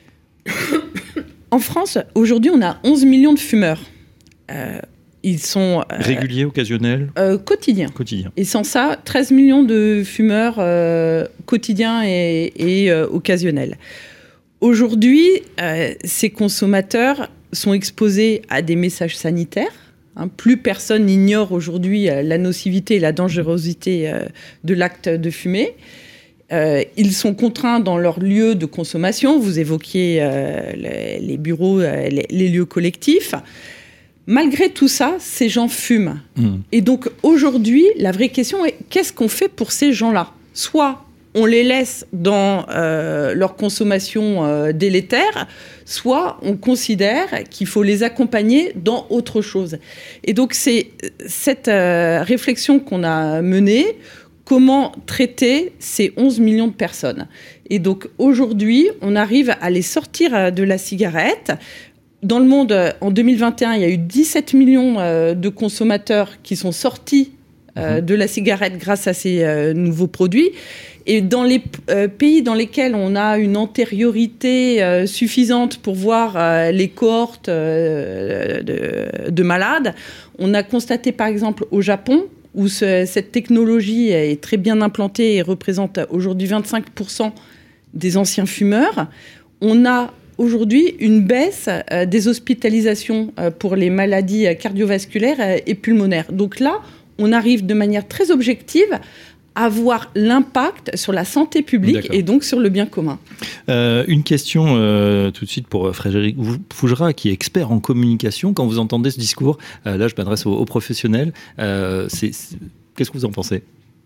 En France, aujourd'hui, on a onze millions de fumeurs. Euh, Ils sont... Euh, réguliers, occasionnels euh, Quotidiens. Quotidien. Et sans ça, treize millions de fumeurs euh, quotidiens et, et euh, occasionnels. Aujourd'hui, euh, ces consommateurs sont exposés à des messages sanitaires. Hein, plus personne n'ignore aujourd'hui euh, la nocivité et la dangerosité euh, de l'acte de fumer. Euh, ils sont contraints dans leur lieu de consommation. Vous évoquiez euh, les, les bureaux, euh, les, les lieux collectifs. Malgré tout ça, ces gens fument. Mmh. Et donc aujourd'hui, la vraie question est qu'est-ce qu'on fait pour ces gens-là ? Soit on les laisse dans euh, leur consommation euh, délétère, soit on considère qu'il faut les accompagner dans autre chose. Et donc c'est cette euh, réflexion qu'on a menée. Comment traiter ces onze millions de personnes ? Et donc aujourd'hui, on arrive à les sortir de la cigarette. Dans le monde, en deux mille vingt et un, il y a eu dix-sept millions de consommateurs qui sont sortis de la cigarette grâce à ces nouveaux produits. Et dans les pays dans lesquels on a une antériorité suffisante pour voir les cohortes de, de malades, on a constaté par exemple au Japon, où ce, cette technologie est très bien implantée et représente aujourd'hui vingt-cinq pour cent des anciens fumeurs, on a aujourd'hui une baisse euh, des hospitalisations euh, pour les maladies cardiovasculaires euh, et pulmonaires. Donc là, on arrive de manière très objective à voir l'impact sur la santé publique D'accord. et donc sur le bien commun. Euh, une question euh, tout de suite pour Frédéric Fougera, qui est expert en communication. Quand vous entendez ce discours, euh, là je m'adresse aux, aux professionnels, euh, c'est, c'est... qu'est-ce que vous en pensez ?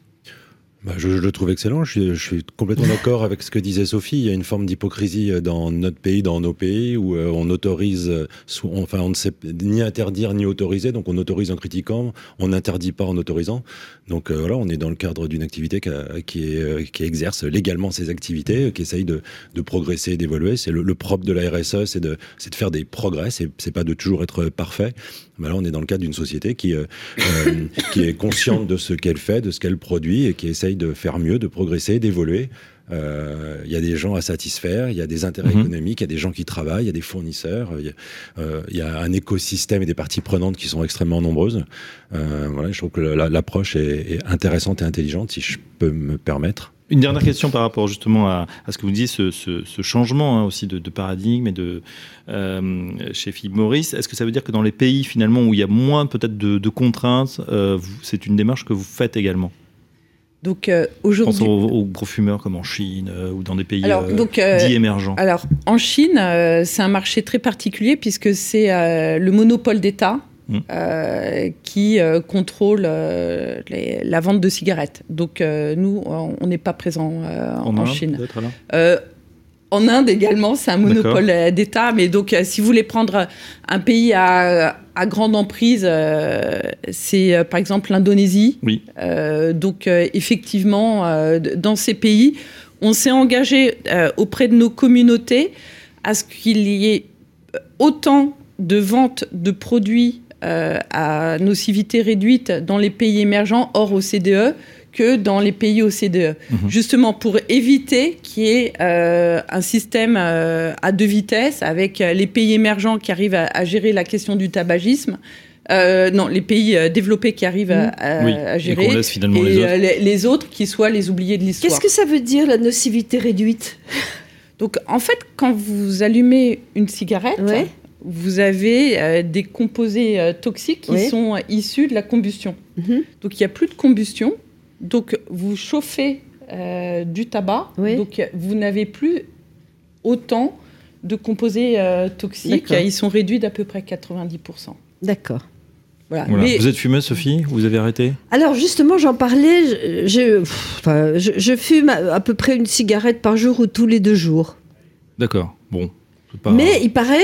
Bah, je, je le trouve excellent. Je suis, je suis complètement d'accord avec ce que disait Sophie. Il y a une forme d'hypocrisie dans notre pays, dans nos pays, où euh, on autorise, euh, enfin, on ne sait ni interdire ni autoriser. Donc, on autorise en critiquant, on n'interdit pas en autorisant. Donc, euh, voilà, on est dans le cadre d'une activité qui, a, qui, est, euh, qui exerce légalement ses activités, euh, qui essaye de, de progresser, d'évoluer. C'est le, le propre de la R S E, c'est de, c'est de faire des progrès. C'est, c'est pas de toujours être parfait. Ben là, on est dans le cadre d'une société qui, euh, euh, qui est consciente de ce qu'elle fait, de ce qu'elle produit et qui essaye de faire mieux, de progresser, d'évoluer. Il euh, y a des gens à satisfaire, il y a des intérêts mmh. économiques, il y a des gens qui travaillent, il y a des fournisseurs, il y, euh, y a un écosystème et des parties prenantes qui sont extrêmement nombreuses. Euh, voilà, je trouve que la, l'approche est, est intéressante et intelligente, si je peux me permettre. Une dernière question par rapport justement à, à ce que vous disiez, ce, ce, ce changement hein, aussi de, de paradigme et de euh, chez Philip Morris. Est-ce que ça veut dire que dans les pays finalement où il y a moins peut-être de, de contraintes, euh, vous, c'est une démarche que vous faites également ? Donc euh, aujourd'hui, je pense aux, aux gros fumeurs comme en Chine euh, ou dans des pays alors, euh, donc, euh, dits émergents. Alors en Chine, euh, c'est un marché très particulier puisque c'est euh, le monopole d'État. Euh, qui euh, contrôle euh, les, la vente de cigarettes. Donc euh, nous, on n'est pas présent euh, en, en Chine. Euh, en Inde également, c'est un monopole D'accord. d'État. Mais donc, euh, si vous voulez prendre un pays à, à grande emprise, euh, c'est euh, par exemple l'Indonésie. Oui. Euh, donc euh, effectivement, euh, dans ces pays, on s'est engagé euh, auprès de nos communautés à ce qu'il y ait autant de ventes de produits Euh, à nocivité réduite dans les pays émergents hors O C D E que dans les pays O C D E. Mmh. Justement pour éviter qu'il y ait euh, un système euh, à deux vitesses avec les pays émergents qui arrivent à, à gérer la question du tabagisme. Euh, non, les pays euh, développés qui arrivent à, à, oui, à gérer. Et qu'on laisse finalement et, les, autres. Euh, les, les autres qui soient les oubliés de l'histoire. Qu'est-ce que ça veut dire la nocivité réduite ? Donc en fait, quand vous allumez une cigarette... Ouais. Vous avez euh, des composés euh, toxiques qui oui. sont euh, issus de la combustion. Mm-hmm. Donc, il n'y a plus de combustion. Donc, vous chauffez euh, du tabac. Oui. Donc, vous n'avez plus autant de composés euh, toxiques. D'accord. Ils sont réduits d'à peu près quatre-vingt-dix pour cent. D'accord. Voilà. Voilà. Mais... Vous êtes fumeuse, Sophie ? Vous avez arrêté ? Alors, justement, j'en parlais. Je, je, pff, enfin, je, je fume à, à peu près une cigarette par jour ou tous les deux jours. D'accord. Bon. C'est pas... Mais il paraît...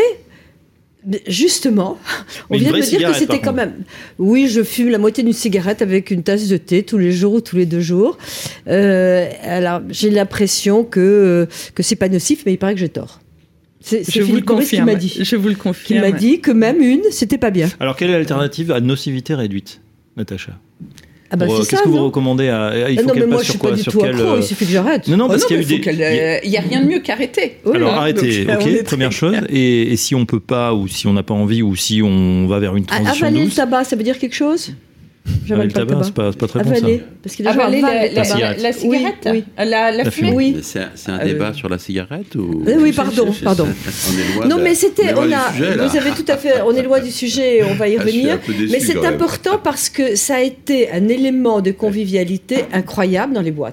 Justement, on mais vient de me dire que c'était quand même... Oui, je fume la moitié d'une cigarette avec une tasse de thé tous les jours ou tous les deux jours. Euh, alors, j'ai l'impression que, que c'est pas nocif, mais il paraît que j'ai tort. C'est, c'est je vous le confirme. Qui m'a dit. Je vous le confirme. Qui m'a dit que même une, c'était pas bien. Alors, quelle est l'alternative à nocivité réduite, Natacha ? Ah bah Pour, c'est qu'est-ce ça, que vous non recommandez à, il faut ah non, qu'elle mais moi, passe je sur quoi, suis pas du sur tout quel... accro, il suffit que j'arrête. Non, non, oh parce non, qu'il y a eu des... Il n'y a rien de mieux qu'arrêter. Oui, Alors, arrêter, donc, ok, première chose. Et, et si on peut pas, ou si on n'a pas envie, ou si on va vers une transition Avaler douce... le tabac, ça veut dire quelque chose ? Avaler le tabac, tabac. C'est, pas, c'est pas très Avaler, bon, ça. Parce que les gens avalent la, la, la, cigarette. La, la cigarette oui, oui. La, la, la fumée oui. Mais c'est, c'est un débat euh... sur la cigarette ou... Oui, pardon, pardon. On est loin non, de, mais c'était... on, on a, sujet, vous avez tout à fait... On est loin du sujet, on va y revenir. Ah, déçu, mais c'est important parce que ça a été un élément de convivialité incroyable dans les boîtes.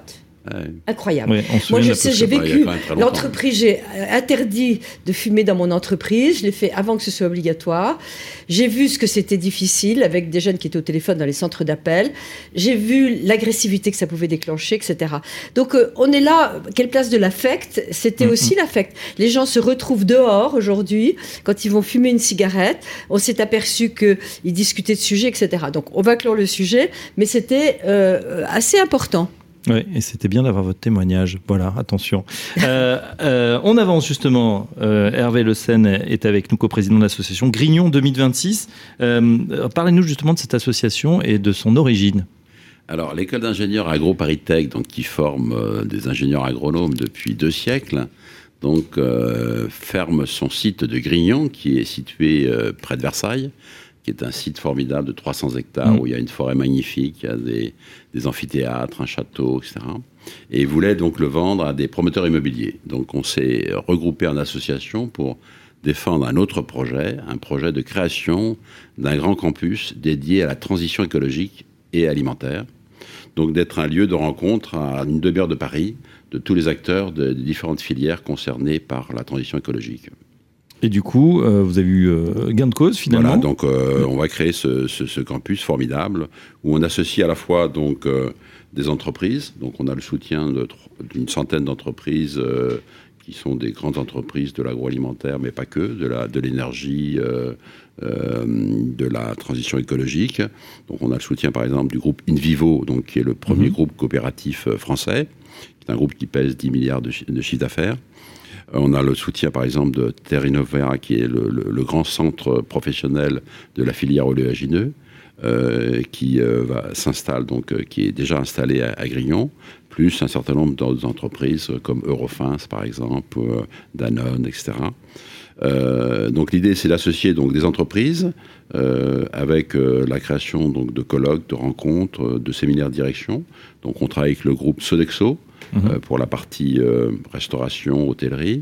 Ouais. Incroyable. Ouais, on se Moi, souvient je de la sais, j'ai poussière. vécu Il y a quand même très longtemps. l'entreprise, j'ai interdit de fumer dans mon entreprise. Je l'ai fait avant que ce soit obligatoire. J'ai vu ce que c'était difficile avec des jeunes qui étaient au téléphone dans les centres d'appel. J'ai vu l'agressivité que ça pouvait déclencher, et cetera. Donc, euh, on est là. Quelle place de l'affect? C'était mm-hmm. aussi l'affect. Les gens se retrouvent dehors aujourd'hui quand ils vont fumer une cigarette. On s'est aperçu qu'ils discutaient de sujets, et cetera. Donc, on va clore le sujet, mais c'était euh, assez important. Oui, et c'était bien d'avoir votre témoignage. Voilà, attention. Euh, euh, on avance justement. Euh, Hervé Le Sen est avec nous, coprésident de l'association Grignon deux mille vingt-six. Euh, parlez-nous justement de cette association et de son origine. Alors, l'école d'ingénieurs AgroParisTech, donc qui forme euh, des ingénieurs agronomes depuis deux siècles, donc euh, ferme son site de Grignon, qui est situé euh, près de Versailles, qui est un site formidable de trois cents hectares, mmh. où il y a une forêt magnifique, il y a des, des amphithéâtres, un château, et cetera. Et il voulait donc le vendre à des promoteurs immobiliers. Donc on s'est regroupé en association pour défendre un autre projet, un projet de création d'un grand campus dédié à la transition écologique et alimentaire. Donc d'être un lieu de rencontre à une demi-heure de Paris de tous les acteurs de, des différentes filières concernées par la transition écologique. Et du coup, euh, vous avez eu euh, gain de cause finalement. Voilà, donc euh, on va créer ce, ce, ce campus formidable où on associe à la fois donc euh, des entreprises. Donc on a le soutien de, d'une centaine d'entreprises euh, qui sont des grandes entreprises de l'agroalimentaire, mais pas que, de la de l'énergie, euh, euh, de la transition écologique. Donc on a le soutien par exemple du groupe InVivo, donc qui est le premier mmh. groupe coopératif français, qui est un groupe qui pèse dix milliards de, de chiffre d'affaires. On a le soutien, par exemple, de Terrinova, qui est le, le, le grand centre professionnel de la filière oléagineux, euh, qui euh, va, s'installe, donc, euh, qui est déjà installé à, à Grignon, plus un certain nombre d'autres entreprises, comme Eurofins, par exemple, euh, Danone, et cetera. Euh, donc l'idée, c'est d'associer donc, des entreprises euh, avec euh, la création donc, de colloques, de rencontres, de séminaires de direction. Donc on travaille avec le groupe Sodexo, Mmh. Euh, pour la partie euh, restauration, hôtellerie,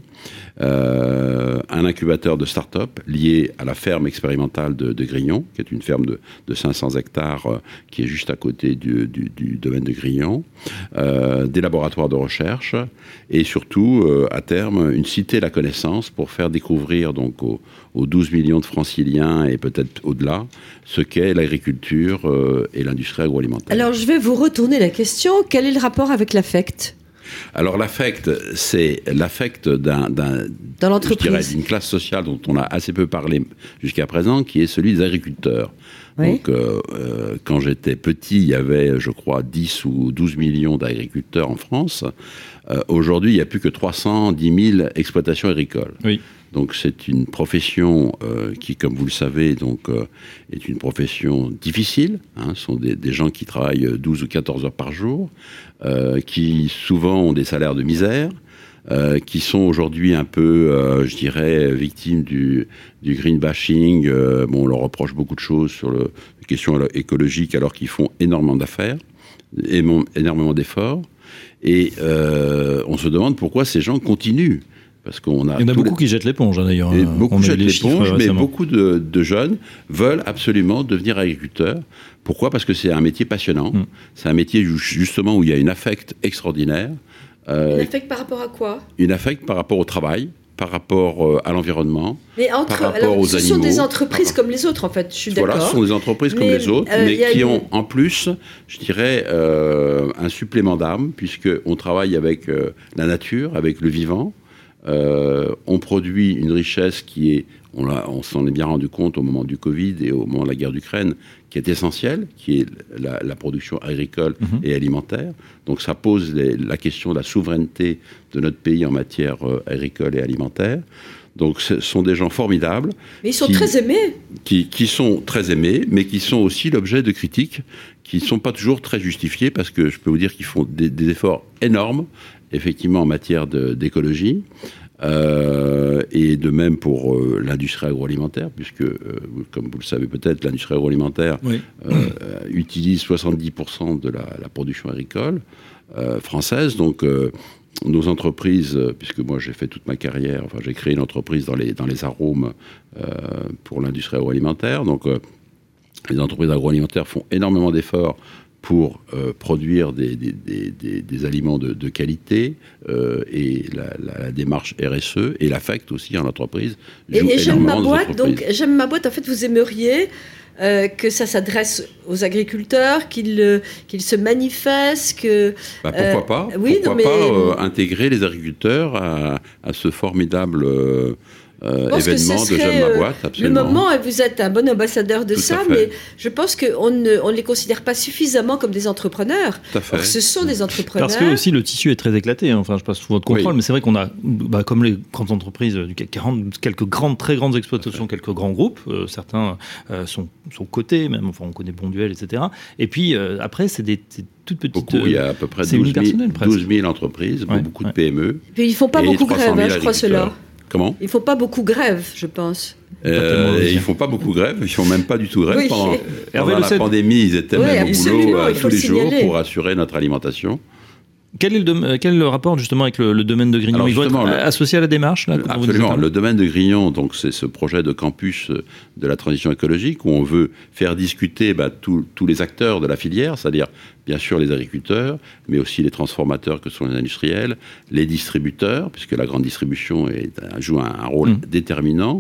euh, un incubateur de start-up lié à la ferme expérimentale de, de Grignon, qui est une ferme de, de cinq cents hectares euh, qui est juste à côté du, du, du domaine de Grignon, euh, des laboratoires de recherche et surtout, euh, à terme, une cité de la connaissance pour faire découvrir donc, aux, aux douze millions de franciliens et peut-être au-delà ce qu'est l'agriculture euh, et l'industrie agroalimentaire. Alors, je vais vous retourner la question. Quel est le rapport avec l'affect ? Alors l'affect, c'est l'affect d'un, d'un, Dans l'entreprise. Je dirais, d'une classe sociale dont on a assez peu parlé jusqu'à présent, qui est celui des agriculteurs. Oui. Donc euh, euh, quand j'étais petit, il y avait, je crois, dix ou douze millions d'agriculteurs en France. Euh, aujourd'hui, il n'y a plus que trois cent dix mille exploitations agricoles. Oui. Donc c'est une profession euh, qui, comme vous le savez, donc, euh, est une profession difficile. Hein, ce sont des, des gens qui travaillent douze ou quatorze heures par jour, euh, qui souvent ont des salaires de misère, euh, qui sont aujourd'hui un peu, euh, je dirais, victimes du, du green bashing. Euh, bon, on leur reproche beaucoup de choses sur le, les questions écologiques alors qu'ils font énormément d'affaires, énormément d'efforts. Et euh, on se demande pourquoi ces gens continuent. Parce qu'on a Il y en a beaucoup les... qui jettent l'éponge, hein, d'ailleurs. Et beaucoup jettent l'éponge, mais récemment. beaucoup de, de jeunes veulent absolument devenir agriculteurs. Pourquoi ? Parce que c'est un métier passionnant. Mm. C'est un métier justement où il y a une affect extraordinaire. Euh, une affect par rapport à quoi ? Une affect par rapport au travail, par rapport euh, à l'environnement, mais entre, par rapport alors, aux ce animaux. Ce sont des entreprises par... comme les autres, en fait, je suis d'accord. Voilà, ce sont des entreprises comme mais, les autres, euh, mais qui une... ont en plus, je dirais, euh, un supplément d'âme, puisqu'on travaille avec euh, la nature, avec le vivant. Euh, on produit une richesse qui est, on, l'a, on s'en est bien rendu compte au moment du Covid et au moment de la guerre d'Ukraine, qui est essentielle, qui est la, la production agricole mmh. et alimentaire. Donc ça pose les, la question de la souveraineté de notre pays en matière euh, agricole et alimentaire. Donc ce sont des gens formidables. Mais ils sont qui, très aimés. Qui, qui sont très aimés, mais qui sont aussi l'objet de critiques qui ne sont pas toujours très justifiées, parce que je peux vous dire qu'ils font des, des efforts énormes, effectivement, en matière de, d'écologie, euh, et de même pour euh, l'industrie agroalimentaire, puisque, euh, comme vous le savez peut-être, l'industrie agroalimentaire oui. euh, utilise soixante-dix pour cent de la, la production agricole euh, française. Donc, euh, nos entreprises, puisque moi j'ai fait toute ma carrière, enfin j'ai créé une entreprise dans les, dans les arômes euh, pour l'industrie agroalimentaire, donc euh, les entreprises agroalimentaires font énormément d'efforts pour euh, produire des, des, des, des, des aliments de, de qualité euh, et la, la, la démarche R S E et l'affect aussi en entreprise. Et, et j'aime ma boîte, donc j'aime ma boîte, en fait vous aimeriez euh, que ça s'adresse aux agriculteurs, qu'ils euh, qu'ils se manifestent, que... Bah, pourquoi euh, pas, oui, pourquoi non, mais... pas euh, intégrer les agriculteurs à, à ce formidable... Euh, Euh, événement de J'aime ma boîte, absolument. Le moment, vous êtes un bon ambassadeur de Tout ça, mais je pense qu'on ne on les considère pas suffisamment comme des entrepreneurs. Tout à fait. Or, ce sont des entrepreneurs. Parce que aussi le tissu est très éclaté, hein. Enfin je passe sous votre contrôle, oui. Mais c'est vrai qu'on a, bah, comme les grandes entreprises du C A C quarante, quelques grandes, très grandes exploitations, quelques grands groupes, euh, certains euh, sont, sont cotés même, enfin on connaît Bonduel, et cetera. Et puis euh, après c'est des... C'est toutes petites... Beaucoup, il y a à peu près douze mille entreprises, ouais, beaucoup ouais. de P M E. Et ils ne font pas beaucoup grève, hein, je crois cela. Comment ? Ils ne font pas beaucoup grève, je pense. Euh, ils ne font pas beaucoup grève, ils ne font même pas du tout grève. Oui. Pendant, pendant la sept... pandémie, ils étaient oui, même au boulot euh, tous les jours pour assurer notre alimentation. Quel est, le dom- quel est le rapport justement avec le, le domaine de Grignon ? Il va être le, associé à la démarche là, absolument. Le domaine de Grignon, donc, c'est ce projet de campus de la transition écologique où on veut faire discuter bah, tous les acteurs de la filière, c'est-à-dire bien sûr les agriculteurs, mais aussi les transformateurs que sont les industriels, les distributeurs, puisque la grande distribution est, joue un, un rôle mmh. déterminant,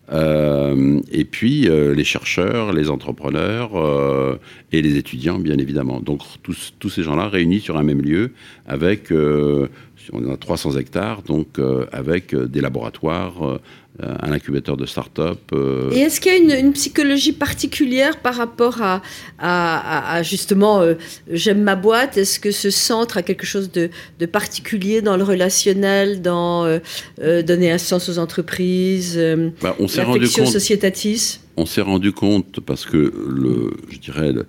euh, et puis euh, les chercheurs, les entrepreneurs euh, et les étudiants, bien évidemment. Donc tous, tous ces gens-là réunis sur un même lieu avec, euh, on a trois cents hectares, donc euh, avec euh, des laboratoires, euh, un incubateur de start-up. Euh... Et est-ce qu'il y a une, une psychologie particulière par rapport à, à, à, à justement, euh, j'aime ma boîte ? Est-ce que ce centre a quelque chose de, de particulier dans le relationnel, dans euh, euh, donner un sens aux entreprises, euh, bah, on s'est rendu compte, sociétatis ? On s'est rendu compte, parce que, le, je dirais, le,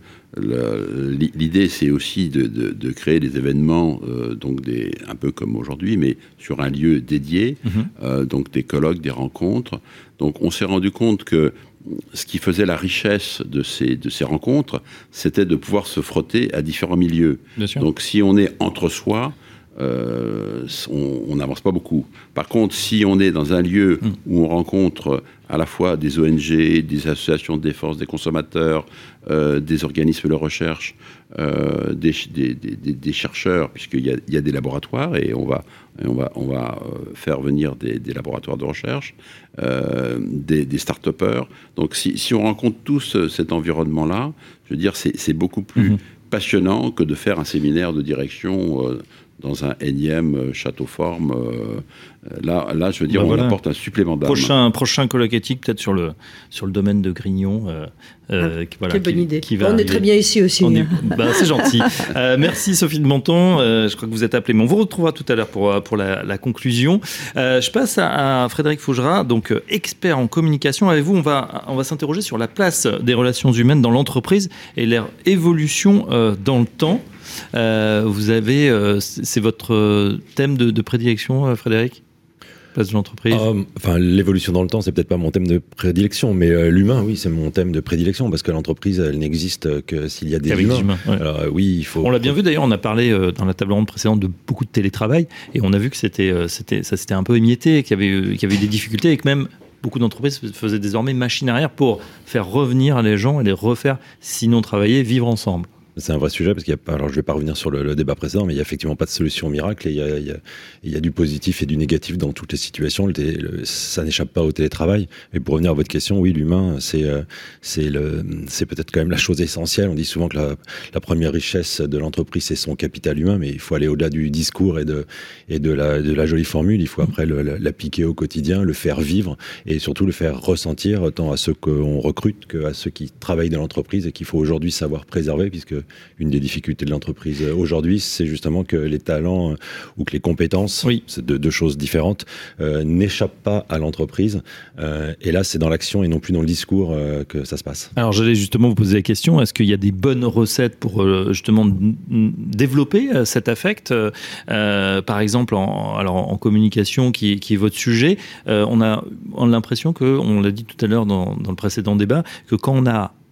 le, l'idée, c'est aussi de, de, de créer des événements, euh, donc des, un peu comme aujourd'hui, mais sur un lieu dédié, mmh. euh, donc des colloques, des rencontres. Donc on s'est rendu compte que ce qui faisait la richesse de ces, de ces rencontres, c'était de pouvoir se frotter à différents milieux. Donc si on est entre soi, Euh, on n'avance pas beaucoup. Par contre, si on est dans un lieu mmh. où on rencontre à la fois des O N G, des associations de défense des consommateurs, euh, des organismes de recherche, euh, des, des, des, des chercheurs, puisqu'il y a, il y a des laboratoires et on va, et on va, on va faire venir des, des laboratoires de recherche, euh, des, des start-upers. Donc si, si on rencontre tous cet environnement-là, je veux dire, c'est, c'est beaucoup plus mmh. passionnant que de faire un séminaire de direction euh, dans un énième château forme. Euh, là, là, je veux dire, bah on voilà. apporte un supplément d'âme. Prochain, prochain colloque éthique, peut-être sur le, sur le domaine de Grignon. Euh, euh, ah, qui, voilà, quelle qui, bonne idée. Qui va on arriver. est très bien ici aussi. Est, bah, c'est gentil. euh, merci Sophie de Menton. Euh, je crois que vous êtes appelée, mais on vous retrouvera tout à l'heure pour, pour la, la conclusion. Euh, je passe à, à Frédéric Fougerat, donc euh, expert en communication. Avec vous, on va, on va s'interroger sur la place des relations humaines dans l'entreprise et leur évolution euh, dans le temps. Euh, vous avez, euh, c'est votre thème de, de prédilection, Frédéric ? Place de l'entreprise. euh, Enfin, l'évolution dans le temps, c'est peut-être pas mon thème de prédilection, mais euh, l'humain, oui, c'est mon thème de prédilection, parce que l'entreprise, elle n'existe que s'il y a des Qu'avec humains. Des humains ouais. Alors, euh, oui, il faut. On l'a bien vu d'ailleurs. On a parlé euh, dans la table ronde précédente de beaucoup de télétravail, et on a vu que c'était, euh, c'était, ça s'était un peu émietté, qu'il y avait, qu'il y avait eu des difficultés, et que même beaucoup d'entreprises faisaient désormais machine arrière pour faire revenir les gens et les refaire, sinon travailler, vivre ensemble. C'est un vrai sujet parce qu'il y a pas, alors je vais pas revenir sur le, le débat précédent, mais il y a effectivement pas de solution miracle et il y a, il y a, il y a du positif et du négatif dans toutes les situations. Le, le, ça n'échappe pas au télétravail. Mais pour revenir à votre question, oui, l'humain, c'est, euh, c'est le, c'est peut-être quand même la chose essentielle. On dit souvent que la, la première richesse de l'entreprise, c'est son capital humain, mais il faut aller au-delà du discours et de, et de la, de la jolie formule. Il faut après le, l'appliquer au quotidien, le faire vivre et surtout le faire ressentir tant à ceux qu'on recrute qu'à ceux qui travaillent dans l'entreprise et qu'il faut aujourd'hui savoir préserver puisque une des difficultés de l'entreprise aujourd'hui, c'est justement que les talents euh, ou que les compétences, oui. c'est deux, deux choses différentes, euh, n'échappent pas à l'entreprise. Euh, et là, c'est dans l'action et non plus dans le discours euh, que ça se passe. Alors, j'allais justement vous poser la question, est-ce qu'il y a des bonnes recettes pour euh, justement n- n- développer euh, cet affect euh, par exemple, en, alors, en communication, qui, qui est votre sujet, euh, on a, on a l'impression que, on l'a dit tout à l'heure dans, dans le précédent débat, que quand on a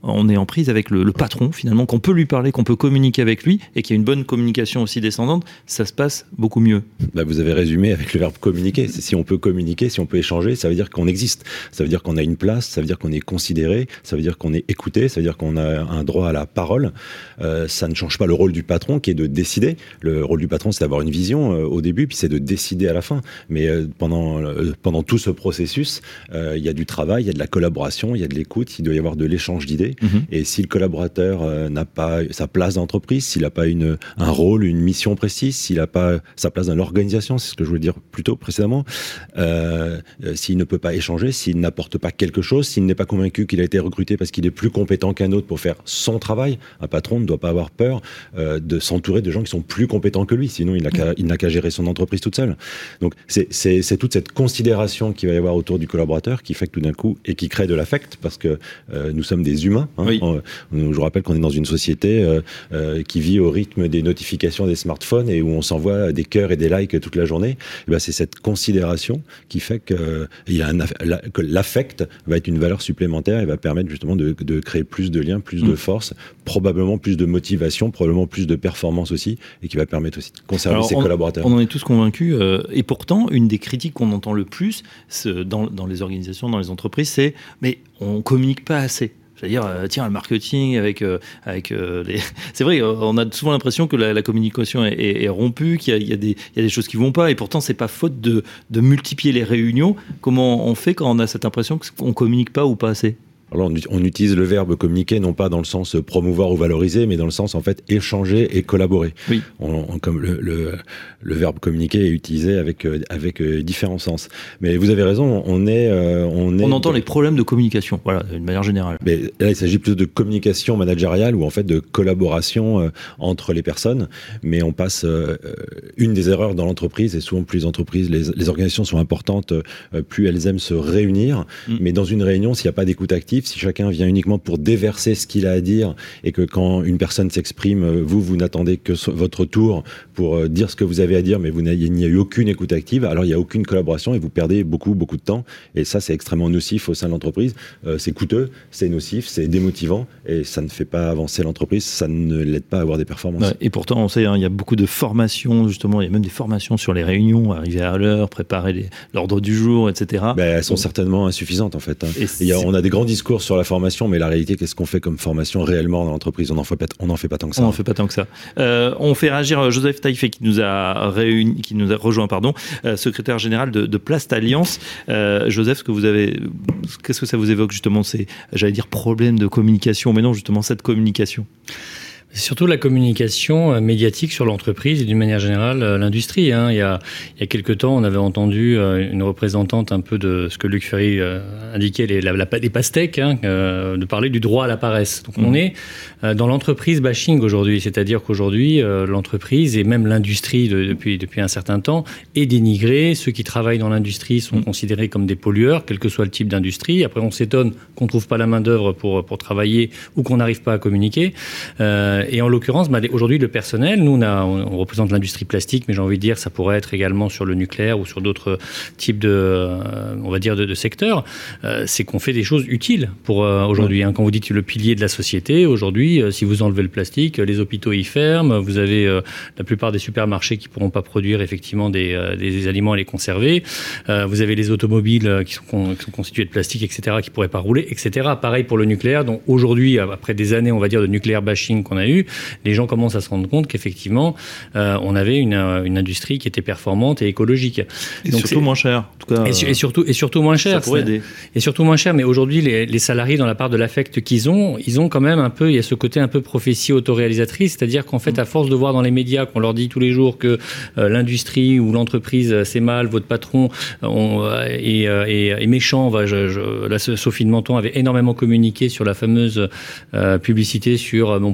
on est en prise avec le, le patron, finalement, qu'on peut lui parler, qu'on peut communiquer avec lui, et qu'il y a une bonne communication aussi descendante, ça se passe beaucoup mieux. Bah, vous avez résumé avec le verbe communiquer. C'est si on peut communiquer, si on peut échanger, ça veut dire qu'on existe. Ça veut dire qu'on a une place, ça veut dire qu'on est considéré, ça veut dire qu'on est écouté, ça veut dire qu'on a un droit à la parole. Euh, ça ne change pas le rôle du patron qui est de décider. Le rôle du patron, c'est d'avoir une vision euh, au début, puis c'est de décider à la fin. Mais euh, pendant, euh, pendant tout ce processus, euh, il y a du travail, il y a de la collaboration, il y a de l'écoute, il doit y avoir de l'échange d'idées. Mmh. Et si le collaborateur euh, n'a pas sa place dans l'entreprise, s'il n'a pas une, un rôle, une mission précise, s'il n'a pas sa place dans l'organisation, c'est ce que je voulais dire plus tôt précédemment, euh, euh, s'il ne peut pas échanger, s'il n'apporte pas quelque chose, s'il n'est pas convaincu qu'il a été recruté parce qu'il est plus compétent qu'un autre pour faire son travail, un patron ne doit pas avoir peur euh, de s'entourer de gens qui sont plus compétents que lui, sinon il n'a qu'à, il n'a qu'à gérer son entreprise toute seule. Donc c'est, c'est, c'est toute cette considération qu'il va y avoir autour du collaborateur qui fait que tout d'un coup, et qui crée de l'affect, parce que euh, nous sommes des humains. Hein, oui. on, on, je vous rappelle qu'on est dans une société euh, euh, qui vit au rythme des notifications des smartphones et où on s'envoie des cœurs et des likes toute la journée. Et ben c'est cette considération qui fait que, euh, il y a un, que l'affect va être une valeur supplémentaire et va permettre justement de, de créer plus de liens, plus mmh. de force, probablement plus de motivation, probablement plus de performance aussi, et qui va permettre aussi de conserver Alors, ses on, collaborateurs. On en est tous convaincus, euh, et pourtant, une des critiques qu'on entend le plus dans, dans les organisations, dans les entreprises, c'est « mais on communique pas assez ». C'est-à-dire, euh, tiens, le marketing avec, euh, avec euh, les... C'est vrai, on a souvent l'impression que la, la communication est, est, est rompue, qu'il y a, il y, a des, il y a des choses qui vont pas, et pourtant, c'est pas faute de, de multiplier les réunions. Comment on fait quand on a cette impression qu'on communique pas ou pas assez ? Alors là, on utilise le verbe communiquer, non pas dans le sens promouvoir ou valoriser, mais dans le sens, en fait, échanger et collaborer. Oui. On, on, comme le, le, le verbe communiquer est utilisé avec, avec différents sens. Mais vous avez raison, on est... On, est on entend les problèmes de communication, voilà, d'une manière générale. Mais là, il s'agit plutôt de communication managériale ou en fait de collaboration euh, entre les personnes. Mais on passe... Euh, une des erreurs dans l'entreprise, et souvent plus les entreprises, les, les organisations sont importantes, euh, plus elles aiment se réunir. Mm. Mais dans une réunion, s'il n'y a pas d'écoute active, si chacun vient uniquement pour déverser ce qu'il a à dire et que quand une personne s'exprime, vous, vous n'attendez que votre tour pour dire ce que vous avez à dire, mais vous n'avez, il n'y a eu aucune écoute active, alors il n'y a aucune collaboration et vous perdez beaucoup, beaucoup de temps. Et ça, c'est extrêmement nocif au sein de l'entreprise. Euh, c'est coûteux, c'est nocif, c'est démotivant et ça ne fait pas avancer l'entreprise, ça ne l'aide pas à avoir des performances. Ouais, et pourtant, on sait, hein, il y a beaucoup de formations, justement, il y a même des formations sur les réunions, arriver à l'heure, préparer les, l'ordre du jour, et cetera. Ben, elles sont Donc, certainement insuffisantes, en fait. Hein. Et il y a, on a des grands discours sur la formation, mais la réalité, qu'est-ce qu'on fait comme formation réellement dans l'entreprise ? On n'en fait pas, on n'en fait pas tant que ça. On n'en fait pas tant que ça. Euh, on fait réagir Joseph Taïfé qui nous a réuni, qui nous a rejoint, pardon, euh, secrétaire général de, de Plast Alliance. Euh, Joseph, ce que vous avez, qu'est-ce que ça vous évoque justement ces, j'allais dire, problèmes de communication, mais non, justement cette communication. C'est surtout la communication médiatique sur l'entreprise et d'une manière générale l'industrie. Hein. Il y a, il y a quelque temps, on avait entendu une représentante un peu de ce que Luc Ferry indiquait, les, la, la, les pastèques, hein, euh, de parler du droit à la paresse. Donc mmh. on est dans l'entreprise bashing aujourd'hui, c'est-à-dire qu'aujourd'hui euh, l'entreprise et même l'industrie de, depuis, depuis un certain temps est dénigrée. Ceux qui travaillent dans l'industrie sont mmh. considérés comme des pollueurs, quel que soit le type d'industrie. Après on s'étonne qu'on ne trouve pas la main d'œuvre pour, pour travailler ou qu'on n'arrive pas à communiquer. Euh, Et en l'occurrence, bah, aujourd'hui, le personnel, nous, on, a, on représente l'industrie plastique, mais j'ai envie de dire, ça pourrait être également sur le nucléaire ou sur d'autres types de, euh, on va dire, de, de secteurs. Euh, c'est qu'on fait des choses utiles pour euh, aujourd'hui. Hein. Quand vous dites le pilier de la société, aujourd'hui, euh, si vous enlevez le plastique, les hôpitaux y ferment. Vous avez euh, la plupart des supermarchés qui pourront pas produire effectivement des, euh, des aliments à les conserver. Euh, vous avez les automobiles qui sont, qui sont constituées de plastique, et cetera, qui pourraient pas rouler, et cetera. Pareil pour le nucléaire. Donc aujourd'hui, après des années, on va dire, de nucléaire bashing qu'on a eu, les gens commencent à se rendre compte qu'effectivement, euh, on avait une, une industrie qui était performante et écologique. Et donc surtout moins cher. En tout cas, et, su, et, surtout, et surtout moins cher. Ça pourrait aider. Et surtout moins cher. Mais aujourd'hui, les, les salariés, dans la part de l'affect qu'ils ont, ils ont quand même un peu, il y a ce côté un peu prophétie autoréalisatrice, c'est-à-dire qu'en fait, à force de voir dans les médias qu'on leur dit tous les jours que euh, l'industrie ou l'entreprise, c'est mal, votre patron on, est, est, est méchant. Va, je, je, là, Sophie de Menton avait énormément communiqué sur la fameuse euh, publicité sur euh, mon patron me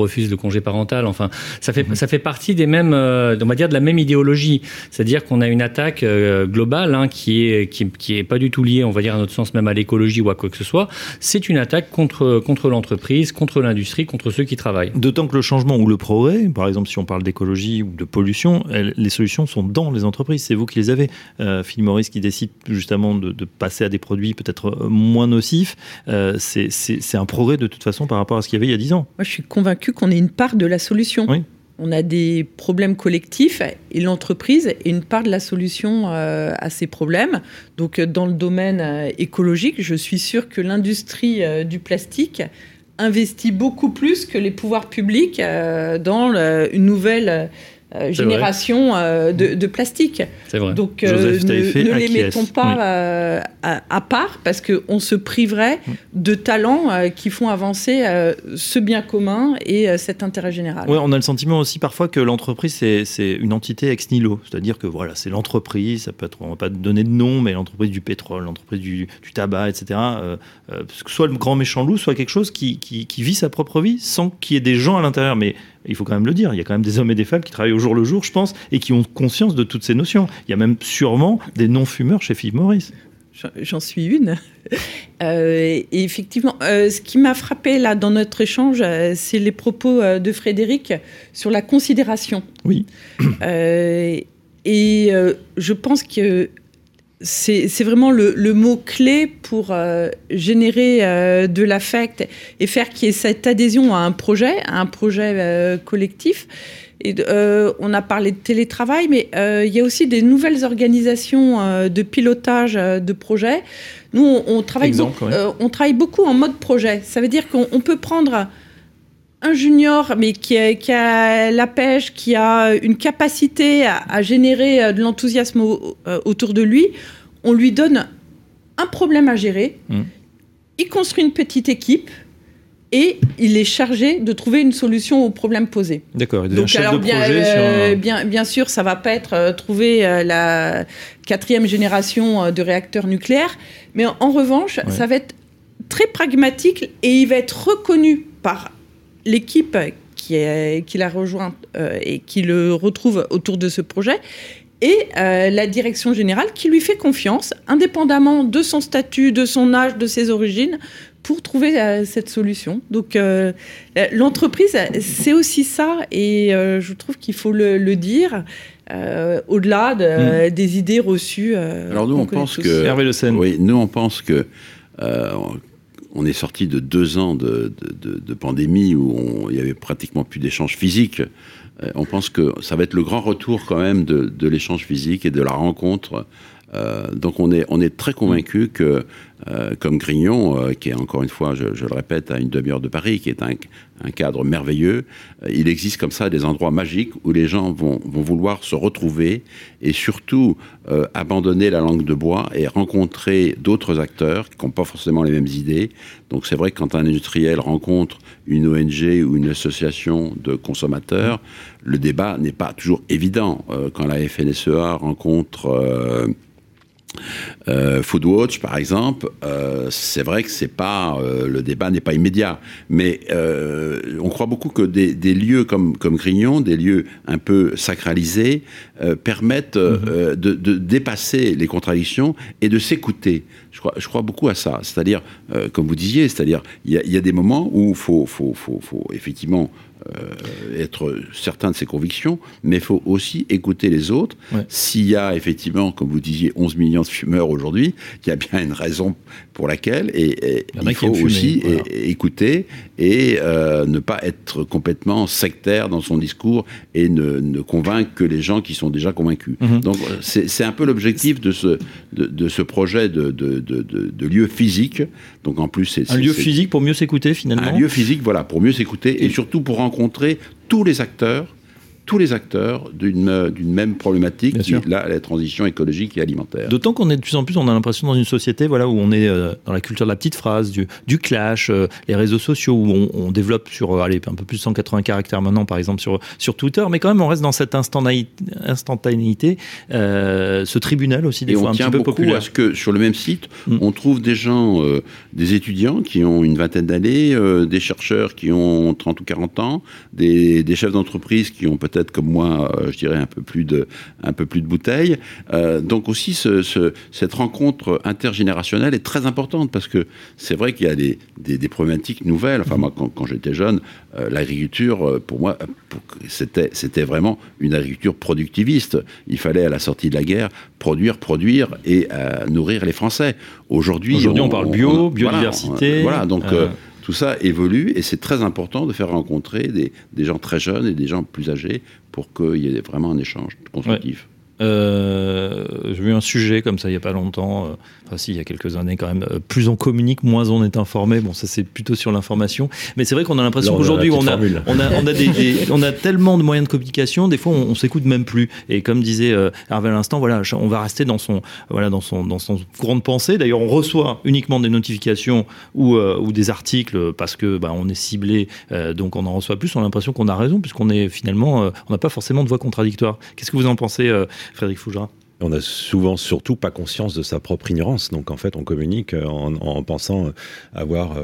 refuse le congé parental. Enfin, ça fait, mmh. ça fait partie des mêmes, euh, on va dire, de la même idéologie. C'est-à-dire qu'on a une attaque euh, globale hein, qui est, qui, qui est pas du tout liée, on va dire, à notre sens, même à l'écologie ou à quoi que ce soit. C'est une attaque contre, contre l'entreprise, contre l'industrie, contre ceux qui travaillent. D'autant que le changement ou le progrès, par exemple, si on parle d'écologie ou de pollution, elles, les solutions sont dans les entreprises. C'est vous qui les avez. Euh, Phil Morris qui décide justement de, de passer à des produits peut-être moins nocifs. Euh, c'est, c'est, c'est un progrès de toute façon par rapport à ce qu'il y avait il y a dix ans. Moi, je suis convaincu qu'on est une part de la solution. Oui. On a des problèmes collectifs et l'entreprise est une part de la solution euh, à ces problèmes. Donc, dans le domaine euh, écologique, je suis sûre que l'industrie euh, du plastique investit beaucoup plus que les pouvoirs publics euh, dans le, une nouvelle euh, génération euh, de, de plastique. C'est vrai. Donc, euh, ne, ne les mettons pas oui. euh, à, à part parce qu'on se priverait de talents euh, qui font avancer euh, ce bien commun et euh, cet intérêt général. Ouais, on a le sentiment aussi parfois que l'entreprise, c'est, c'est une entité ex nihilo. C'est-à-dire que voilà, c'est l'entreprise, ça peut être, on ne va pas donner de nom, mais l'entreprise du pétrole, l'entreprise du, du tabac, et cetera. Euh, euh, soit le grand méchant loup, soit quelque chose qui, qui, qui vit sa propre vie sans qu'il y ait des gens à l'intérieur. Mais il faut quand même le dire, il y a quand même des hommes et des femmes qui travaillent au jour le jour, je pense, et qui ont conscience de toutes ces notions. Il y a même sûrement des non-fumeurs chez Philip Morris. J'en suis une. Euh, et effectivement, euh, ce qui m'a frappé là dans notre échange, euh, c'est les propos euh, de Frédéric sur la considération. Oui. Euh, et euh, je pense que c'est, c'est vraiment le, le mot-clé pour euh, générer euh, de l'affect et faire qu'il y ait cette adhésion à un projet, à un projet euh, collectif. Et, euh, on a parlé de télétravail, mais euh, il y a aussi des nouvelles organisations euh, de pilotage euh, de projets. Nous, on, on, travaille Exemple, beaucoup, ouais. euh, on travaille beaucoup en mode projet. Ça veut dire qu'on on peut prendre un junior, mais qui a, qui a la pêche, qui a une capacité à, à générer de l'enthousiasme au, euh, autour de lui. On lui donne un problème à gérer. Mmh. Il construit une petite équipe. Et il est chargé de trouver une solution au problème posé. D'accord. Donc, chef alors, de bien, projet euh, sur... bien, bien sûr, ça ne va pas être euh, trouver euh, la quatrième génération euh, de réacteurs nucléaires. Mais en, en revanche, ouais. ça va être très pragmatique et il va être reconnu par l'équipe qui, est, qui l'a rejoint euh, et qui le retrouve autour de ce projet. Et euh, la direction générale qui lui fait confiance, indépendamment de son statut, de son âge, de ses origines, pour trouver euh, cette solution. Donc euh, l'entreprise, c'est aussi ça, et euh, je trouve qu'il faut le, le dire, euh, au-delà de, mmh. des idées reçues. Euh, Alors nous, on pense que Hervé Le Sen. Oui, nous on pense que euh, on est sorti de deux ans de, de, de, de pandémie où on, il y avait pratiquement plus d'échanges physiques. Euh, on pense que ça va être le grand retour quand même de, de l'échange physique et de la rencontre. Euh, donc on est, on est très convaincu que, euh, comme Grignon, euh, qui est encore une fois, je, je le répète, à une demi-heure de Paris, qui est un, un cadre merveilleux, euh, il existe comme ça des endroits magiques où les gens vont, vont vouloir se retrouver et surtout euh, abandonner la langue de bois et rencontrer d'autres acteurs qui n'ont pas forcément les mêmes idées. Donc c'est vrai que quand un industriel rencontre une O N G ou une association de consommateurs, le débat n'est pas toujours évident. Euh, quand la F N S E A rencontre... Euh, Euh, Foodwatch, par exemple, euh, c'est vrai que c'est pas euh, le débat n'est pas immédiat, mais euh, on croit beaucoup que des, des lieux comme comme Grignon, des lieux un peu sacralisés, euh, permettent euh, mmh. de, de dépasser les contradictions et de s'écouter. Je crois, je crois beaucoup à ça. C'est-à-dire, euh, comme vous disiez, c'est-à-dire il y, y a des moments où il faut, faut, faut, faut effectivement Euh, être certain de ses convictions, mais il faut aussi écouter les autres. Ouais. S'il y a effectivement, comme vous disiez, onze millions de fumeurs aujourd'hui, il y a bien une raison pour laquelle, et, et il, il faut aussi voilà. et, écouter et euh, ne pas être complètement sectaire dans son discours et ne, ne convaincre que les gens qui sont déjà convaincus. Mm-hmm. Donc c'est, c'est un peu l'objectif de ce, de, de ce projet de, de, de, de, de lieu physique. Donc en plus, c'est, un c'est, lieu c'est, physique pour mieux s'écouter finalement. Un lieu physique, voilà, pour mieux s'écouter et surtout pour rencontrer tous les acteurs tous les acteurs d'une, d'une même problématique, Bien qui sûr. est là, la transition écologique et alimentaire. D'autant qu'on est de plus en plus, on a l'impression dans une société voilà, où on est euh, dans la culture de la petite phrase, du, du clash, euh, les réseaux sociaux, où on, on développe sur euh, allez, un peu plus de cent quatre-vingts caractères maintenant, par exemple, sur, sur Twitter, mais quand même, on reste dans cette instantanéité, instantanéité euh, ce tribunal aussi, des et fois on un tient petit peu beaucoup populaire. à ce que sur le même site, Mm. on trouve des gens, euh, des étudiants qui ont une vingtaine d'années, euh, des chercheurs qui ont trente ou quarante ans, des, des chefs d'entreprise qui ont peut-être comme moi, euh, je dirais un peu plus de, un peu plus de bouteilles. Euh, donc aussi, ce, ce, cette rencontre intergénérationnelle est très importante parce que c'est vrai qu'il y a des, des, des problématiques nouvelles. Enfin, moi, quand, quand j'étais jeune, euh, l'agriculture, euh, pour moi, pour, c'était, c'était vraiment une agriculture productiviste. Il fallait, à la sortie de la guerre, produire, produire et euh, nourrir les Français. Aujourd'hui, Aujourd'hui, on, on parle bio, on, biodiversité. Voilà, voilà donc euh... euh, tout ça évolue et c'est très important de faire rencontrer des, des gens très jeunes et des gens plus âgés pour qu'il y ait vraiment un échange constructif. Ouais. Euh, j'ai vu un sujet comme ça il n'y a pas longtemps, euh, enfin si, il y a quelques années quand même, euh, plus on communique, moins on est informé. Bon, ça c'est plutôt sur l'information, mais c'est vrai qu'on a l'impression Là, on qu'aujourd'hui a on a, on a, on a, des, des, on a tellement de moyens de communication, des fois on, on s'écoute même plus. Et comme disait euh, Hervé à l'instant, voilà, on va rester dans son, voilà, dans son, dans son courant de pensée. D'ailleurs, on reçoit uniquement des notifications ou, euh, ou des articles parce que bah, on est ciblé, euh, donc on en reçoit plus. On a l'impression qu'on a raison puisqu'on est finalement, euh, on n'a pas forcément de voix contradictoire. Qu'est-ce que vous en pensez, euh, Frédéric Fougera? On n'a souvent surtout pas conscience de sa propre ignorance. Donc en fait, on communique en, en pensant avoir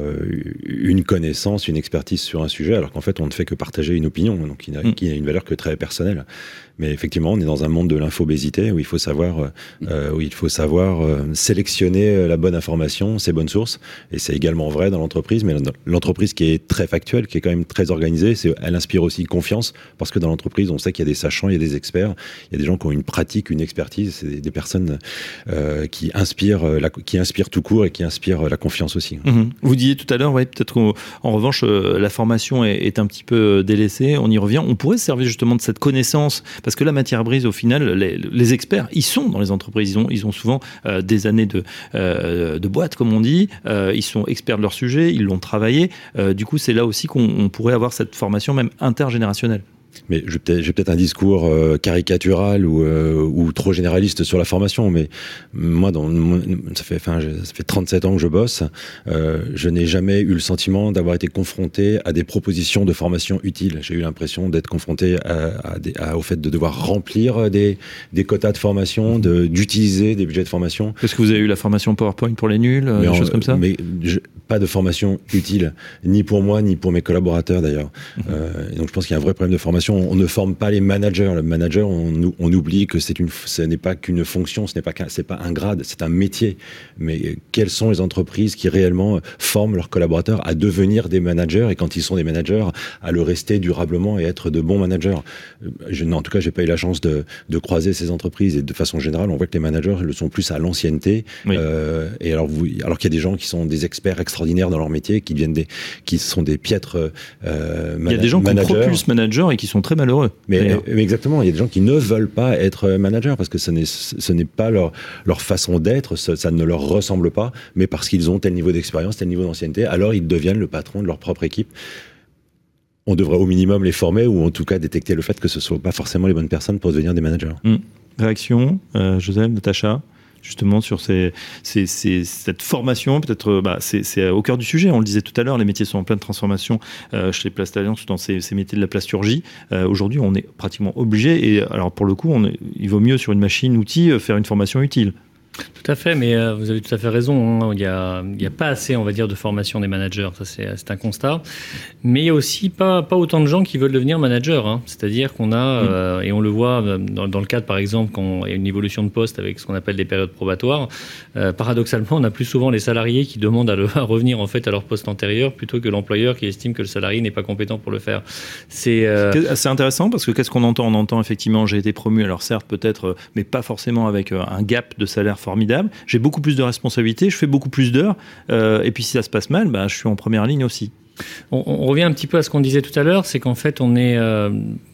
une connaissance, une expertise sur un sujet, alors qu'en fait, on ne fait que partager une opinion, donc qui n'a, qui n'a une valeur que très personnelle. Mais effectivement, on est dans un monde de l'infobésité où il faut savoir, euh, où il faut savoir euh, sélectionner la bonne information, ses bonnes sources. Et c'est également vrai dans l'entreprise, mais l'entreprise qui est très factuelle, qui est quand même très organisée, c'est, elle inspire aussi confiance parce que dans l'entreprise, on sait qu'il y a des sachants, il y a des experts, il y a des gens qui ont une pratique, une expertise. C'est des, des personnes euh, qui inspirent, la, qui inspirent tout court et qui inspirent la confiance aussi. Mmh. Vous disiez tout à l'heure, ouais, peut-être qu'en revanche, euh, la formation est, est un petit peu délaissée. On y revient. On pourrait se servir justement de cette connaissance. Parce que la matière grise, au final, les, les experts, ils sont dans les entreprises. Ils ont, ils ont souvent euh, des années de, euh, de boîte, comme on dit. Euh, ils sont experts de leur sujet, ils l'ont travaillé. Euh, du coup, c'est là aussi qu'on on pourrait avoir cette formation même intergénérationnelle. Mais j'ai peut-être, j'ai peut-être un discours euh, caricatural ou, euh, ou trop généraliste sur la formation, mais moi, dans, ça fait, enfin, ça fait trente-sept ans que je bosse. Euh, je n'ai jamais eu le sentiment d'avoir été confronté à des propositions de formation utiles. J'ai eu l'impression d'être confronté à, à des, à, au fait de devoir remplir des, des quotas de formation, de, d'utiliser des budgets de formation. Est-ce que vous avez eu la formation PowerPoint pour les nuls, mais des en, choses comme ça? Mais je, pas de formation utile, ni pour moi, ni pour mes collaborateurs d'ailleurs. Mmh. Euh, et donc je pense qu'il y a un vrai problème de formation. On ne forme pas les managers. Le manager, on, on oublie que c'est une, ce n'est pas qu'une fonction, ce n'est pas, qu'un, c'est pas un grade, c'est un métier. Mais quelles sont les entreprises qui réellement forment leurs collaborateurs à devenir des managers et quand ils sont des managers, à le rester durablement et être de bons managers? Je, non, en tout cas, j'ai pas eu la chance de, de croiser ces entreprises et de façon générale, on voit que les managers le sont plus à l'ancienneté. Oui. Euh, et alors, vous, alors qu'il y a des gens qui sont des experts extraordinaires dans leur métier, qui deviennent des, qui sont des piètres euh, managers. Il y a des gens managers. qui propulsent managers et qui sont très malheureux. Mais, mais exactement, il y a des gens qui ne veulent pas être managers parce que ce n'est, ce n'est pas leur, leur façon d'être, ça, ça ne leur ressemble pas, mais parce qu'ils ont tel niveau d'expérience, tel niveau d'ancienneté, alors ils deviennent le patron de leur propre équipe. On devrait au minimum les former ou en tout cas détecter le fait que ce ne soient pas forcément les bonnes personnes pour devenir des managers. Mmh. Réaction, euh, Joseph, Natacha, justement sur ces, ces, ces, cette formation, peut-être bah, c'est, c'est au cœur du sujet, on le disait tout à l'heure, les métiers sont en pleine transformation euh, chez les Places d'Alliance, dans ces, ces métiers de la plasturgie. Euh, aujourd'hui, on est pratiquement obligé, et alors pour le coup, on est, il vaut mieux sur une machine, outil, faire une formation utile. Tout à fait, mais euh, vous avez tout à fait raison. Hein. Il n'y a, il y a pas assez, on va dire, de formation des managers. Ça, c'est, c'est un constat. Mais il y a aussi pas, pas autant de gens qui veulent devenir manager. Hein. C'est-à-dire qu'on a, mmh. euh, et on le voit dans, dans le cadre, par exemple, quand il y a une évolution de poste avec ce qu'on appelle des périodes probatoires. Euh, paradoxalement, on a plus souvent les salariés qui demandent à, le, à revenir en fait à leur poste antérieur plutôt que l'employeur qui estime que le salarié n'est pas compétent pour le faire. C'est, euh... c'est intéressant parce que qu'est-ce qu'on entend? On entend effectivement, j'ai été promu, alors certes peut-être, mais pas forcément avec un gap de salaire formidable. J'ai beaucoup plus de responsabilités, je fais beaucoup plus d'heures, euh, et puis si ça se passe mal, bah, je suis en première ligne aussi. On, on revient un petit peu à ce qu'on disait tout à l'heure, c'est qu'en fait on est... Euh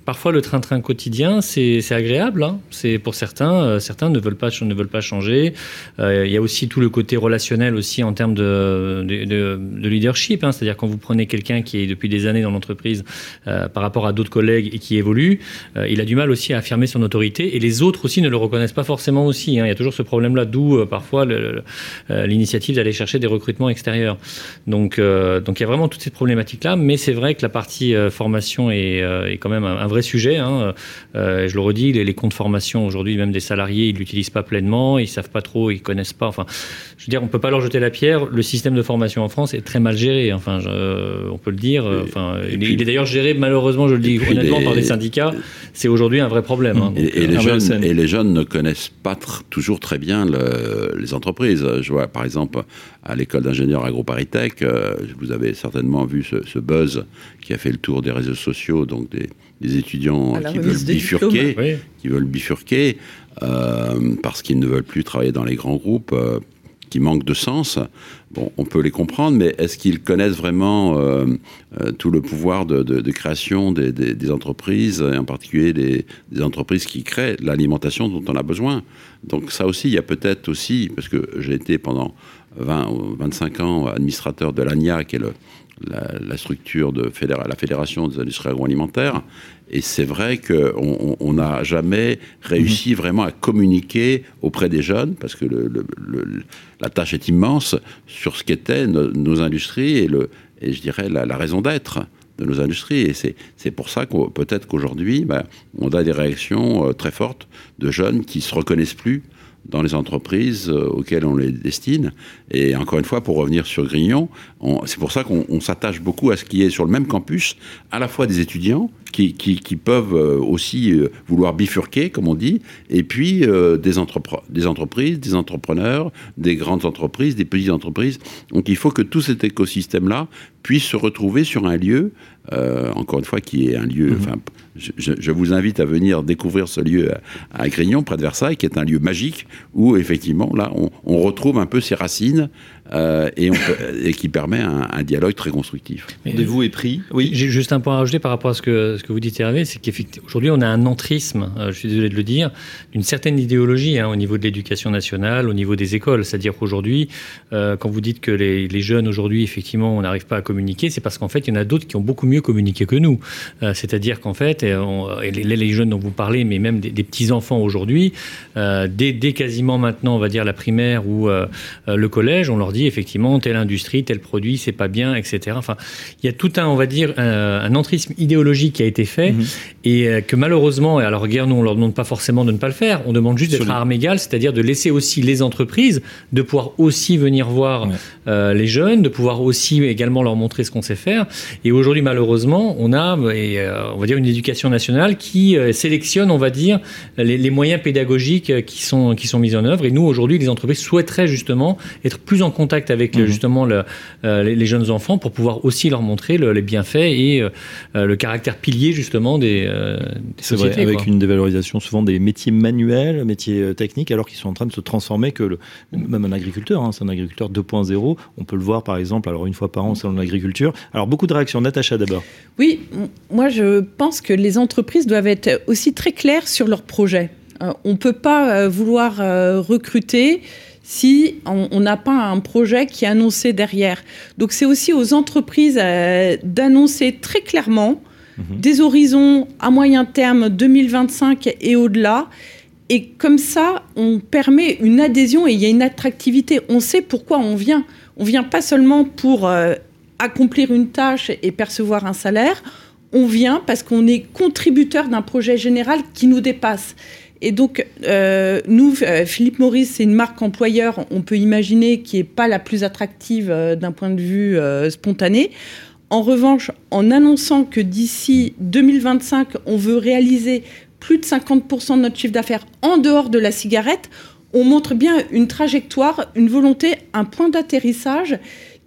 parfois le train-train quotidien, c'est, c'est agréable. Hein. C'est pour certains, euh, certains ne veulent pas, ne veulent pas changer. Euh, il y a aussi tout le côté relationnel aussi en termes de, de, de, de leadership. Hein. C'est-à-dire quand vous prenez quelqu'un qui est depuis des années dans l'entreprise euh, par rapport à d'autres collègues et qui évolue, euh, il a du mal aussi à affirmer son autorité et les autres aussi ne le reconnaissent pas forcément aussi. Hein. Il y a toujours ce problème-là, d'où euh, parfois le, le, euh, l'initiative d'aller chercher des recrutements extérieurs. Donc, euh, donc il y a vraiment toutes ces problématiques-là, mais c'est vrai que la partie euh, formation est, euh, est quand même un, un vrai sujet. Hein. Euh, je le redis, les, les comptes formation aujourd'hui, même des salariés, ils l'utilisent pas pleinement, ils savent pas trop, ils connaissent pas. Enfin, je veux dire, on peut pas leur jeter la pierre. Le système de formation en France est très mal géré. Enfin, je, euh, on peut le dire. Enfin, il, puis, il est d'ailleurs géré, malheureusement, je le dis honnêtement, les, par les syndicats. C'est aujourd'hui un vrai problème. Hein. Et, donc, et, les euh, jeunes, et les jeunes ne connaissent pas tr- toujours très bien le, les entreprises. Je vois, par exemple, à l'école d'ingénieurs AgroParisTech, euh, vous avez certainement vu ce, ce buzz qui a fait le tour des réseaux sociaux, donc des, des étudiants qui veulent bifurquer, oui. qui veulent bifurquer euh, parce qu'ils ne veulent plus travailler dans les grands groupes, euh, qui manquent de sens. Bon, on peut les comprendre, mais est-ce qu'ils connaissent vraiment euh, euh, tout le pouvoir de, de, de création des, des, des entreprises, et en particulier des, des entreprises qui créent l'alimentation dont on a besoin? Donc ça aussi, il y a peut-être aussi, parce que j'ai été pendant vingt ou vingt-cinq ans administrateur de l'A N I A, qui est le, la, la structure de fédéra- la Fédération des industries agroalimentaires, et c'est vrai qu'on n'a jamais réussi mmh. vraiment à communiquer auprès des jeunes, parce que le, le, le, la tâche est immense, sur ce qu'étaient nos, nos industries et, le, et je dirais la, la raison d'être de nos industries. Et c'est, c'est pour ça que peut-être qu'aujourd'hui, ben, on a des réactions euh, très fortes de jeunes qui ne se reconnaissent plus dans les entreprises euh, auxquelles on les destine. Et encore une fois, pour revenir sur Grignon, on, c'est pour ça qu'on on s'attache beaucoup à ce qui est sur le même campus, à la fois des étudiants qui, qui, qui peuvent euh, aussi euh, vouloir bifurquer, comme on dit, et puis euh, des, entrepre- des entreprises, des entrepreneurs, des grandes entreprises, des petites entreprises. Donc il faut que tout cet écosystème-là puisse se retrouver sur un lieu, euh, encore une fois, qui est un lieu... Mmh. Je, je, je vous invite à venir découvrir ce lieu à, à Grignon, près de Versailles, qui est un lieu magique, où effectivement, là, on, on retrouve un peu ses racines euh, et, on peut, et qui permet un, un dialogue très constructif. Rendez-vous est pris. Oui, j'ai juste un point à rajouter par rapport à ce que, ce que vous dites, Hervé, c'est qu'aujourd'hui, on a un entrisme, euh, je suis désolé de le dire, d'une certaine idéologie hein, au niveau de l'éducation nationale, au niveau des écoles. C'est-à-dire qu'aujourd'hui, euh, quand vous dites que les, les jeunes, aujourd'hui, effectivement, on n'arrive pas à communiquer, c'est parce qu'en fait, il y en a d'autres qui ont beaucoup mieux communiqué que nous. Euh, c'est-à-dire qu'en fait, on, et les, les jeunes dont vous parlez, mais même des, des petits-enfants aujourd'hui, euh, dès, dès quasiment maintenant, on va dire, la primaire ou euh, le collège, on leur dit effectivement, telle industrie, tel produit, c'est pas bien, et cetera. Enfin, il y a tout un, on va dire, un, un entrisme idéologique qui a été fait mmh. et euh, que malheureusement, et alors guère, nous, on leur demande pas forcément de ne pas le faire, on demande juste d'être les... à armes égales, c'est-à-dire de laisser aussi les entreprises, de pouvoir aussi venir voir ouais. euh, les jeunes, de pouvoir aussi également leur montrer ce qu'on sait faire. Et aujourd'hui, malheureusement, on a, et, euh, on va dire, une éducation nationale qui euh, sélectionne, on va dire, les, les moyens pédagogiques euh, qui sont, qui sont mis en œuvre. Et nous, aujourd'hui, les entreprises souhaiteraient justement être plus en contact avec mmh. justement le, euh, les, les jeunes enfants pour pouvoir aussi leur montrer le, les bienfaits et euh, le caractère pilier justement des, euh, des C'est sociétés. Vrai, avec quoi. une dévalorisation souvent des métiers manuels, métiers techniques, alors qu'ils sont en train de se transformer, que le, même un agriculteur, hein, c'est un agriculteur deux point zéro, on peut le voir par exemple, alors une fois par an au salon de l'agriculture. Alors beaucoup de réactions. Natacha d'abord. Oui, moi je pense que les entreprises doivent être aussi très claires sur leurs projets. Euh, on ne peut pas euh, vouloir euh, recruter si on n'a pas un projet qui est annoncé derrière. Donc c'est aussi aux entreprises euh, d'annoncer très clairement mmh. des horizons à moyen terme deux mille vingt-cinq et au-delà. Et comme ça, on permet une adhésion et il y a une attractivité. On sait pourquoi on vient. On ne vient pas seulement pour euh, accomplir une tâche et percevoir un salaire. On vient parce qu'on est contributeur d'un projet général qui nous dépasse. Et donc, euh, nous, euh, Philippe Morris, c'est une marque employeur, on peut imaginer, qui n'est pas la plus attractive euh, d'un point de vue euh, spontané. En revanche, en annonçant que d'ici deux mille vingt-cinq, on veut réaliser plus de cinquante pour cent de notre chiffre d'affaires en dehors de la cigarette, on montre bien une trajectoire, une volonté, un point d'atterrissage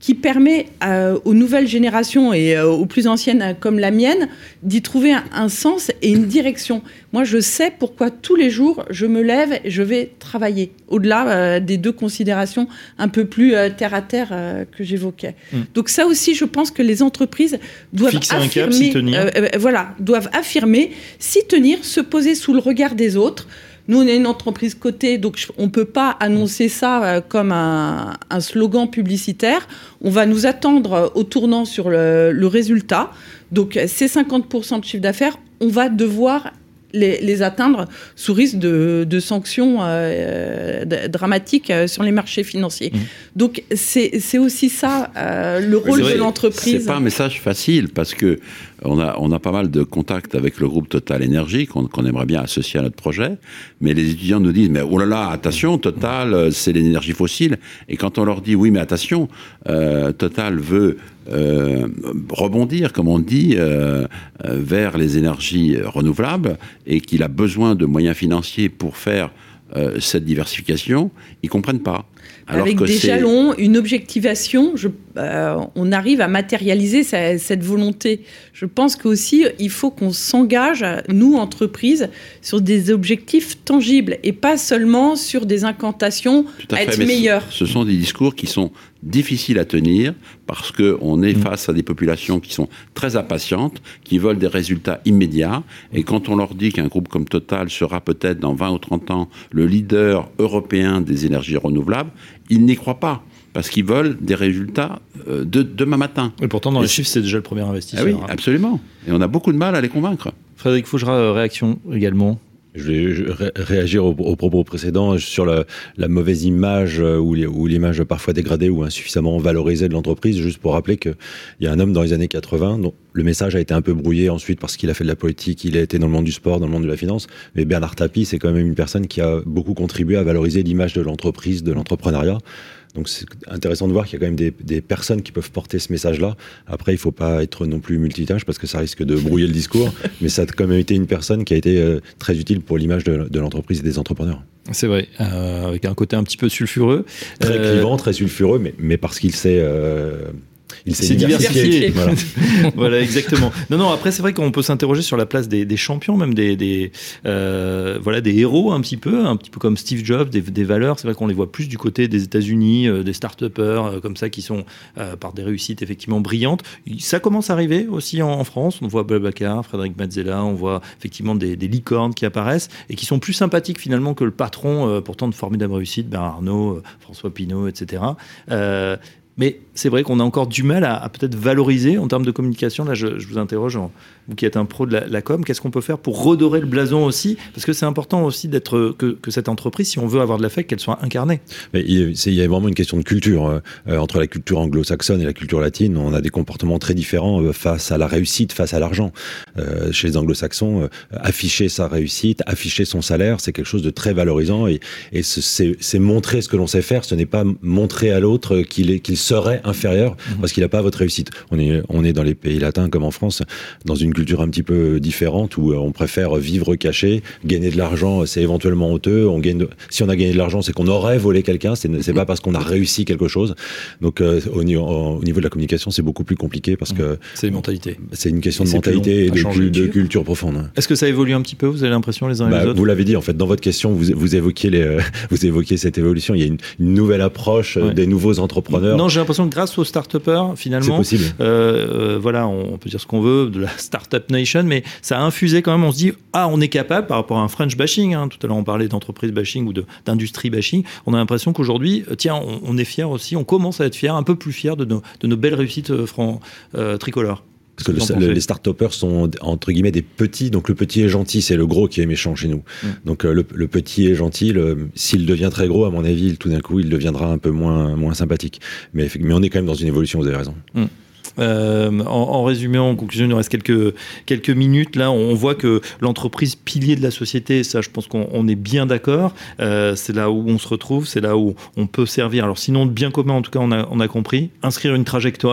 qui permet euh, aux nouvelles générations et euh, aux plus anciennes euh, comme la mienne d'y trouver un, un sens et une direction. Moi, je sais pourquoi tous les jours, je me lève et je vais travailler, au-delà euh, des deux considérations un peu plus euh, terre-à-terre euh, que j'évoquais. Mmh. Donc ça aussi, je pense que les entreprises doivent Fixer affirmer, un cap, s'y tenir. Euh, euh, voilà, doivent affirmer, s'y tenir, se poser sous le regard des autres. Nous, on est une entreprise cotée, donc on ne peut pas annoncer ça euh, comme un, un slogan publicitaire. On va nous attendre au tournant sur le, le résultat. Donc, ces cinquante pour cent de chiffre d'affaires, on va devoir les, les atteindre sous risque de, de sanctions euh, de, dramatiques euh, sur les marchés financiers. Mmh. Donc, c'est, c'est aussi ça, euh, le rôle vrai, de l'entreprise. C'est pas un message facile, parce que on a, on a pas mal de contacts avec le groupe Total Énergie qu'on, qu'on aimerait bien associer à notre projet, mais les étudiants nous disent, mais oh là là, attention, Total, c'est l'énergie fossile. Et quand on leur dit, oui, mais attention, euh, Total veut euh, rebondir, comme on dit, euh, euh, vers les énergies renouvelables, et qu'il a besoin de moyens financiers pour faire euh, cette diversification, ils comprennent pas. Alors Avec que des c'est... jalons, une objectivation, je, euh, on arrive à matérialiser sa, cette volonté. Je pense qu'aussi, il faut qu'on s'engage, nous, entreprises, sur des objectifs tangibles et pas seulement sur des incantations à, à être fait, meilleur. Ce, ce sont des discours qui sont difficiles à tenir parce qu'on est mmh. face à des populations qui sont très impatientes, qui veulent des résultats immédiats. Et quand on leur dit qu'un groupe comme Total sera peut-être dans vingt ou trente ans le leader européen des énergies renouvelables, ils n'y croient pas. Parce qu'ils veulent des résultats euh, de demain matin. Et pourtant, dans et les chiffres, c'est déjà le premier investisseur. Ah oui, absolument. Et on a beaucoup de mal à les convaincre. Frédéric Fougera, réaction également. Je vais je ré- réagir au, au propos précédent sur la, la mauvaise image euh, ou, ou l'image parfois dégradée ou insuffisamment valorisée de l'entreprise, juste pour rappeler qu'il y a un homme dans les années quatre-vingts dont le message a été un peu brouillé ensuite parce qu'il a fait de la politique, il a été dans le monde du sport, dans le monde de la finance, mais Bernard Tapie, c'est quand même une personne qui a beaucoup contribué à valoriser l'image de l'entreprise, de l'entrepreneuriat. Donc c'est intéressant de voir qu'il y a quand même des, des personnes qui peuvent porter ce message-là. Après, il ne faut pas être non plus multitâche parce que ça risque de brouiller le discours. Mais ça a quand même été une personne qui a été euh, très utile pour l'image de, de l'entreprise et des entrepreneurs. C'est vrai, euh, avec un côté un petit peu sulfureux. Très euh... clivant, très sulfureux, mais, mais parce qu'il sait... Euh, Il s'est diversifié. diversifié. Voilà. Voilà, exactement. Non, non. Après, c'est vrai qu'on peut s'interroger sur la place des, des champions, même des, des, euh, voilà, des héros un petit peu, un petit peu comme Steve Jobs, des, des valeurs. C'est vrai qu'on les voit plus du côté des États-Unis, euh, des start-upers euh, comme ça qui sont euh, par des réussites effectivement brillantes. Ça commence à arriver aussi en, en France. On voit Blablacar, Frédéric Mazzella, on voit effectivement des, des licornes qui apparaissent et qui sont plus sympathiques finalement que le patron, euh, pourtant de formidable réussite, Bernard Arnault, euh, François Pinault, et cetera. Euh, Mais c'est vrai qu'on a encore du mal à, à peut-être valoriser en termes de communication. Là, je, je vous interroge, en, vous qui êtes un pro de la, la com, qu'est-ce qu'on peut faire pour redorer le blason aussi ? Parce que c'est important aussi d'être, que, que cette entreprise, si on veut avoir de l'affect, qu'elle soit incarnée. Mais il, c'est, il y a vraiment une question de culture. Euh, entre la culture anglo-saxonne et la culture latine, on a des comportements très différents euh, face à la réussite, face à l'argent. Euh, chez les anglo-saxons, euh, afficher sa réussite, afficher son salaire, c'est quelque chose de très valorisant. Et, et c'est, c'est montrer ce que l'on sait faire, ce n'est pas montrer à l'autre qu'il, est, qu'il serait inférieur parce qu'il n'a pas votre réussite. On est, on est dans les pays latins comme en France, dans une culture un petit peu différente où on préfère vivre caché, gagner de l'argent, c'est éventuellement honteux. On gagne de... Si on a gagné de l'argent, c'est qu'on aurait volé quelqu'un, c'est, c'est pas parce qu'on a réussi quelque chose. Donc euh, au, niveau, au niveau de la communication, c'est beaucoup plus compliqué parce que... C'est une mentalité. C'est une question et de mentalité et de, plus, de culture profonde. Est-ce que ça évolue un petit peu, vous avez l'impression les uns et bah, les autres ? Vous l'avez dit, en fait, dans votre question, vous, vous, évoquiez, les, euh, vous évoquiez cette évolution. Il y a une, une nouvelle approche ouais. des nouveaux entrepreneurs. Non, j'ai l'impression que grâce aux start-upers, finalement, c'est possible. Euh, euh, voilà, on peut dire ce qu'on veut de la Startup Nation, mais ça a infusé quand même. On se dit, ah, on est capable par rapport à un French bashing. Hein, tout à l'heure, on parlait d'entreprise bashing ou de, d'industrie bashing. On a l'impression qu'aujourd'hui, tiens, on, on est fiers aussi. On commence à être fiers, un peu plus fiers de nos, de nos belles réussites euh, franc, euh, tricolores. Parce que le, le, les start-upers sont entre guillemets des petits, donc le petit est gentil, c'est le gros qui est méchant chez nous. Mmh. Donc le, le petit est gentil, le, s'il devient très gros, à mon avis, tout d'un coup, il deviendra un peu moins, moins sympathique. Mais, mais on est quand même dans une évolution, vous avez raison. Mmh. Euh, en, en résumé, en conclusion, il nous reste quelques, quelques minutes. Là, on voit que l'entreprise pilier de la société, ça, je pense qu'on on est bien d'accord. Euh, c'est là où on se retrouve, c'est là où on peut servir. Alors, sinon, de bien commun, en tout cas, on a, on a compris. Inscrire une trajectoire.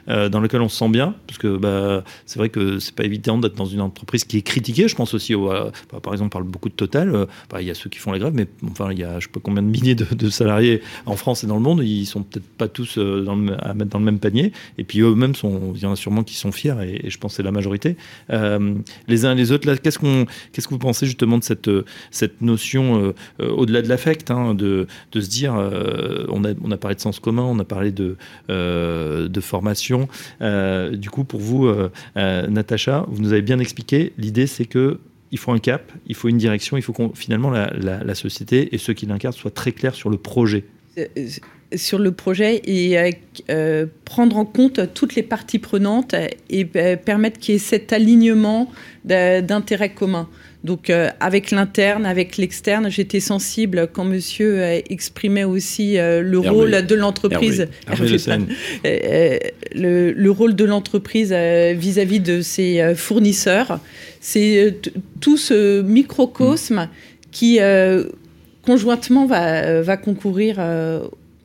euh, dans lequel on se sent bien, parce que bah, c'est vrai que c'est pas évident d'être dans une entreprise qui est critiquée. Je pense aussi, au, euh, bah, par exemple, on parle beaucoup de Total. Il euh, bah, y a ceux qui font la grève, mais enfin, il y a je sais pas combien de milliers de, de salariés en France et dans le monde. Ils sont peut-être pas tous euh, dans le, à mettre dans le même panier. Et puis eux-mêmes, il y en a sûrement qui sont fiers, et, et je pense que c'est la majorité. Euh, les uns et les autres, là, qu'est-ce, qu'on, qu'est-ce que vous pensez justement de cette, cette notion, euh, euh, au-delà de l'affect, hein, de, de se dire, euh, on, a, on a parlé de sens commun, on a parlé de, euh, de formation. Euh, du coup, pour vous, euh, euh, Natacha, vous nous avez bien expliqué, l'idée c'est que il faut un cap, il faut une direction, il faut que finalement la, la, la société et ceux qui l'incarnent soient très clairs sur le projet. Sur le projet et euh, prendre en compte toutes les parties prenantes et euh, permettre qu'il y ait cet alignement d'intérêts communs. Donc euh, avec l'interne, avec l'externe, j'étais sensible quand monsieur euh, exprimait aussi euh, le Hervé. rôle de l'entreprise. Hervé. Hervé Hervé euh, le, le rôle de l'entreprise euh, vis-à-vis de ses euh, fournisseurs. C'est euh, t- tout ce microcosme mmh. qui euh, conjointement va, va concourir euh,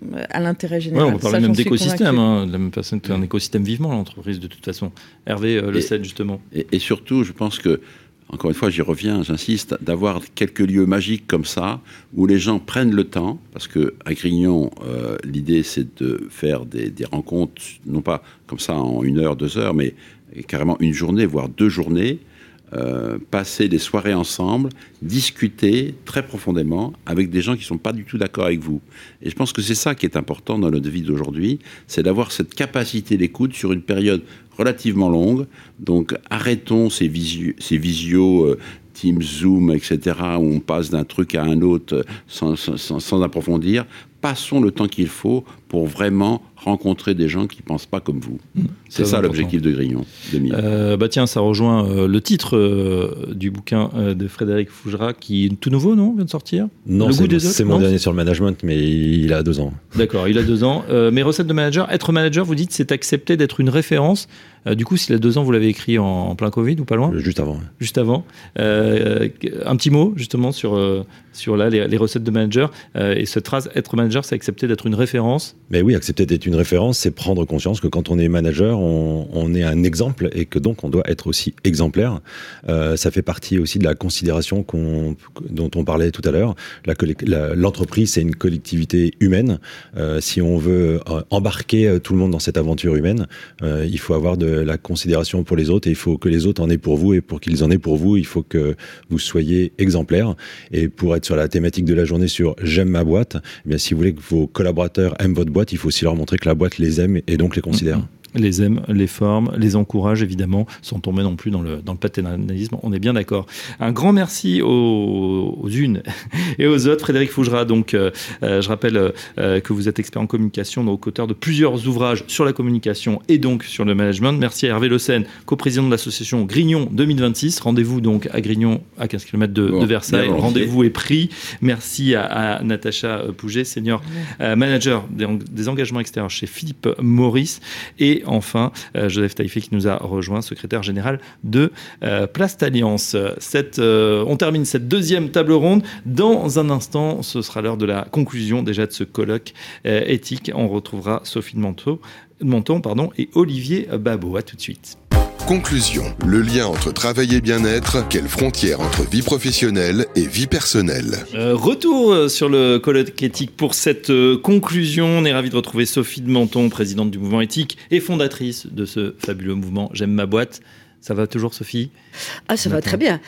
à l'intérêt général. Ouais, on va parler même d'écosystème, hein, de la même façon qu'un écosystème vivant, l'entreprise, de toute façon. Hervé euh, le sait justement. Et, et surtout, je pense que, encore une fois, j'y reviens, j'insiste, d'avoir quelques lieux magiques comme ça, où les gens prennent le temps, parce qu'à Grignon, euh, l'idée c'est de faire des, des rencontres, non pas comme ça en une heure, deux heures, mais carrément une journée, voire deux journées, Euh, passer des soirées ensemble, discuter très profondément avec des gens qui ne sont pas du tout d'accord avec vous. Et je pense que c'est ça qui est important dans notre vie d'aujourd'hui, c'est d'avoir cette capacité d'écoute sur une période relativement longue. Donc arrêtons ces, visio, ces visios, euh, Teams, Zoom, et cetera, où on passe d'un truc à un autre sans, sans, sans approfondir. Passons le temps qu'il faut pour vraiment rencontrer des gens qui ne pensent pas comme vous. Mmh, c'est ça important. L'objectif de Grignon deux mille. Euh, bah tiens, ça rejoint euh, le titre euh, du bouquin euh, de Frédéric Fougera, qui est tout nouveau, non, vient de sortir. Non, le c'est, goût des c'est autres, mon non dernier sur le management, mais il a deux ans. D'accord, il a deux ans. Euh, mes recettes de manager, être manager, vous dites, c'est accepter d'être une référence. Euh, du coup, s'il a deux ans, vous l'avez écrit en, en plein Covid ou pas loin ? Juste avant. Juste avant. Euh, un petit mot, justement, sur, euh, sur là, les, les recettes de manager. Euh, et cette phrase, être manager, c'est accepter d'être une référence. Mais oui, accepter d'être une référence, c'est prendre conscience que quand on est manager, on, on est un exemple et que donc on doit être aussi exemplaire. Euh, ça fait partie aussi de la considération qu'on, dont on parlait tout à l'heure. La, la, l'entreprise, c'est une collectivité humaine. Euh, si on veut embarquer tout le monde dans cette aventure humaine, euh, il faut avoir de la considération pour les autres et il faut que les autres en aient pour vous, et pour qu'ils en aient pour vous, il faut que vous soyez exemplaires. Et pour être sur la thématique de la journée sur j'aime ma boîte, eh bien, si vous voulez que vos collaborateurs aiment votre boîte, il faut aussi leur montrer que la boîte les aime et donc les considère. Mmh. Les aime, les forme, les encourage évidemment, sans tomber non plus dans le, dans le paternalisme, on est bien d'accord. Un grand merci aux, aux unes et aux autres. Frédéric Fougera, donc, euh, je rappelle euh, que vous êtes expert en communication, donc auteur de plusieurs ouvrages sur la communication et donc sur le management. Merci à Hervé Le Sen, coprésident de l'association Grignon deux mille vingt-six. Rendez-vous donc à Grignon, à quinze kilomètres de, bon, de Versailles. Rendez-vous est pris. Merci à, à Natacha Pouget, senior euh, manager des, des engagements extérieurs chez Philippe Maurice. Et enfin, euh, Joseph Taïfé qui nous a rejoint, secrétaire général de euh, Plast Alliance. Cette, euh, on termine cette deuxième table ronde. Dans un instant, ce sera l'heure de la conclusion déjà de ce colloque euh, éthique. On retrouvera Sophie de Menton, Menton pardon, et Olivier Babot. À tout de suite. Conclusion. Le lien entre travail et bien-être, quelle frontière entre vie professionnelle et vie personnelle. Euh, retour sur le colloque éthique pour cette euh, conclusion. On est ravis de retrouver Sophie de Menton, présidente du mouvement éthique et fondatrice de ce fabuleux mouvement J'aime ma boîte. Ça va toujours, Sophie ? Ah, ça va très bien.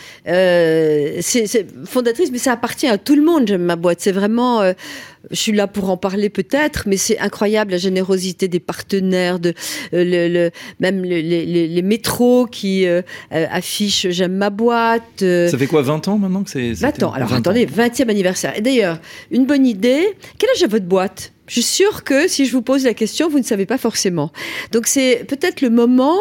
Euh, c'est, c'est fondatrice, mais ça appartient à tout le monde, J'aime ma boîte. C'est vraiment... Euh, je suis là pour en parler peut-être, mais c'est incroyable la générosité des partenaires, de, euh, le, le, même le, les, les, les métros qui euh, affichent J'aime ma boîte. Euh, ça fait quoi, vingt ans maintenant que c'est... vingt ans. Alors attendez, vingtième anniversaire. Et d'ailleurs, une bonne idée. Quel âge a votre boîte ? Je suis sûre que si je vous pose la question, vous ne savez pas forcément. Donc c'est peut-être le moment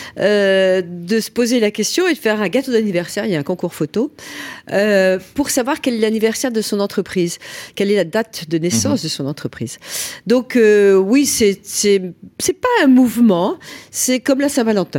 euh, de se poser la question et de faire un gâteau d'anniversaire. Il y a un concours photo euh, pour savoir quel est l'anniversaire de son entreprise, quelle est la date de naissance mmh. de son entreprise. Donc euh, oui, c'est c'est c'est pas un mouvement. C'est comme la Saint-Valentin.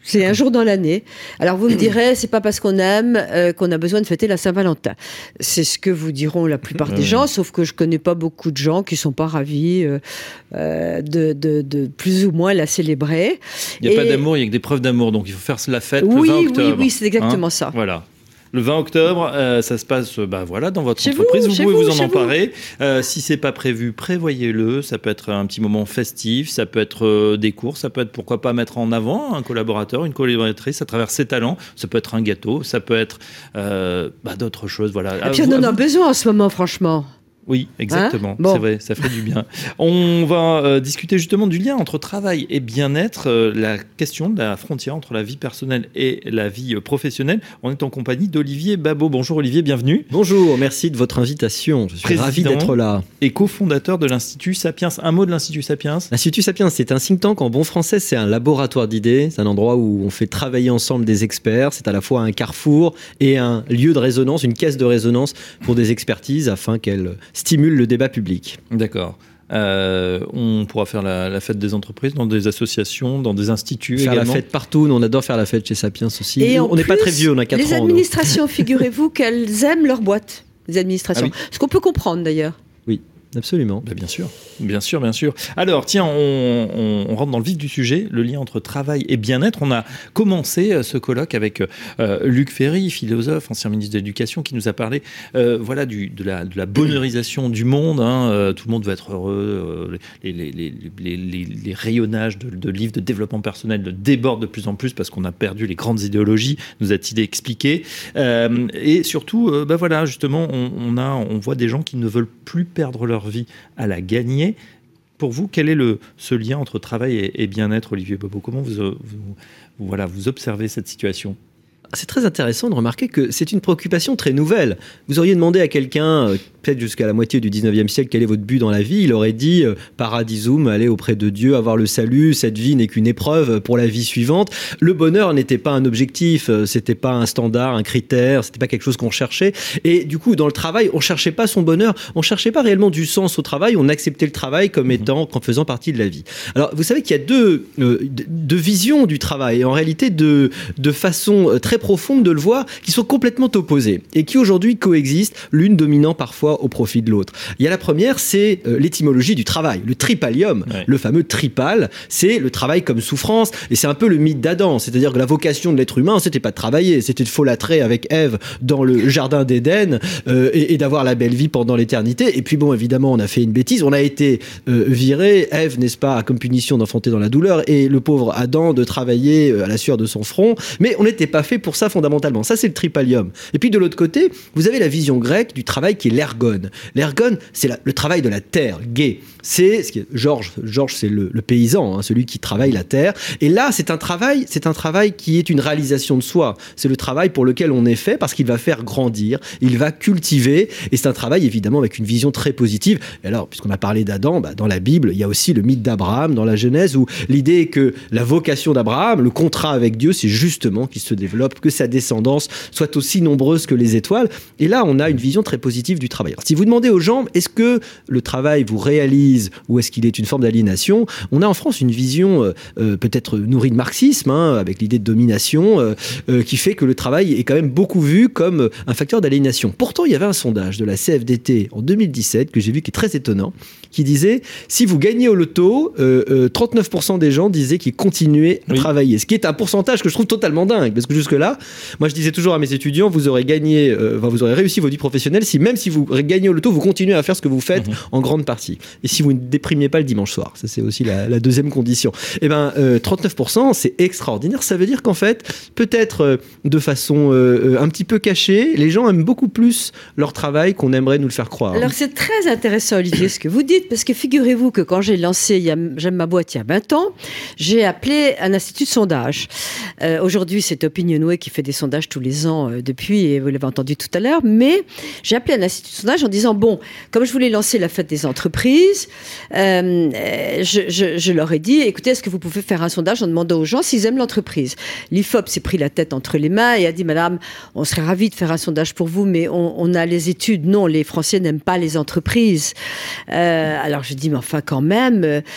C'est un jour dans l'année. Alors vous me direz, c'est pas parce qu'on aime euh, qu'on a besoin de fêter la Saint-Valentin. C'est ce que vous diront la plupart des gens, sauf que je connais pas beaucoup de gens qui sont pas ravis euh, euh, de, de, de plus ou moins la célébrer. Il n'y a Et... pas d'amour, il y a que des preuves d'amour, donc il faut faire la fête oui, le vingt octobre. Oui, oui, c'est exactement hein ça. Voilà. Le vingt octobre, euh, ça se passe bah, voilà, dans votre chez entreprise. Vous, vous pouvez vous, vous en chez emparer. Euh, si c'est pas prévu, prévoyez-le. Ça peut être un petit moment festif, ça peut être euh, des cours, ça peut être pourquoi pas mettre en avant un collaborateur, une collaboratrice à travers ses talents. Ça peut être un gâteau, ça peut être euh, bah, d'autres choses. Voilà. Et puis on en a besoin en ce moment, franchement. Oui, exactement, hein bon. C'est vrai, ça fait du bien. On va euh, discuter justement du lien entre travail et bien-être, euh, la question de la frontière entre la vie personnelle et la vie euh, professionnelle. On est en compagnie d'Olivier Babot. Bonjour Olivier, bienvenue. Bonjour, merci de votre invitation. Je suis Président ravi d'être là. Et cofondateur de l'Institut Sapiens. Un mot de l'Institut Sapiens. L'Institut Sapiens, c'est un think tank en bon français, c'est un laboratoire d'idées. C'est un endroit où on fait travailler ensemble des experts. C'est à la fois un carrefour et un lieu de résonance, une caisse de résonance pour des expertises afin qu'elles stimule le débat public. D'accord. Euh, on pourra faire la, la fête des entreprises dans des associations, dans des instituts faire également. La fête partout. Nous, on adore faire la fête chez Sapiens aussi. Et on n'est pas très vieux, on a quatre ans. Les administrations, figurez-vous qu'elles aiment leur boîte. Les administrations. Ah oui. Ce qu'on peut comprendre d'ailleurs. Oui. Absolument. Bah bien sûr, bien sûr, bien sûr. Alors, tiens, on, on, on rentre dans le vif du sujet, le lien entre travail et bien-être. On a commencé ce colloque avec euh, Luc Ferry, philosophe, ancien ministre de l'Éducation, qui nous a parlé euh, voilà, du, de, la, de la bonheurisation du monde. Hein. Euh, tout le monde veut être heureux. Euh, les, les, les, les, les, les rayonnages de, de livres de développement personnel débordent de plus en plus parce qu'on a perdu les grandes idéologies, nous a-t-il expliqué. Euh, et surtout, euh, bah voilà, justement, on, on, a, on voit des gens qui ne veulent plus perdre leur vie à la gagner. Pour vous, quel est le, ce lien entre travail et, et bien-être, Olivier Babot? Comment vous, vous, vous, voilà, vous observez cette situation? C'est très intéressant de remarquer que c'est une préoccupation très nouvelle. Vous auriez demandé à quelqu'un, euh, peut-être jusqu'à la moitié du dix-neuvième siècle, quel est votre but dans la vie, il aurait dit euh, paradisum, aller auprès de Dieu, avoir le salut, cette vie n'est qu'une épreuve pour la vie suivante. Le bonheur n'était pas un objectif, euh, c'était pas un standard, un critère, c'était pas quelque chose qu'on cherchait. Et du coup, dans le travail, on cherchait pas son bonheur, on cherchait pas réellement du sens au travail, on acceptait le travail comme étant, comme faisant partie de la vie. Alors, vous savez qu'il y a deux, euh, deux visions du travail, et en réalité de, de façon très profonde de le voir, qui sont complètement opposées et qui aujourd'hui coexistent, l'une dominant parfois au profit de l'autre. Il y a la première, c'est euh, l'étymologie du travail, le tripalium, ouais. Le fameux tripal, c'est le travail comme souffrance, et c'est un peu le mythe d'Adam, c'est-à-dire que la vocation de l'être humain, c'était pas de travailler, c'était de folâtrer avec Ève dans le jardin d'Éden euh, et, et d'avoir la belle vie pendant l'éternité. Et puis bon, évidemment, on a fait une bêtise, on a été euh, viré, Ève, n'est-ce pas, comme punition d'enfanter dans la douleur, et le pauvre Adam de travailler à la sueur de son front, mais on n'était pas fait pour ça fondamentalement. Ça, c'est le tripalium. Et puis, de l'autre côté, vous avez la vision grecque du travail qui est l'ergone. L'ergone, c'est la, le travail de la terre, gay. C'est ce qui est, Georges, Georges, c'est le, le paysan, hein, celui qui travaille la terre. Et là, c'est un travail, c'est un travail qui est une réalisation de soi. C'est le travail pour lequel on est fait parce qu'il va faire grandir, il va cultiver. Et c'est un travail, évidemment, avec une vision très positive. Et alors, puisqu'on a parlé d'Adam, bah, dans la Bible, il y a aussi le mythe d'Abraham, dans la Genèse, où l'idée est que la vocation d'Abraham, le contrat avec Dieu, c'est justement qu'il se développe, que sa descendance soit aussi nombreuse que les étoiles. Et là, on a une vision très positive du travail. Alors, si vous demandez aux gens, est-ce que le travail vous réalise ou est-ce qu'il est une forme d'aliénation, on a en France une vision euh, euh, peut-être nourrie de marxisme, hein, avec l'idée de domination, euh, euh, qui fait que le travail est quand même beaucoup vu comme un facteur d'aliénation. Pourtant, il y avait un sondage de la C F D T en deux mille dix-sept que j'ai vu qui est très étonnant, qui disait, si vous gagnez au loto, euh, euh, trente-neuf pour cent des gens disaient qu'ils continuaient à oui. travailler. Ce qui est un pourcentage que je trouve totalement dingue, parce que jusque-là, moi je disais toujours à mes étudiants, vous aurez gagné, euh, enfin, vous aurez réussi votre vie professionnelle si même si vous gagnez au loto, vous continuez à faire ce que vous faites mmh. en grande partie. Et si vous ne déprimez pas le dimanche soir, ça c'est aussi la, la deuxième condition. Et ben euh, trente-neuf pour cent, c'est extraordinaire. Ça veut dire qu'en fait, peut-être euh, de façon euh, un petit peu cachée, les gens aiment beaucoup plus leur travail qu'on aimerait nous le faire croire. Alors c'est très intéressant, Olivier, ce que vous dites, parce que figurez-vous que quand j'ai lancé il y a, J'aime ma boîte il y a vingt ans, j'ai appelé un institut de sondage. Euh, aujourd'hui, c'est Opinionway qui fait des sondages tous les ans euh, depuis, et vous l'avez entendu tout à l'heure, mais j'ai appelé un institut de sondage en disant, bon, comme je voulais lancer la fête des entreprises, euh, je, je, je leur ai dit, écoutez, est-ce que vous pouvez faire un sondage en demandant aux gens s'ils aiment l'entreprise? L'I F O P s'est pris la tête entre les mains et a dit, madame, on serait ravis de faire un sondage pour vous, mais on, on a les études. Non, les Français n'aiment pas les entreprises. Euh, alors je dis, mais enfin quand même... Euh,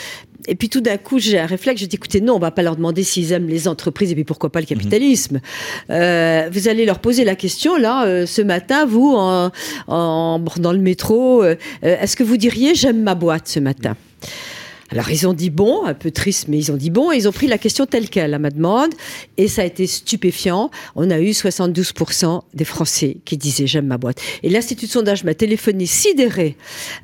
et puis tout d'un coup, j'ai un réflexe, je dis, écoutez, non, on va pas leur demander s'ils aiment les entreprises et puis pourquoi pas le capitalisme. Mmh. Euh, vous allez leur poser la question, là, euh, ce matin, vous, en, en, dans le métro, euh, est-ce que vous diriez, j'aime ma boîte ce matin ? Alors ils ont dit bon, un peu triste, mais ils ont dit bon, et ils ont pris la question telle qu'elle à ma demande, et ça a été stupéfiant. On a eu soixante-douze pour cent des Français qui disaient j'aime ma boîte. Et l'Institut de sondage m'a téléphoné sidéré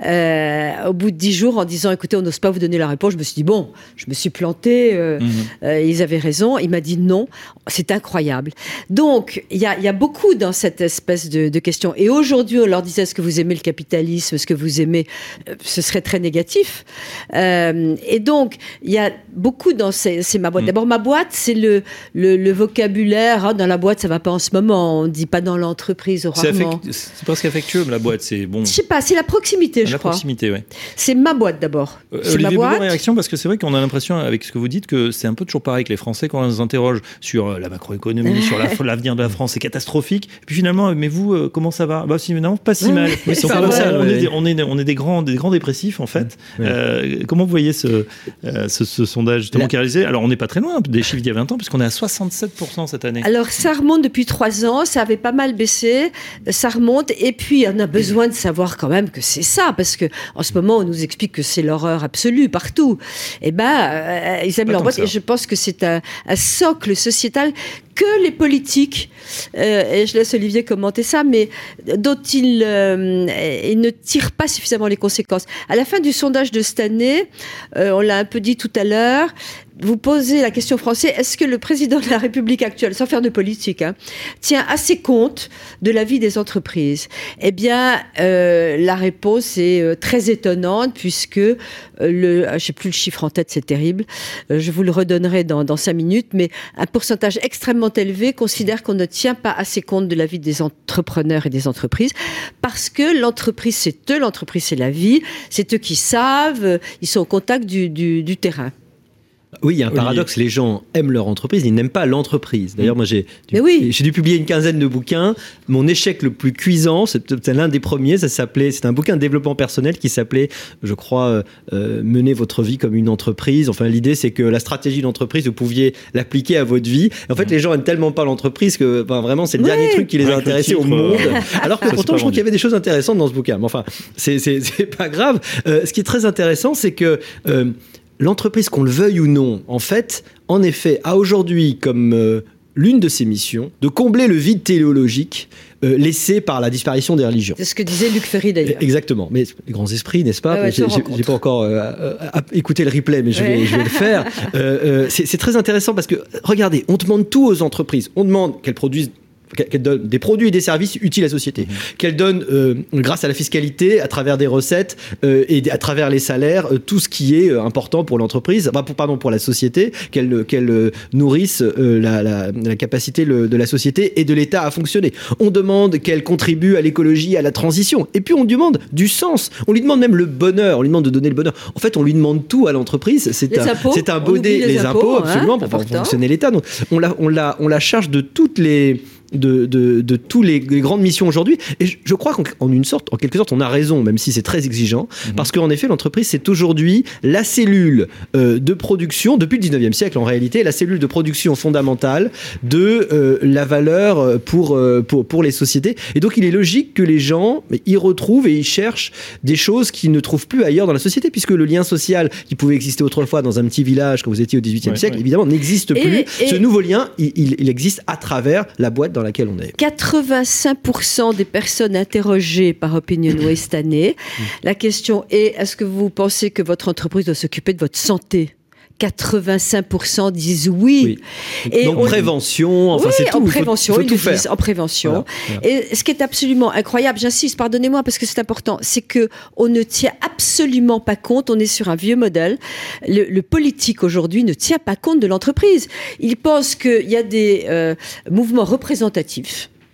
euh, au bout de dix jours en disant écoutez, on n'ose pas vous donner la réponse. Je me suis dit bon, je me suis plantée, euh, mmh. euh, ils avaient raison. Il m'a dit non, c'est incroyable. Donc il y a, y a beaucoup dans cette espèce de, de question. Et aujourd'hui, on leur disait est-ce que vous aimez le capitalisme, est-ce que vous aimez, euh, ce serait très négatif. Euh, Et donc, il y a beaucoup dans ces, ces ma boîte. D'abord, ma boîte, c'est le, le, le vocabulaire. Hein, dans la boîte, ça va pas en ce moment. On dit pas dans l'entreprise, rarement. C'est, affect... c'est presque affectueux, la boîte. C'est bon. Je sais pas, c'est la proximité, ah, je la crois. La proximité, oui. C'est ma boîte d'abord. Euh, c'est Olivier ma boîte. Boulot, réaction, parce que c'est vrai qu'on a l'impression, avec ce que vous dites, que c'est un peu toujours pareil que les Français, quand on les interroge sur la macroéconomie, sur la, l'avenir de la France, c'est catastrophique. Et puis finalement, mais vous, euh, comment ça va ? Bah, si, non, pas si mal. Oui, c'est pas ça, on, est des, on, est, on est des grands, des grands dépressifs, en fait. Oui. Euh, comment vous voyez ce. Euh, ce, ce sondage justement la... qui est réalisé. Alors on n'est pas très loin des chiffres d'il y a vingt ans, puisqu'on est à soixante-sept pour cent cette année. Alors ça remonte depuis trois ans, ça avait pas mal baissé, ça remonte, et puis on a besoin de savoir quand même que c'est ça, parce que en ce moment on nous explique que c'est l'horreur absolue partout. Et ben euh, ils aiment leur boîte, et je pense que c'est un, un socle sociétal que les politiques, euh, et je laisse Olivier commenter ça, mais dont ils, euh, ils ne tirent pas suffisamment les conséquences. À la fin du sondage de cette année, euh, on l'a un peu dit tout à l'heure, vous posez la question aux Français, est-ce que le président de la République actuelle, sans faire de politique, hein, tient assez compte de la vie des entreprises ? Eh bien, euh, la réponse est euh, très étonnante, puisque euh, le, je sais plus le chiffre en tête, c'est terrible, euh, je vous le redonnerai dans, dans cinq minutes, mais un pourcentage extrêmement élevé considère qu'on ne tient pas assez compte de la vie des entrepreneurs et des entreprises, parce que l'entreprise, c'est eux, l'entreprise, c'est la vie, c'est eux qui savent, ils sont au contact du, du, du terrain. Oui, il y a un paradoxe, les gens aiment leur entreprise, ils n'aiment pas l'entreprise. D'ailleurs, moi, j'ai dû, oui. j'ai dû publier une quinzaine de bouquins. Mon échec le plus cuisant, c'est, c'est l'un des premiers, ça s'appelait, c'est un bouquin de développement personnel qui s'appelait, je crois, euh, Mener votre vie comme une entreprise. Enfin, l'idée, c'est que la stratégie d'entreprise, vous pouviez l'appliquer à votre vie. Et en fait, les gens n'aiment tellement pas l'entreprise que, ben, vraiment, c'est le oui. dernier truc qui les a intéressés au monde. Alors que ça, pourtant, je trouve qu'il y avait des choses intéressantes dans ce bouquin. Mais enfin, c'est, c'est, c'est pas grave. Euh, ce qui est très intéressant, c'est que... Euh, l'entreprise, qu'on le veuille ou non, en fait, en effet, a aujourd'hui comme euh, l'une de ses missions de combler le vide téléologique euh, laissé par la disparition des religions. C'est ce que disait Luc Ferry d'ailleurs. Exactement. Mais les grands esprits, n'est-ce pas ? Ah ouais, j'ai, j'ai, j'ai pas encore euh, euh, écouté le replay, mais je vais, ouais. je vais le faire. Euh, euh, c'est, c'est très intéressant parce que, regardez, on demande tout aux entreprises. On demande qu'elles produisent qu'elle donne des produits et des services utiles à la société, mmh. qu'elle donne, euh, grâce à la fiscalité, à travers des recettes euh, et à travers les salaires, euh, tout ce qui est euh, important pour l'entreprise, enfin, pour, pardon, pour la société, qu'elle, qu'elle euh, nourrisse euh, la, la, la capacité le, de la société et de l'État à fonctionner. On demande qu'elle contribue à l'écologie, à la transition. Et puis on lui demande du sens. On lui demande même le bonheur. On lui demande de donner le bonheur. En fait, on lui demande tout à l'entreprise. C'est les un, impôts, c'est un baudet, les, les impôts, impôts absolument, hein, pour faire fonctionner l'État. Donc on la, on la, on la charge de toutes les De, de, de tous les, les grandes missions aujourd'hui. Et je, je crois qu'en en une sorte, en quelque sorte, on a raison, même si c'est très exigeant, mmh. parce qu'en effet, l'entreprise, c'est aujourd'hui la cellule euh, de production, depuis le dix-neuvième siècle en réalité, la cellule de production fondamentale de euh, la valeur pour, euh, pour, pour les sociétés. Et donc, il est logique que les gens y retrouvent et y cherchent des choses qu'ils ne trouvent plus ailleurs dans la société, puisque le lien social qui pouvait exister autrefois dans un petit village quand vous étiez au dix-huitième ouais, siècle, ouais. évidemment, n'existe plus. Et, et Ce nouveau lien, il, il, il existe à travers la boîte dans laquelle on est. quatre-vingt-cinq pour cent des personnes interrogées par OpinionWay cette année, la question est, est-ce que vous pensez que votre entreprise doit s'occuper de votre santé ? quatre-vingt-cinq pour cent disent oui. oui. Et donc on... prévention, enfin oui, c'est tout. En prévention, faut, faut ils tout le faire. disent, en prévention. Voilà, voilà. Et ce qui est absolument incroyable, j'insiste, pardonnez-moi parce que c'est important, c'est que on ne tient absolument pas compte. On est sur un vieux modèle. Le, le politique aujourd'hui ne tient pas compte de l'entreprise. Il pense qu'il y a des euh, mouvements représentatifs.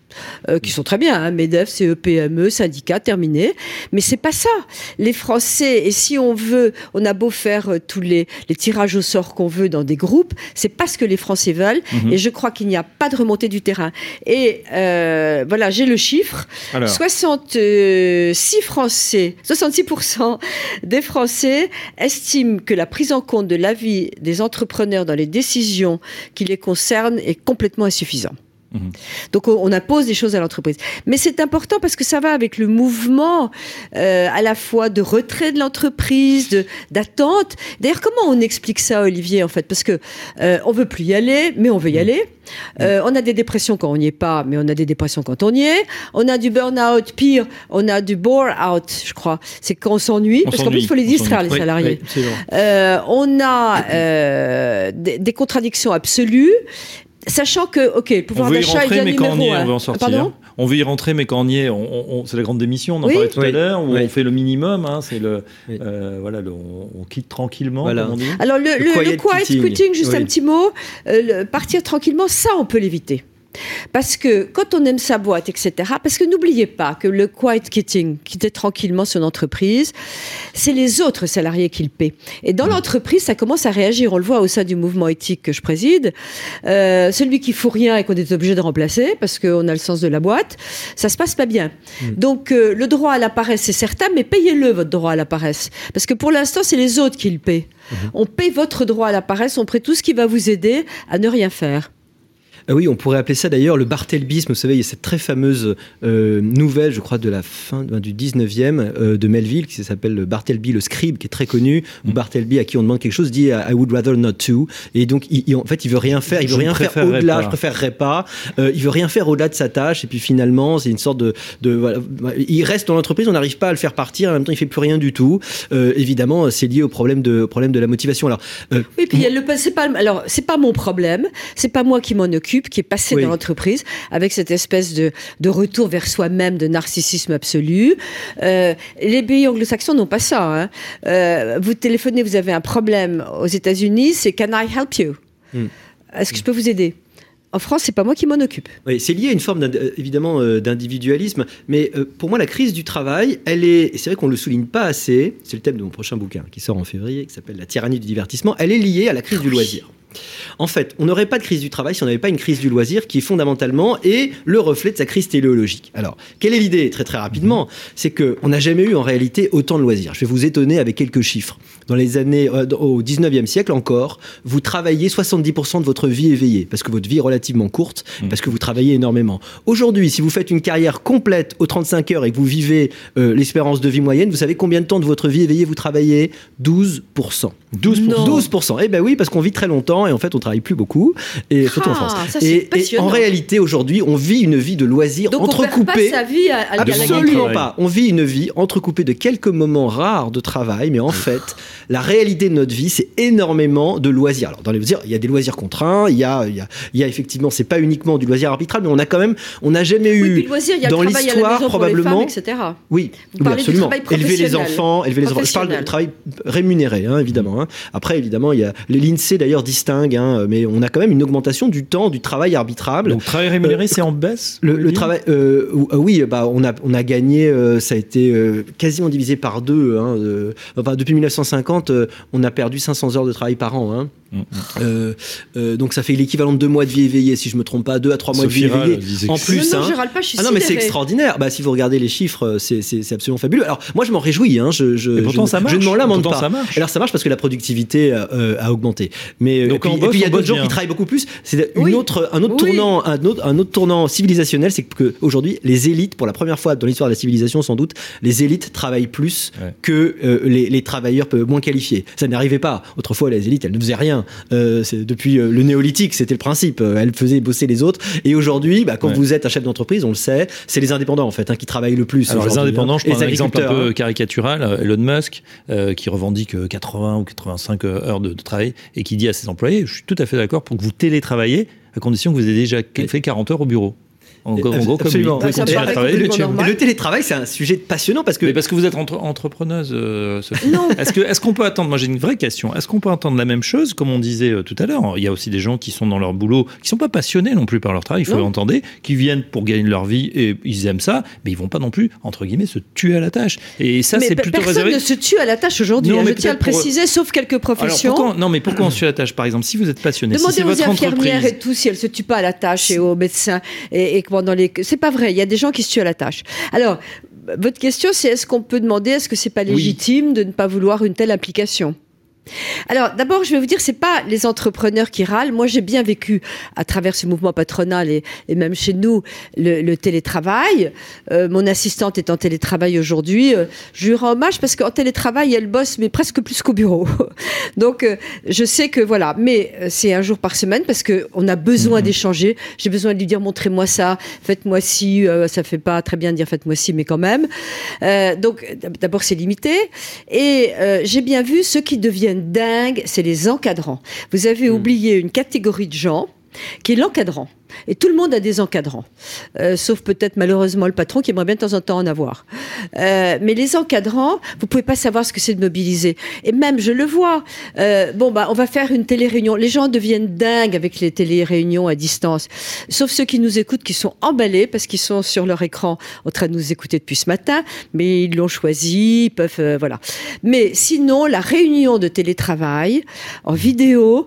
euh, qui sont très bien, hein, MEDEF, C E P M E, syndicats, terminé. Mais c'est pas ça. Les Français, et si on veut, on a beau faire euh, tous les, les tirages au sort qu'on veut dans des groupes, c'est pas ce que les Français veulent. Mmh. Et je crois qu'il n'y a pas de remontée du terrain. Et euh, voilà, j'ai le chiffre. Alors. soixante-six Français, soixante-six pour cent des Français estiment que la prise en compte de l'avis des entrepreneurs dans les décisions qui les concernent est complètement insuffisante. Mmh. Donc on impose des choses à l'entreprise, mais c'est important parce que ça va avec le mouvement euh, à la fois de retrait de l'entreprise, de, d'attente. D'ailleurs, comment on explique ça, Olivier, en fait, parce que euh, on veut plus y aller, mais on veut y aller. Euh, on a des dépressions quand on n'y est pas, mais on a des dépressions quand on y est. On a du burn-out, pire, on a du bore-out, je crois. C'est quand on s'ennuie, on parce s'ennuie. Qu'en plus il faut les distraire, les oui, salariés. Oui, euh, on a euh, des, des contradictions absolues. Sachant que, ok, le pouvoir d'achat est bien numéro un. On veut en sortir. Pardon ? On veut y rentrer, mais quand on y est, on, on, c'est la grande démission, on en oui. parlait tout oui. à l'heure, où oui. on fait le minimum, hein, c'est le, oui. euh, voilà, le, on, on quitte tranquillement, voilà. comme on dit. Alors le, le, le, quiet, le quiet quitting, quitting juste oui. un petit mot, euh, le, partir tranquillement, ça on peut l'éviter. Parce que quand on aime sa boîte, et cetera, parce que n'oubliez pas que le quiet quitting, quitter tranquillement son entreprise, c'est les autres salariés qui le paient. Et dans mmh. l'entreprise, ça commence à réagir. On le voit au sein du mouvement éthique que je préside. Euh, celui qui fout rien et qu'on est obligé de remplacer, parce qu'on a le sens de la boîte, ça se passe pas bien. Mmh. Donc euh, le droit à la paresse, c'est certain, mais payez-le, votre droit à la paresse. Parce que pour l'instant, c'est les autres qui le paient. Mmh. On paye votre droit à la paresse, on paie tout ce qui va vous aider à ne rien faire. Ah oui, on pourrait appeler ça d'ailleurs le barthelbisme. Vous savez, il y a cette très fameuse euh, nouvelle, je crois, de la fin du dix-neuvième euh, de Melville, qui s'appelle Bartleby le scribe, qui est très connu. Où Bartleby, à qui on demande quelque chose, dit I would rather not to. Et donc, il, il, en fait, il veut rien faire. Il veut je rien faire au-delà. Pas. Je préférerais pas. Euh, il veut rien faire au-delà de sa tâche. Et puis finalement, c'est une sorte de, de voilà, il reste dans l'entreprise. On n'arrive pas à le faire partir. En même temps, il fait plus rien du tout. Euh, évidemment, c'est lié au problème de, au problème de la motivation. Alors, euh, oui, puis il le, c'est pas, alors c'est pas mon problème. C'est pas moi qui m'en occupe, qui est passé oui. dans l'entreprise avec cette espèce de, de retour vers soi-même, de narcissisme absolu. Euh, les pays anglo-saxons n'ont pas ça. Hein. Euh, vous téléphonez, vous avez un problème aux États-Unis, c'est Can I help you? mm. Est-ce que mm. je peux vous aider? En France, c'est pas moi qui m'en occupe. Oui, c'est lié à une forme évidemment euh, d'individualisme, mais euh, pour moi, la crise du travail, elle est, et c'est vrai qu'on le souligne pas assez. C'est le thème de mon prochain bouquin qui sort en février, qui s'appelle La tyrannie du divertissement. Elle est liée à la crise oui. du loisir. En fait, on n'aurait pas de crise du travail si on n'avait pas une crise du loisir qui fondamentalement est le reflet de sa crise téléologique. Alors, quelle est l'idée? Très très rapidement, c'est qu'on n'a jamais eu en réalité autant de loisirs. Je vais vous étonner avec quelques chiffres. Dans les années, euh, au dix-neuvième siècle encore, vous travaillez soixante-dix pour cent de votre vie éveillée, parce que votre vie est relativement courte, parce que vous travaillez énormément. Aujourd'hui, si vous faites une carrière complète aux trente-cinq heures et que vous vivez euh, l'espérance de vie moyenne, vous savez combien de temps de votre vie éveillée vous travaillez? douze pour cent. douze pour cent. douze pour cent. Eh ben oui, parce qu'on vit très longtemps et en fait on travaille plus beaucoup, et surtout ah, en France. Ça, et, et en réalité aujourd'hui on vit une vie de loisirs donc entrecoupée. On perd pas sa vie à, à absolument pas. On vit une vie entrecoupée de quelques moments rares de travail, mais en fait la réalité de notre vie c'est énormément de loisirs. Alors dans les loisirs il y a des loisirs contraints, il y a il y a, il y a effectivement c'est pas uniquement du loisir arbitral, mais on a quand même on n'a jamais eu oui, loisir, il y a dans l'histoire probablement femmes, et cetera. Oui, oui absolument. Élever les enfants, élever les enfants. Je parle de travail rémunéré hein, évidemment. Hein. Après évidemment il y a l'INSEE d'ailleurs distingue, hein, mais on a quand même une augmentation du temps du travail arbitrable. Donc travail rémunéré, euh, c'est en baisse. Le, le travail, euh, oui, bah on a on a gagné, euh, ça a été euh, quasiment divisé par deux. Hein, euh, enfin depuis mille neuf cent cinquante, euh, on a perdu cinq cents heures de travail par an. Hein. Mmh. Euh, euh, donc ça fait l'équivalent de deux mois de vie éveillée, si je me trompe pas, deux à trois mois Sophie de vie éveillée. En plus, non, non, hein. je râle pas, je suis ah non, mais c'est extraordinaire. Bah si vous regardez les chiffres, c'est c'est, c'est absolument fabuleux. Alors moi je m'en réjouis. Hein. Je je, et pourtant je, ça marche. Je ne m'en lamente pourtant, pas. Ça marche. Alors ça marche parce que la productivité euh, a augmenté. Mais donc, et puis, bosse, et puis il y a d'autres gens bien. qui travaillent beaucoup plus. C'est une oui. autre, un autre oui. tournant, un autre, un autre tournant civilisationnel, c'est que aujourd'hui les élites, pour la première fois dans l'histoire de la civilisation sans doute, les élites travaillent plus ouais. que euh, les, les travailleurs moins qualifiés. Ça n'arrivait pas. Autrefois les élites elles ne faisaient rien. Euh, c'est, depuis euh, le néolithique c'était le principe. Elles faisaient bosser les autres. Et aujourd'hui, bah, quand ouais. vous êtes un chef d'entreprise, on le sait, c'est les indépendants en fait hein, qui travaillent le plus. Alors les indépendants, hein. je prends un exemple un peu caricatural. Elon Musk euh, qui revendique quatre-vingts ou quatre-vingt-cinq heures de, de travail et qui dit à ses employés, je suis tout à fait d'accord pour que vous télétravaillez à condition que vous ayez déjà fait quarante heures au bureau. En gros, en gros, comme lui. Absolument. Vous pouvez continuer à travailler. Le, dessus. le télétravail, c'est un sujet passionnant parce que. Mais parce que vous êtes entre- entrepreneuse, euh, Sophie. Non. Est-ce que, est-ce qu'on peut attendre, moi j'ai une vraie question, est-ce qu'on peut attendre la même chose, comme on disait euh, tout à l'heure? Il y a aussi des gens qui sont dans leur boulot, qui sont pas passionnés non plus par leur travail, il faut l'entendre, qui viennent pour gagner leur vie et ils aiment ça, mais ils vont pas non plus, entre guillemets, se tuer à la tâche. Et ça, mais c'est pe- plutôt personne réservé. ne se tue à la tâche aujourd'hui, Non, hein, mais je tiens à le peut-être pour- préciser, sauf quelques Alors, professions. pourquoi, non, mais pourquoi on se tue à la tâche? Par exemple, si vous êtes passionné, Demandez si c'est aux votre infirmières entreprise. et tout si elles se tuent pas à la tâche et aux médecins et, et que pendant les. C'est pas vrai. Il y a des gens qui se tuent à la tâche. Alors, votre question, c'est est-ce qu'on peut demander, est-ce que c'est pas légitime de ne pas vouloir une telle application? Alors, d'abord, je vais vous dire, c'est pas les entrepreneurs qui râlent. Moi, j'ai bien vécu à travers ce mouvement patronal et, et même chez nous le, le télétravail. Euh, mon assistante est en télétravail aujourd'hui. Euh, je lui rends hommage parce qu'en télétravail, elle bosse, mais presque plus qu'au bureau. Donc, euh, je sais que voilà, mais euh, c'est un jour par semaine parce que on a besoin mmh. d'échanger. J'ai besoin de lui dire, montrez-moi ça, faites-moi ci. Euh, ça fait pas très bien de dire faites-moi ci, mais quand même. Euh, donc, d'abord, c'est limité. Et euh, j'ai bien vu ceux qui deviennent dingue, c'est les encadrants. Vous avez mmh. oublié une catégorie de gens qui est l'encadrant. Et tout le monde a des encadrants, euh, sauf peut-être malheureusement le patron qui aimerait bien de temps en temps en avoir. Euh, mais les encadrants, vous pouvez pas savoir ce que c'est de mobiliser. Et même, je le vois, euh, bon bah on va faire une télé-réunion. Les gens deviennent dingues avec les télé-réunions à distance, sauf ceux qui nous écoutent, qui sont emballés parce qu'ils sont sur leur écran en train de nous écouter depuis ce matin, mais ils l'ont choisi, ils peuvent, euh, voilà. Mais sinon, la réunion de télétravail en vidéo,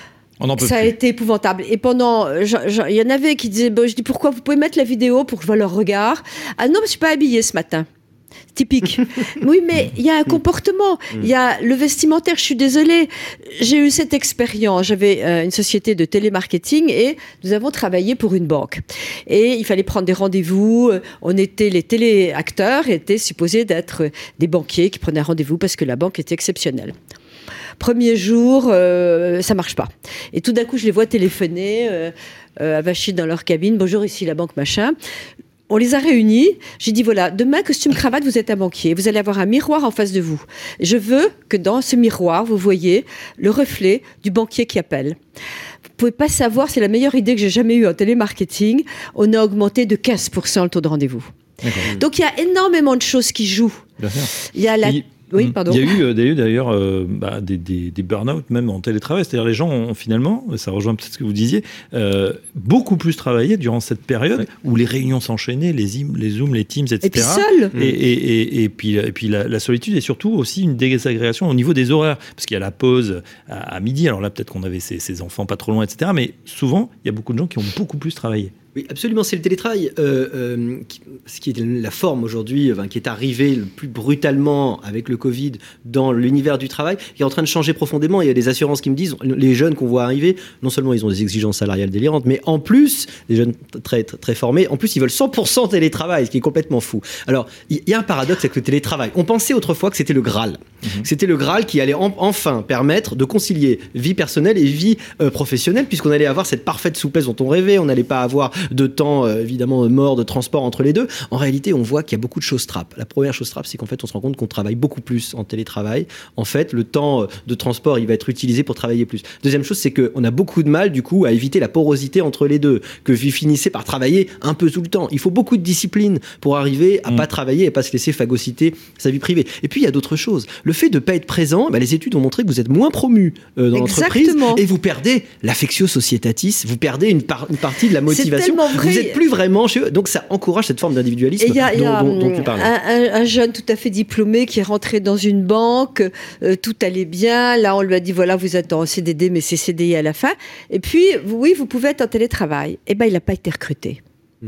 ça a été épouvantable. Et pendant, il y en avait qui disaient, bon, je dis pourquoi vous pouvez mettre la vidéo pour que je vois leur regard. Ah non, mais je suis pas habillée ce matin. Typique. Oui, mais il y a un comportement, il y a le vestimentaire. Je suis désolée. J'ai eu cette expérience. J'avais euh, une société de télémarketing et nous avons travaillé pour une banque. Et il fallait prendre des rendez-vous. On était, les téléacteurs étaient supposés d'être des banquiers qui prenaient un rendez-vous parce que la banque était exceptionnelle. Premier jour, euh, ça marche pas. Et tout d'un coup, je les vois téléphoner, euh, euh, avachis dans leur cabine. Bonjour, ici la banque machin. On les a réunis. J'ai dit voilà, demain, costume cravate, vous êtes un banquier. Vous allez avoir un miroir en face de vous. Je veux que dans ce miroir, vous voyez le reflet du banquier qui appelle. Vous pouvez pas savoir, c'est la meilleure idée que j'ai jamais eue en télémarketing. On a augmenté de quinze pour cent le taux de rendez-vous. D'accord. Donc il y a énormément de choses qui jouent. Bien sûr. Il y a la... Et... Oui, pardon. Il y a eu, il y a eu d'ailleurs euh, bah, des, des, des burn-out même en télétravail. C'est-à-dire les gens ont finalement, ça rejoint peut-être ce que vous disiez, euh, beaucoup plus travaillé durant cette période ouais. où les réunions s'enchaînaient, les, les Zooms, les Teams, et cetera. Et puis seul. Et, et, et, et puis, et puis la, la solitude et surtout aussi une désagrégation au niveau des horaires. Parce qu'il y a la pause à, à midi. Alors là, peut-être qu'on avait ses, ses enfants pas trop loin, et cetera. Mais souvent, il y a beaucoup de gens qui ont beaucoup plus travaillé. Oui, absolument, c'est le télétravail, euh, euh, qui, ce qui est la forme aujourd'hui, enfin, qui est arrivé le plus brutalement avec le Covid dans l'univers du travail, qui est en train de changer profondément. Il y a des assurances qui me disent, les jeunes qu'on voit arriver, non seulement ils ont des exigences salariales délirantes, mais en plus, les jeunes très, très, très formés, en plus ils veulent cent pour cent télétravail, ce qui est complètement fou. Alors, il y a un paradoxe avec le télétravail. On pensait autrefois que c'était le Graal. Mm-hmm. C'était le Graal qui allait en, enfin permettre de concilier vie personnelle et vie euh, professionnelle, puisqu'on allait avoir cette parfaite souplesse dont on rêvait, on n'allait pas avoir de temps euh, évidemment mort de transport entre les deux. En réalité, on voit qu'il y a beaucoup de choses trappes. La première chose trappe, c'est qu'en fait, on se rend compte qu'on travaille beaucoup plus en télétravail. En fait, le temps de transport, il va être utilisé pour travailler plus. Deuxième chose, c'est qu'on a beaucoup de mal, du coup, à éviter la porosité entre les deux, que vous finissez par travailler un peu tout le temps. Il faut beaucoup de discipline pour arriver à mmh. pas travailler et pas se laisser phagocyter sa vie privée. Et puis, il y a d'autres choses. Le fait de ne pas être présent, bah, les études ont montré que vous êtes moins promu euh, dans l'entreprise et vous perdez l'affectio societatis, vous perdez une, par- une partie de la motivation. Vous n'êtes plus vraiment chez eux. Donc ça encourage cette forme d'individualisme y a, dont, y a, dont, dont tu parles. Un, un, un jeune tout à fait diplômé qui est rentré dans une banque, euh, tout allait bien. Là, on lui a dit voilà, vous êtes en C D D, mais c'est C D I à la fin. Et puis, oui, vous pouvez être en télétravail. Eh ben, il n'a pas été recruté. Hmm.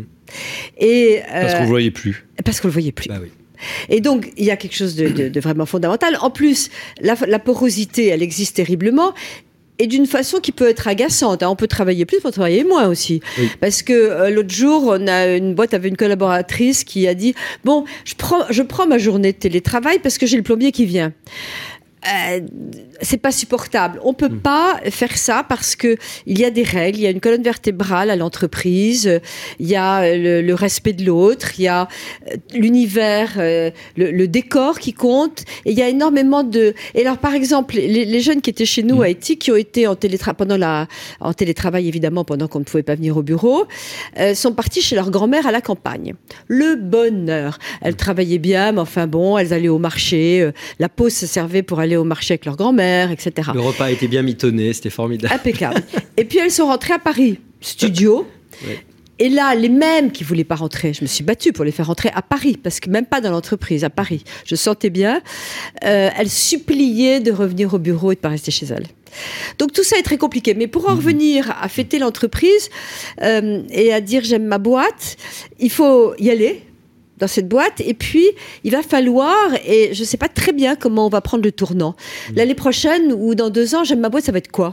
Et, euh, parce qu'on ne le voyait plus. Parce qu'on ne le voyait plus. Bah oui. Et donc, il y a quelque chose de, de, de vraiment fondamental. En plus, la, la porosité, elle existe terriblement. Et d'une façon qui peut être agaçante. On peut travailler plus, on peut travailler moins aussi. Oui. Parce que euh, l'autre jour, on a une boîte avait une collaboratrice qui a dit bon, je prends, je prends ma journée de télétravail parce que j'ai le plombier qui vient. euh, c'est pas supportable. On peut mmh. pas faire ça parce que il y a des règles, il y a une colonne vertébrale à l'entreprise, il y a le, le respect de l'autre, il y a l'univers, euh, le, le décor qui compte, et il y a énormément de... Et alors, par exemple, les, les jeunes qui étaient chez nous mmh. à Éthique, qui ont été en, télétra... pendant la... en télétravail, évidemment, pendant qu'on ne pouvait pas venir au bureau, euh, sont partis chez leur grand-mère à la campagne. Le bonheur. Elles travaillaient bien, mais enfin bon, elles allaient au marché, euh, la pause se servait pour aller au marché avec leur grand-mère, et cetera. Le repas était bien mitonné, c'était formidable. Impeccable. Et puis elles sont rentrées à Paris, studio. Ouais. Et là, les mêmes qui ne voulaient pas rentrer, je me suis battue pour les faire rentrer à Paris, parce que même pas dans l'entreprise, à Paris. Je sentais bien. Euh, elles suppliaient de revenir au bureau et de ne pas rester chez elles. Donc tout ça est très compliqué. Mais pour en revenir à fêter l'entreprise euh, et à dire j'aime ma boîte, il faut y aller dans cette boîte, et puis il va falloir, et je ne sais pas très bien comment on va prendre le tournant. Mmh. L'année prochaine ou dans deux ans, j'aime ma boîte, ça va être quoi ?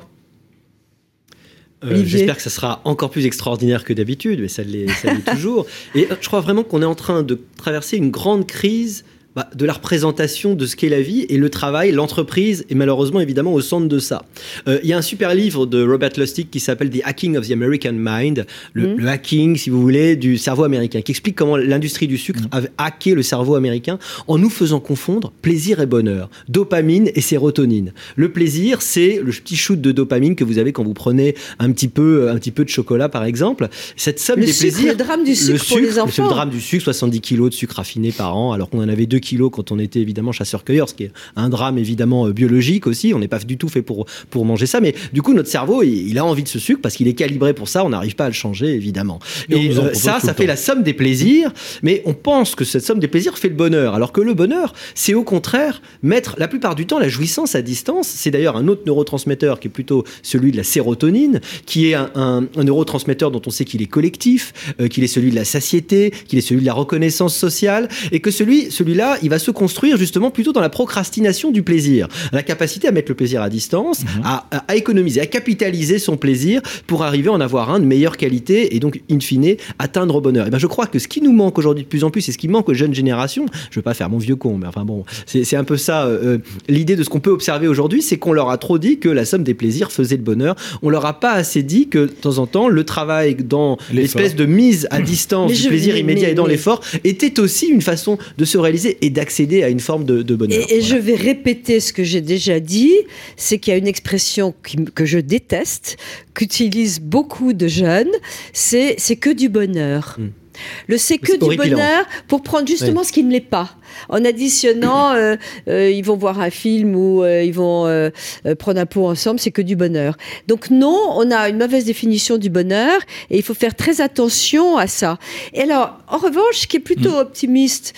Euh, j'espère que ça sera encore plus extraordinaire que d'habitude, mais ça l'est, ça l'est toujours. Et je crois vraiment qu'on est en train de traverser une grande crise bah, de la représentation de ce qu'est la vie, et le travail, l'entreprise est malheureusement évidemment au centre de ça. Il euh, y a un super livre de Robert Lustig qui s'appelle The Hacking of the American Mind, le, mmh. le hacking, si vous voulez, du cerveau américain, qui explique comment l'industrie du sucre mmh. avait hacké le cerveau américain en nous faisant confondre plaisir et bonheur, dopamine et sérotonine. Le plaisir, c'est le petit shoot de dopamine que vous avez quand vous prenez un petit peu, un petit peu de chocolat, par exemple. Cette somme le des sucre, plaisirs... Le drame du sucre, le pour sucre, les enfants. Le drame du sucre, soixante-dix kilos de sucre raffiné par an, alors qu'on en avait deux kilos quand on était évidemment chasseur-cueilleur, ce qui est un drame évidemment biologique aussi. On n'est pas du tout fait pour, pour manger ça, mais du coup notre cerveau il, il a envie de ce sucre parce qu'il est calibré pour ça, on n'arrive pas à le changer évidemment. Et, et euh, ça, ça fait la somme des plaisirs, mais on pense que cette somme des plaisirs fait le bonheur, alors que le bonheur, c'est au contraire mettre la plupart du temps la jouissance à distance. C'est d'ailleurs un autre neurotransmetteur qui est plutôt celui de la sérotonine, qui est un, un, un neurotransmetteur dont on sait qu'il est collectif, euh, qu'il est celui de la satiété, qu'il est celui de la reconnaissance sociale, et que celui, celui-là, il va se construire justement plutôt dans la procrastination du plaisir, la capacité à mettre le plaisir à distance, mmh. à, à économiser, à capitaliser son plaisir pour arriver à en avoir un de meilleure qualité et donc in fine atteindre au bonheur. Et ben je crois que ce qui nous manque aujourd'hui de plus en plus, c'est ce qui manque aux jeunes générations. Je veux pas faire mon vieux con, mais enfin bon, c'est, c'est un peu ça euh, l'idée de ce qu'on peut observer aujourd'hui, c'est qu'on leur a trop dit que la somme des plaisirs faisait le bonheur. On leur a pas assez dit que de temps en temps le travail dans l'effort. L'espèce de mise à distance mais du je, plaisir mais, immédiat mais, et dans mais, l'effort était aussi une façon de se réaliser et d'accéder à une forme de, de bonheur. Et, et voilà. Je vais répéter ce que j'ai déjà dit, c'est qu'il y a une expression qui, que je déteste, qu'utilisent beaucoup de jeunes, c'est, c'est que du bonheur. Hum. Le c'est que c'est du bonheur pour prendre justement oui. ce qui ne l'est pas. En additionnant, euh, euh, ils vont voir un film ou euh, ils vont euh, euh, prendre un pot ensemble, c'est que du bonheur. Donc non, on a une mauvaise définition du bonheur et il faut faire très attention à ça. Et alors, en revanche, ce qui est plutôt mmh. optimiste,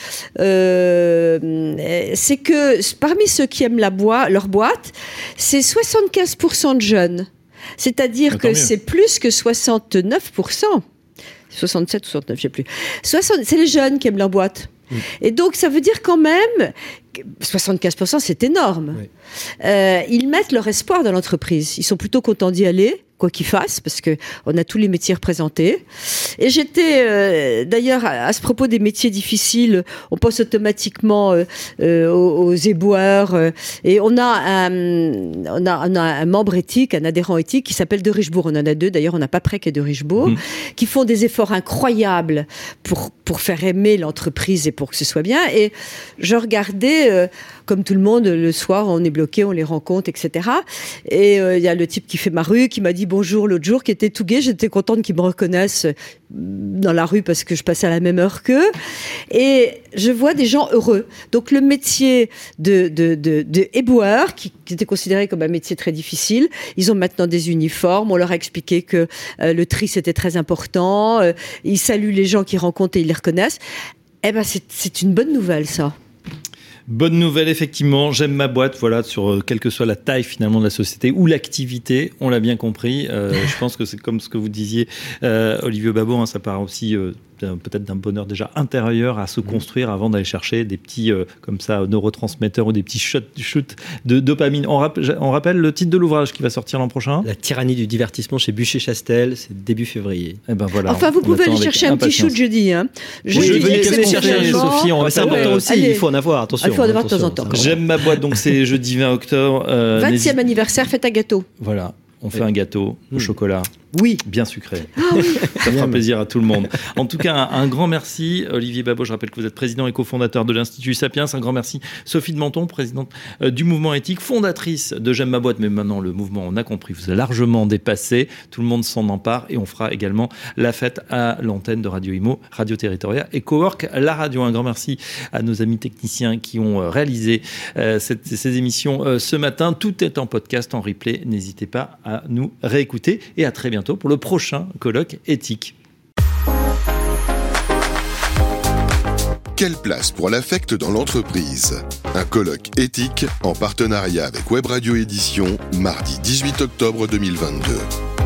euh, c'est que parmi ceux qui aiment la boi- leur boîte, c'est soixante-quinze pour cent de jeunes. C'est-à-dire Attends que mieux. C'est plus que soixante-neuf pour cent. soixante-sept ou soixante-neuf, je ne sais plus. soixante, c'est les jeunes qui aiment leur boîte. Mmh. Et donc, ça veut dire quand même, soixante-quinze pour cent, c'est énorme. Oui. Euh, ils mettent leur espoir dans l'entreprise. Ils sont plutôt contents d'y aller, quoi qu'ils fassent, parce qu'on a tous les métiers représentés. Et j'étais, euh, d'ailleurs, à, à ce propos des métiers difficiles, on pense automatiquement euh, euh, aux, aux éboueurs. Euh, et on a, un, on, a, on a un membre éthique, un adhérent éthique qui s'appelle de Richebourg. On en a deux, d'ailleurs, on n'a pas près qui est de Richebourg, mmh. qui font des efforts incroyables pour, pour faire aimer l'entreprise et pour que ce soit bien. Et je regardais, euh, comme tout le monde, le soir, on est bloqué, on les rencontre, et cetera. Et il euh, y a le type qui fait ma rue, qui m'a dit bonjour l'autre jour, qui était tout gai. J'étais contente qu'ils me reconnaissent dans la rue parce que je passais à la même heure qu'eux. Et je vois des gens heureux. Donc le métier de, de, de, de éboueur, qui, qui était considéré comme un métier très difficile, ils ont maintenant des uniformes. On leur a expliqué que euh, le tri, c'était très important. Euh, ils saluent les gens qu'ils rencontrent et ils les reconnaissent. Eh ben, c'est, c'est une bonne nouvelle, ça. Bonne nouvelle, effectivement. J'aime ma boîte, voilà, sur euh, quelle que soit la taille finalement de la société ou l'activité, on l'a bien compris. Euh, je pense que c'est comme ce que vous disiez, euh, Olivier Babot, hein, ça part aussi. Euh, peut-être d'un bonheur déjà intérieur à se construire avant d'aller chercher des petits, euh, comme ça, neurotransmetteurs ou des petits shoots, shoots de dopamine. On, rap- on rappelle le titre de l'ouvrage qui va sortir l'an prochain. La tyrannie du divertissement chez Bûcher-Chastel, c'est début février. Et ben voilà, enfin, vous pouvez aller chercher un petit shoot jeudi. Hein. Je oui, venez chercher, Sophie. On va c'est important aussi, allez. il faut en avoir. Attention. Il faut en avoir de temps en temps. J'aime ma boîte, donc c'est jeudi vingt octobre. Euh, vingtième anniversaire, faites un gâteau. Voilà. On fait un gâteau au chocolat. Oui. Bien sucré. Ah oui. Ça fera plaisir à tout le monde. En tout cas, un, un grand merci, Olivier Babot. Je rappelle que vous êtes président et cofondateur de l'Institut Sapiens. Un grand merci, Sophie de Menton, présidente euh, du mouvement éthique, fondatrice de J'aime ma boîte. Mais maintenant, le mouvement, on a compris, vous a largement dépassé. Tout le monde s'en empare et on fera également la fête à l'antenne de Radio Imo, Radio Territoria et Cowork la radio. Un grand merci à nos amis techniciens qui ont euh, réalisé euh, cette, ces émissions euh, ce matin. Tout est en podcast, en replay. N'hésitez pas à nous réécouter et à très bientôt pour le prochain colloque éthique. Quelle place pour l'affect dans l'entreprise ? Un colloque éthique en partenariat avec Web Radio Édition, mardi dix-huit octobre deux mille vingt-deux.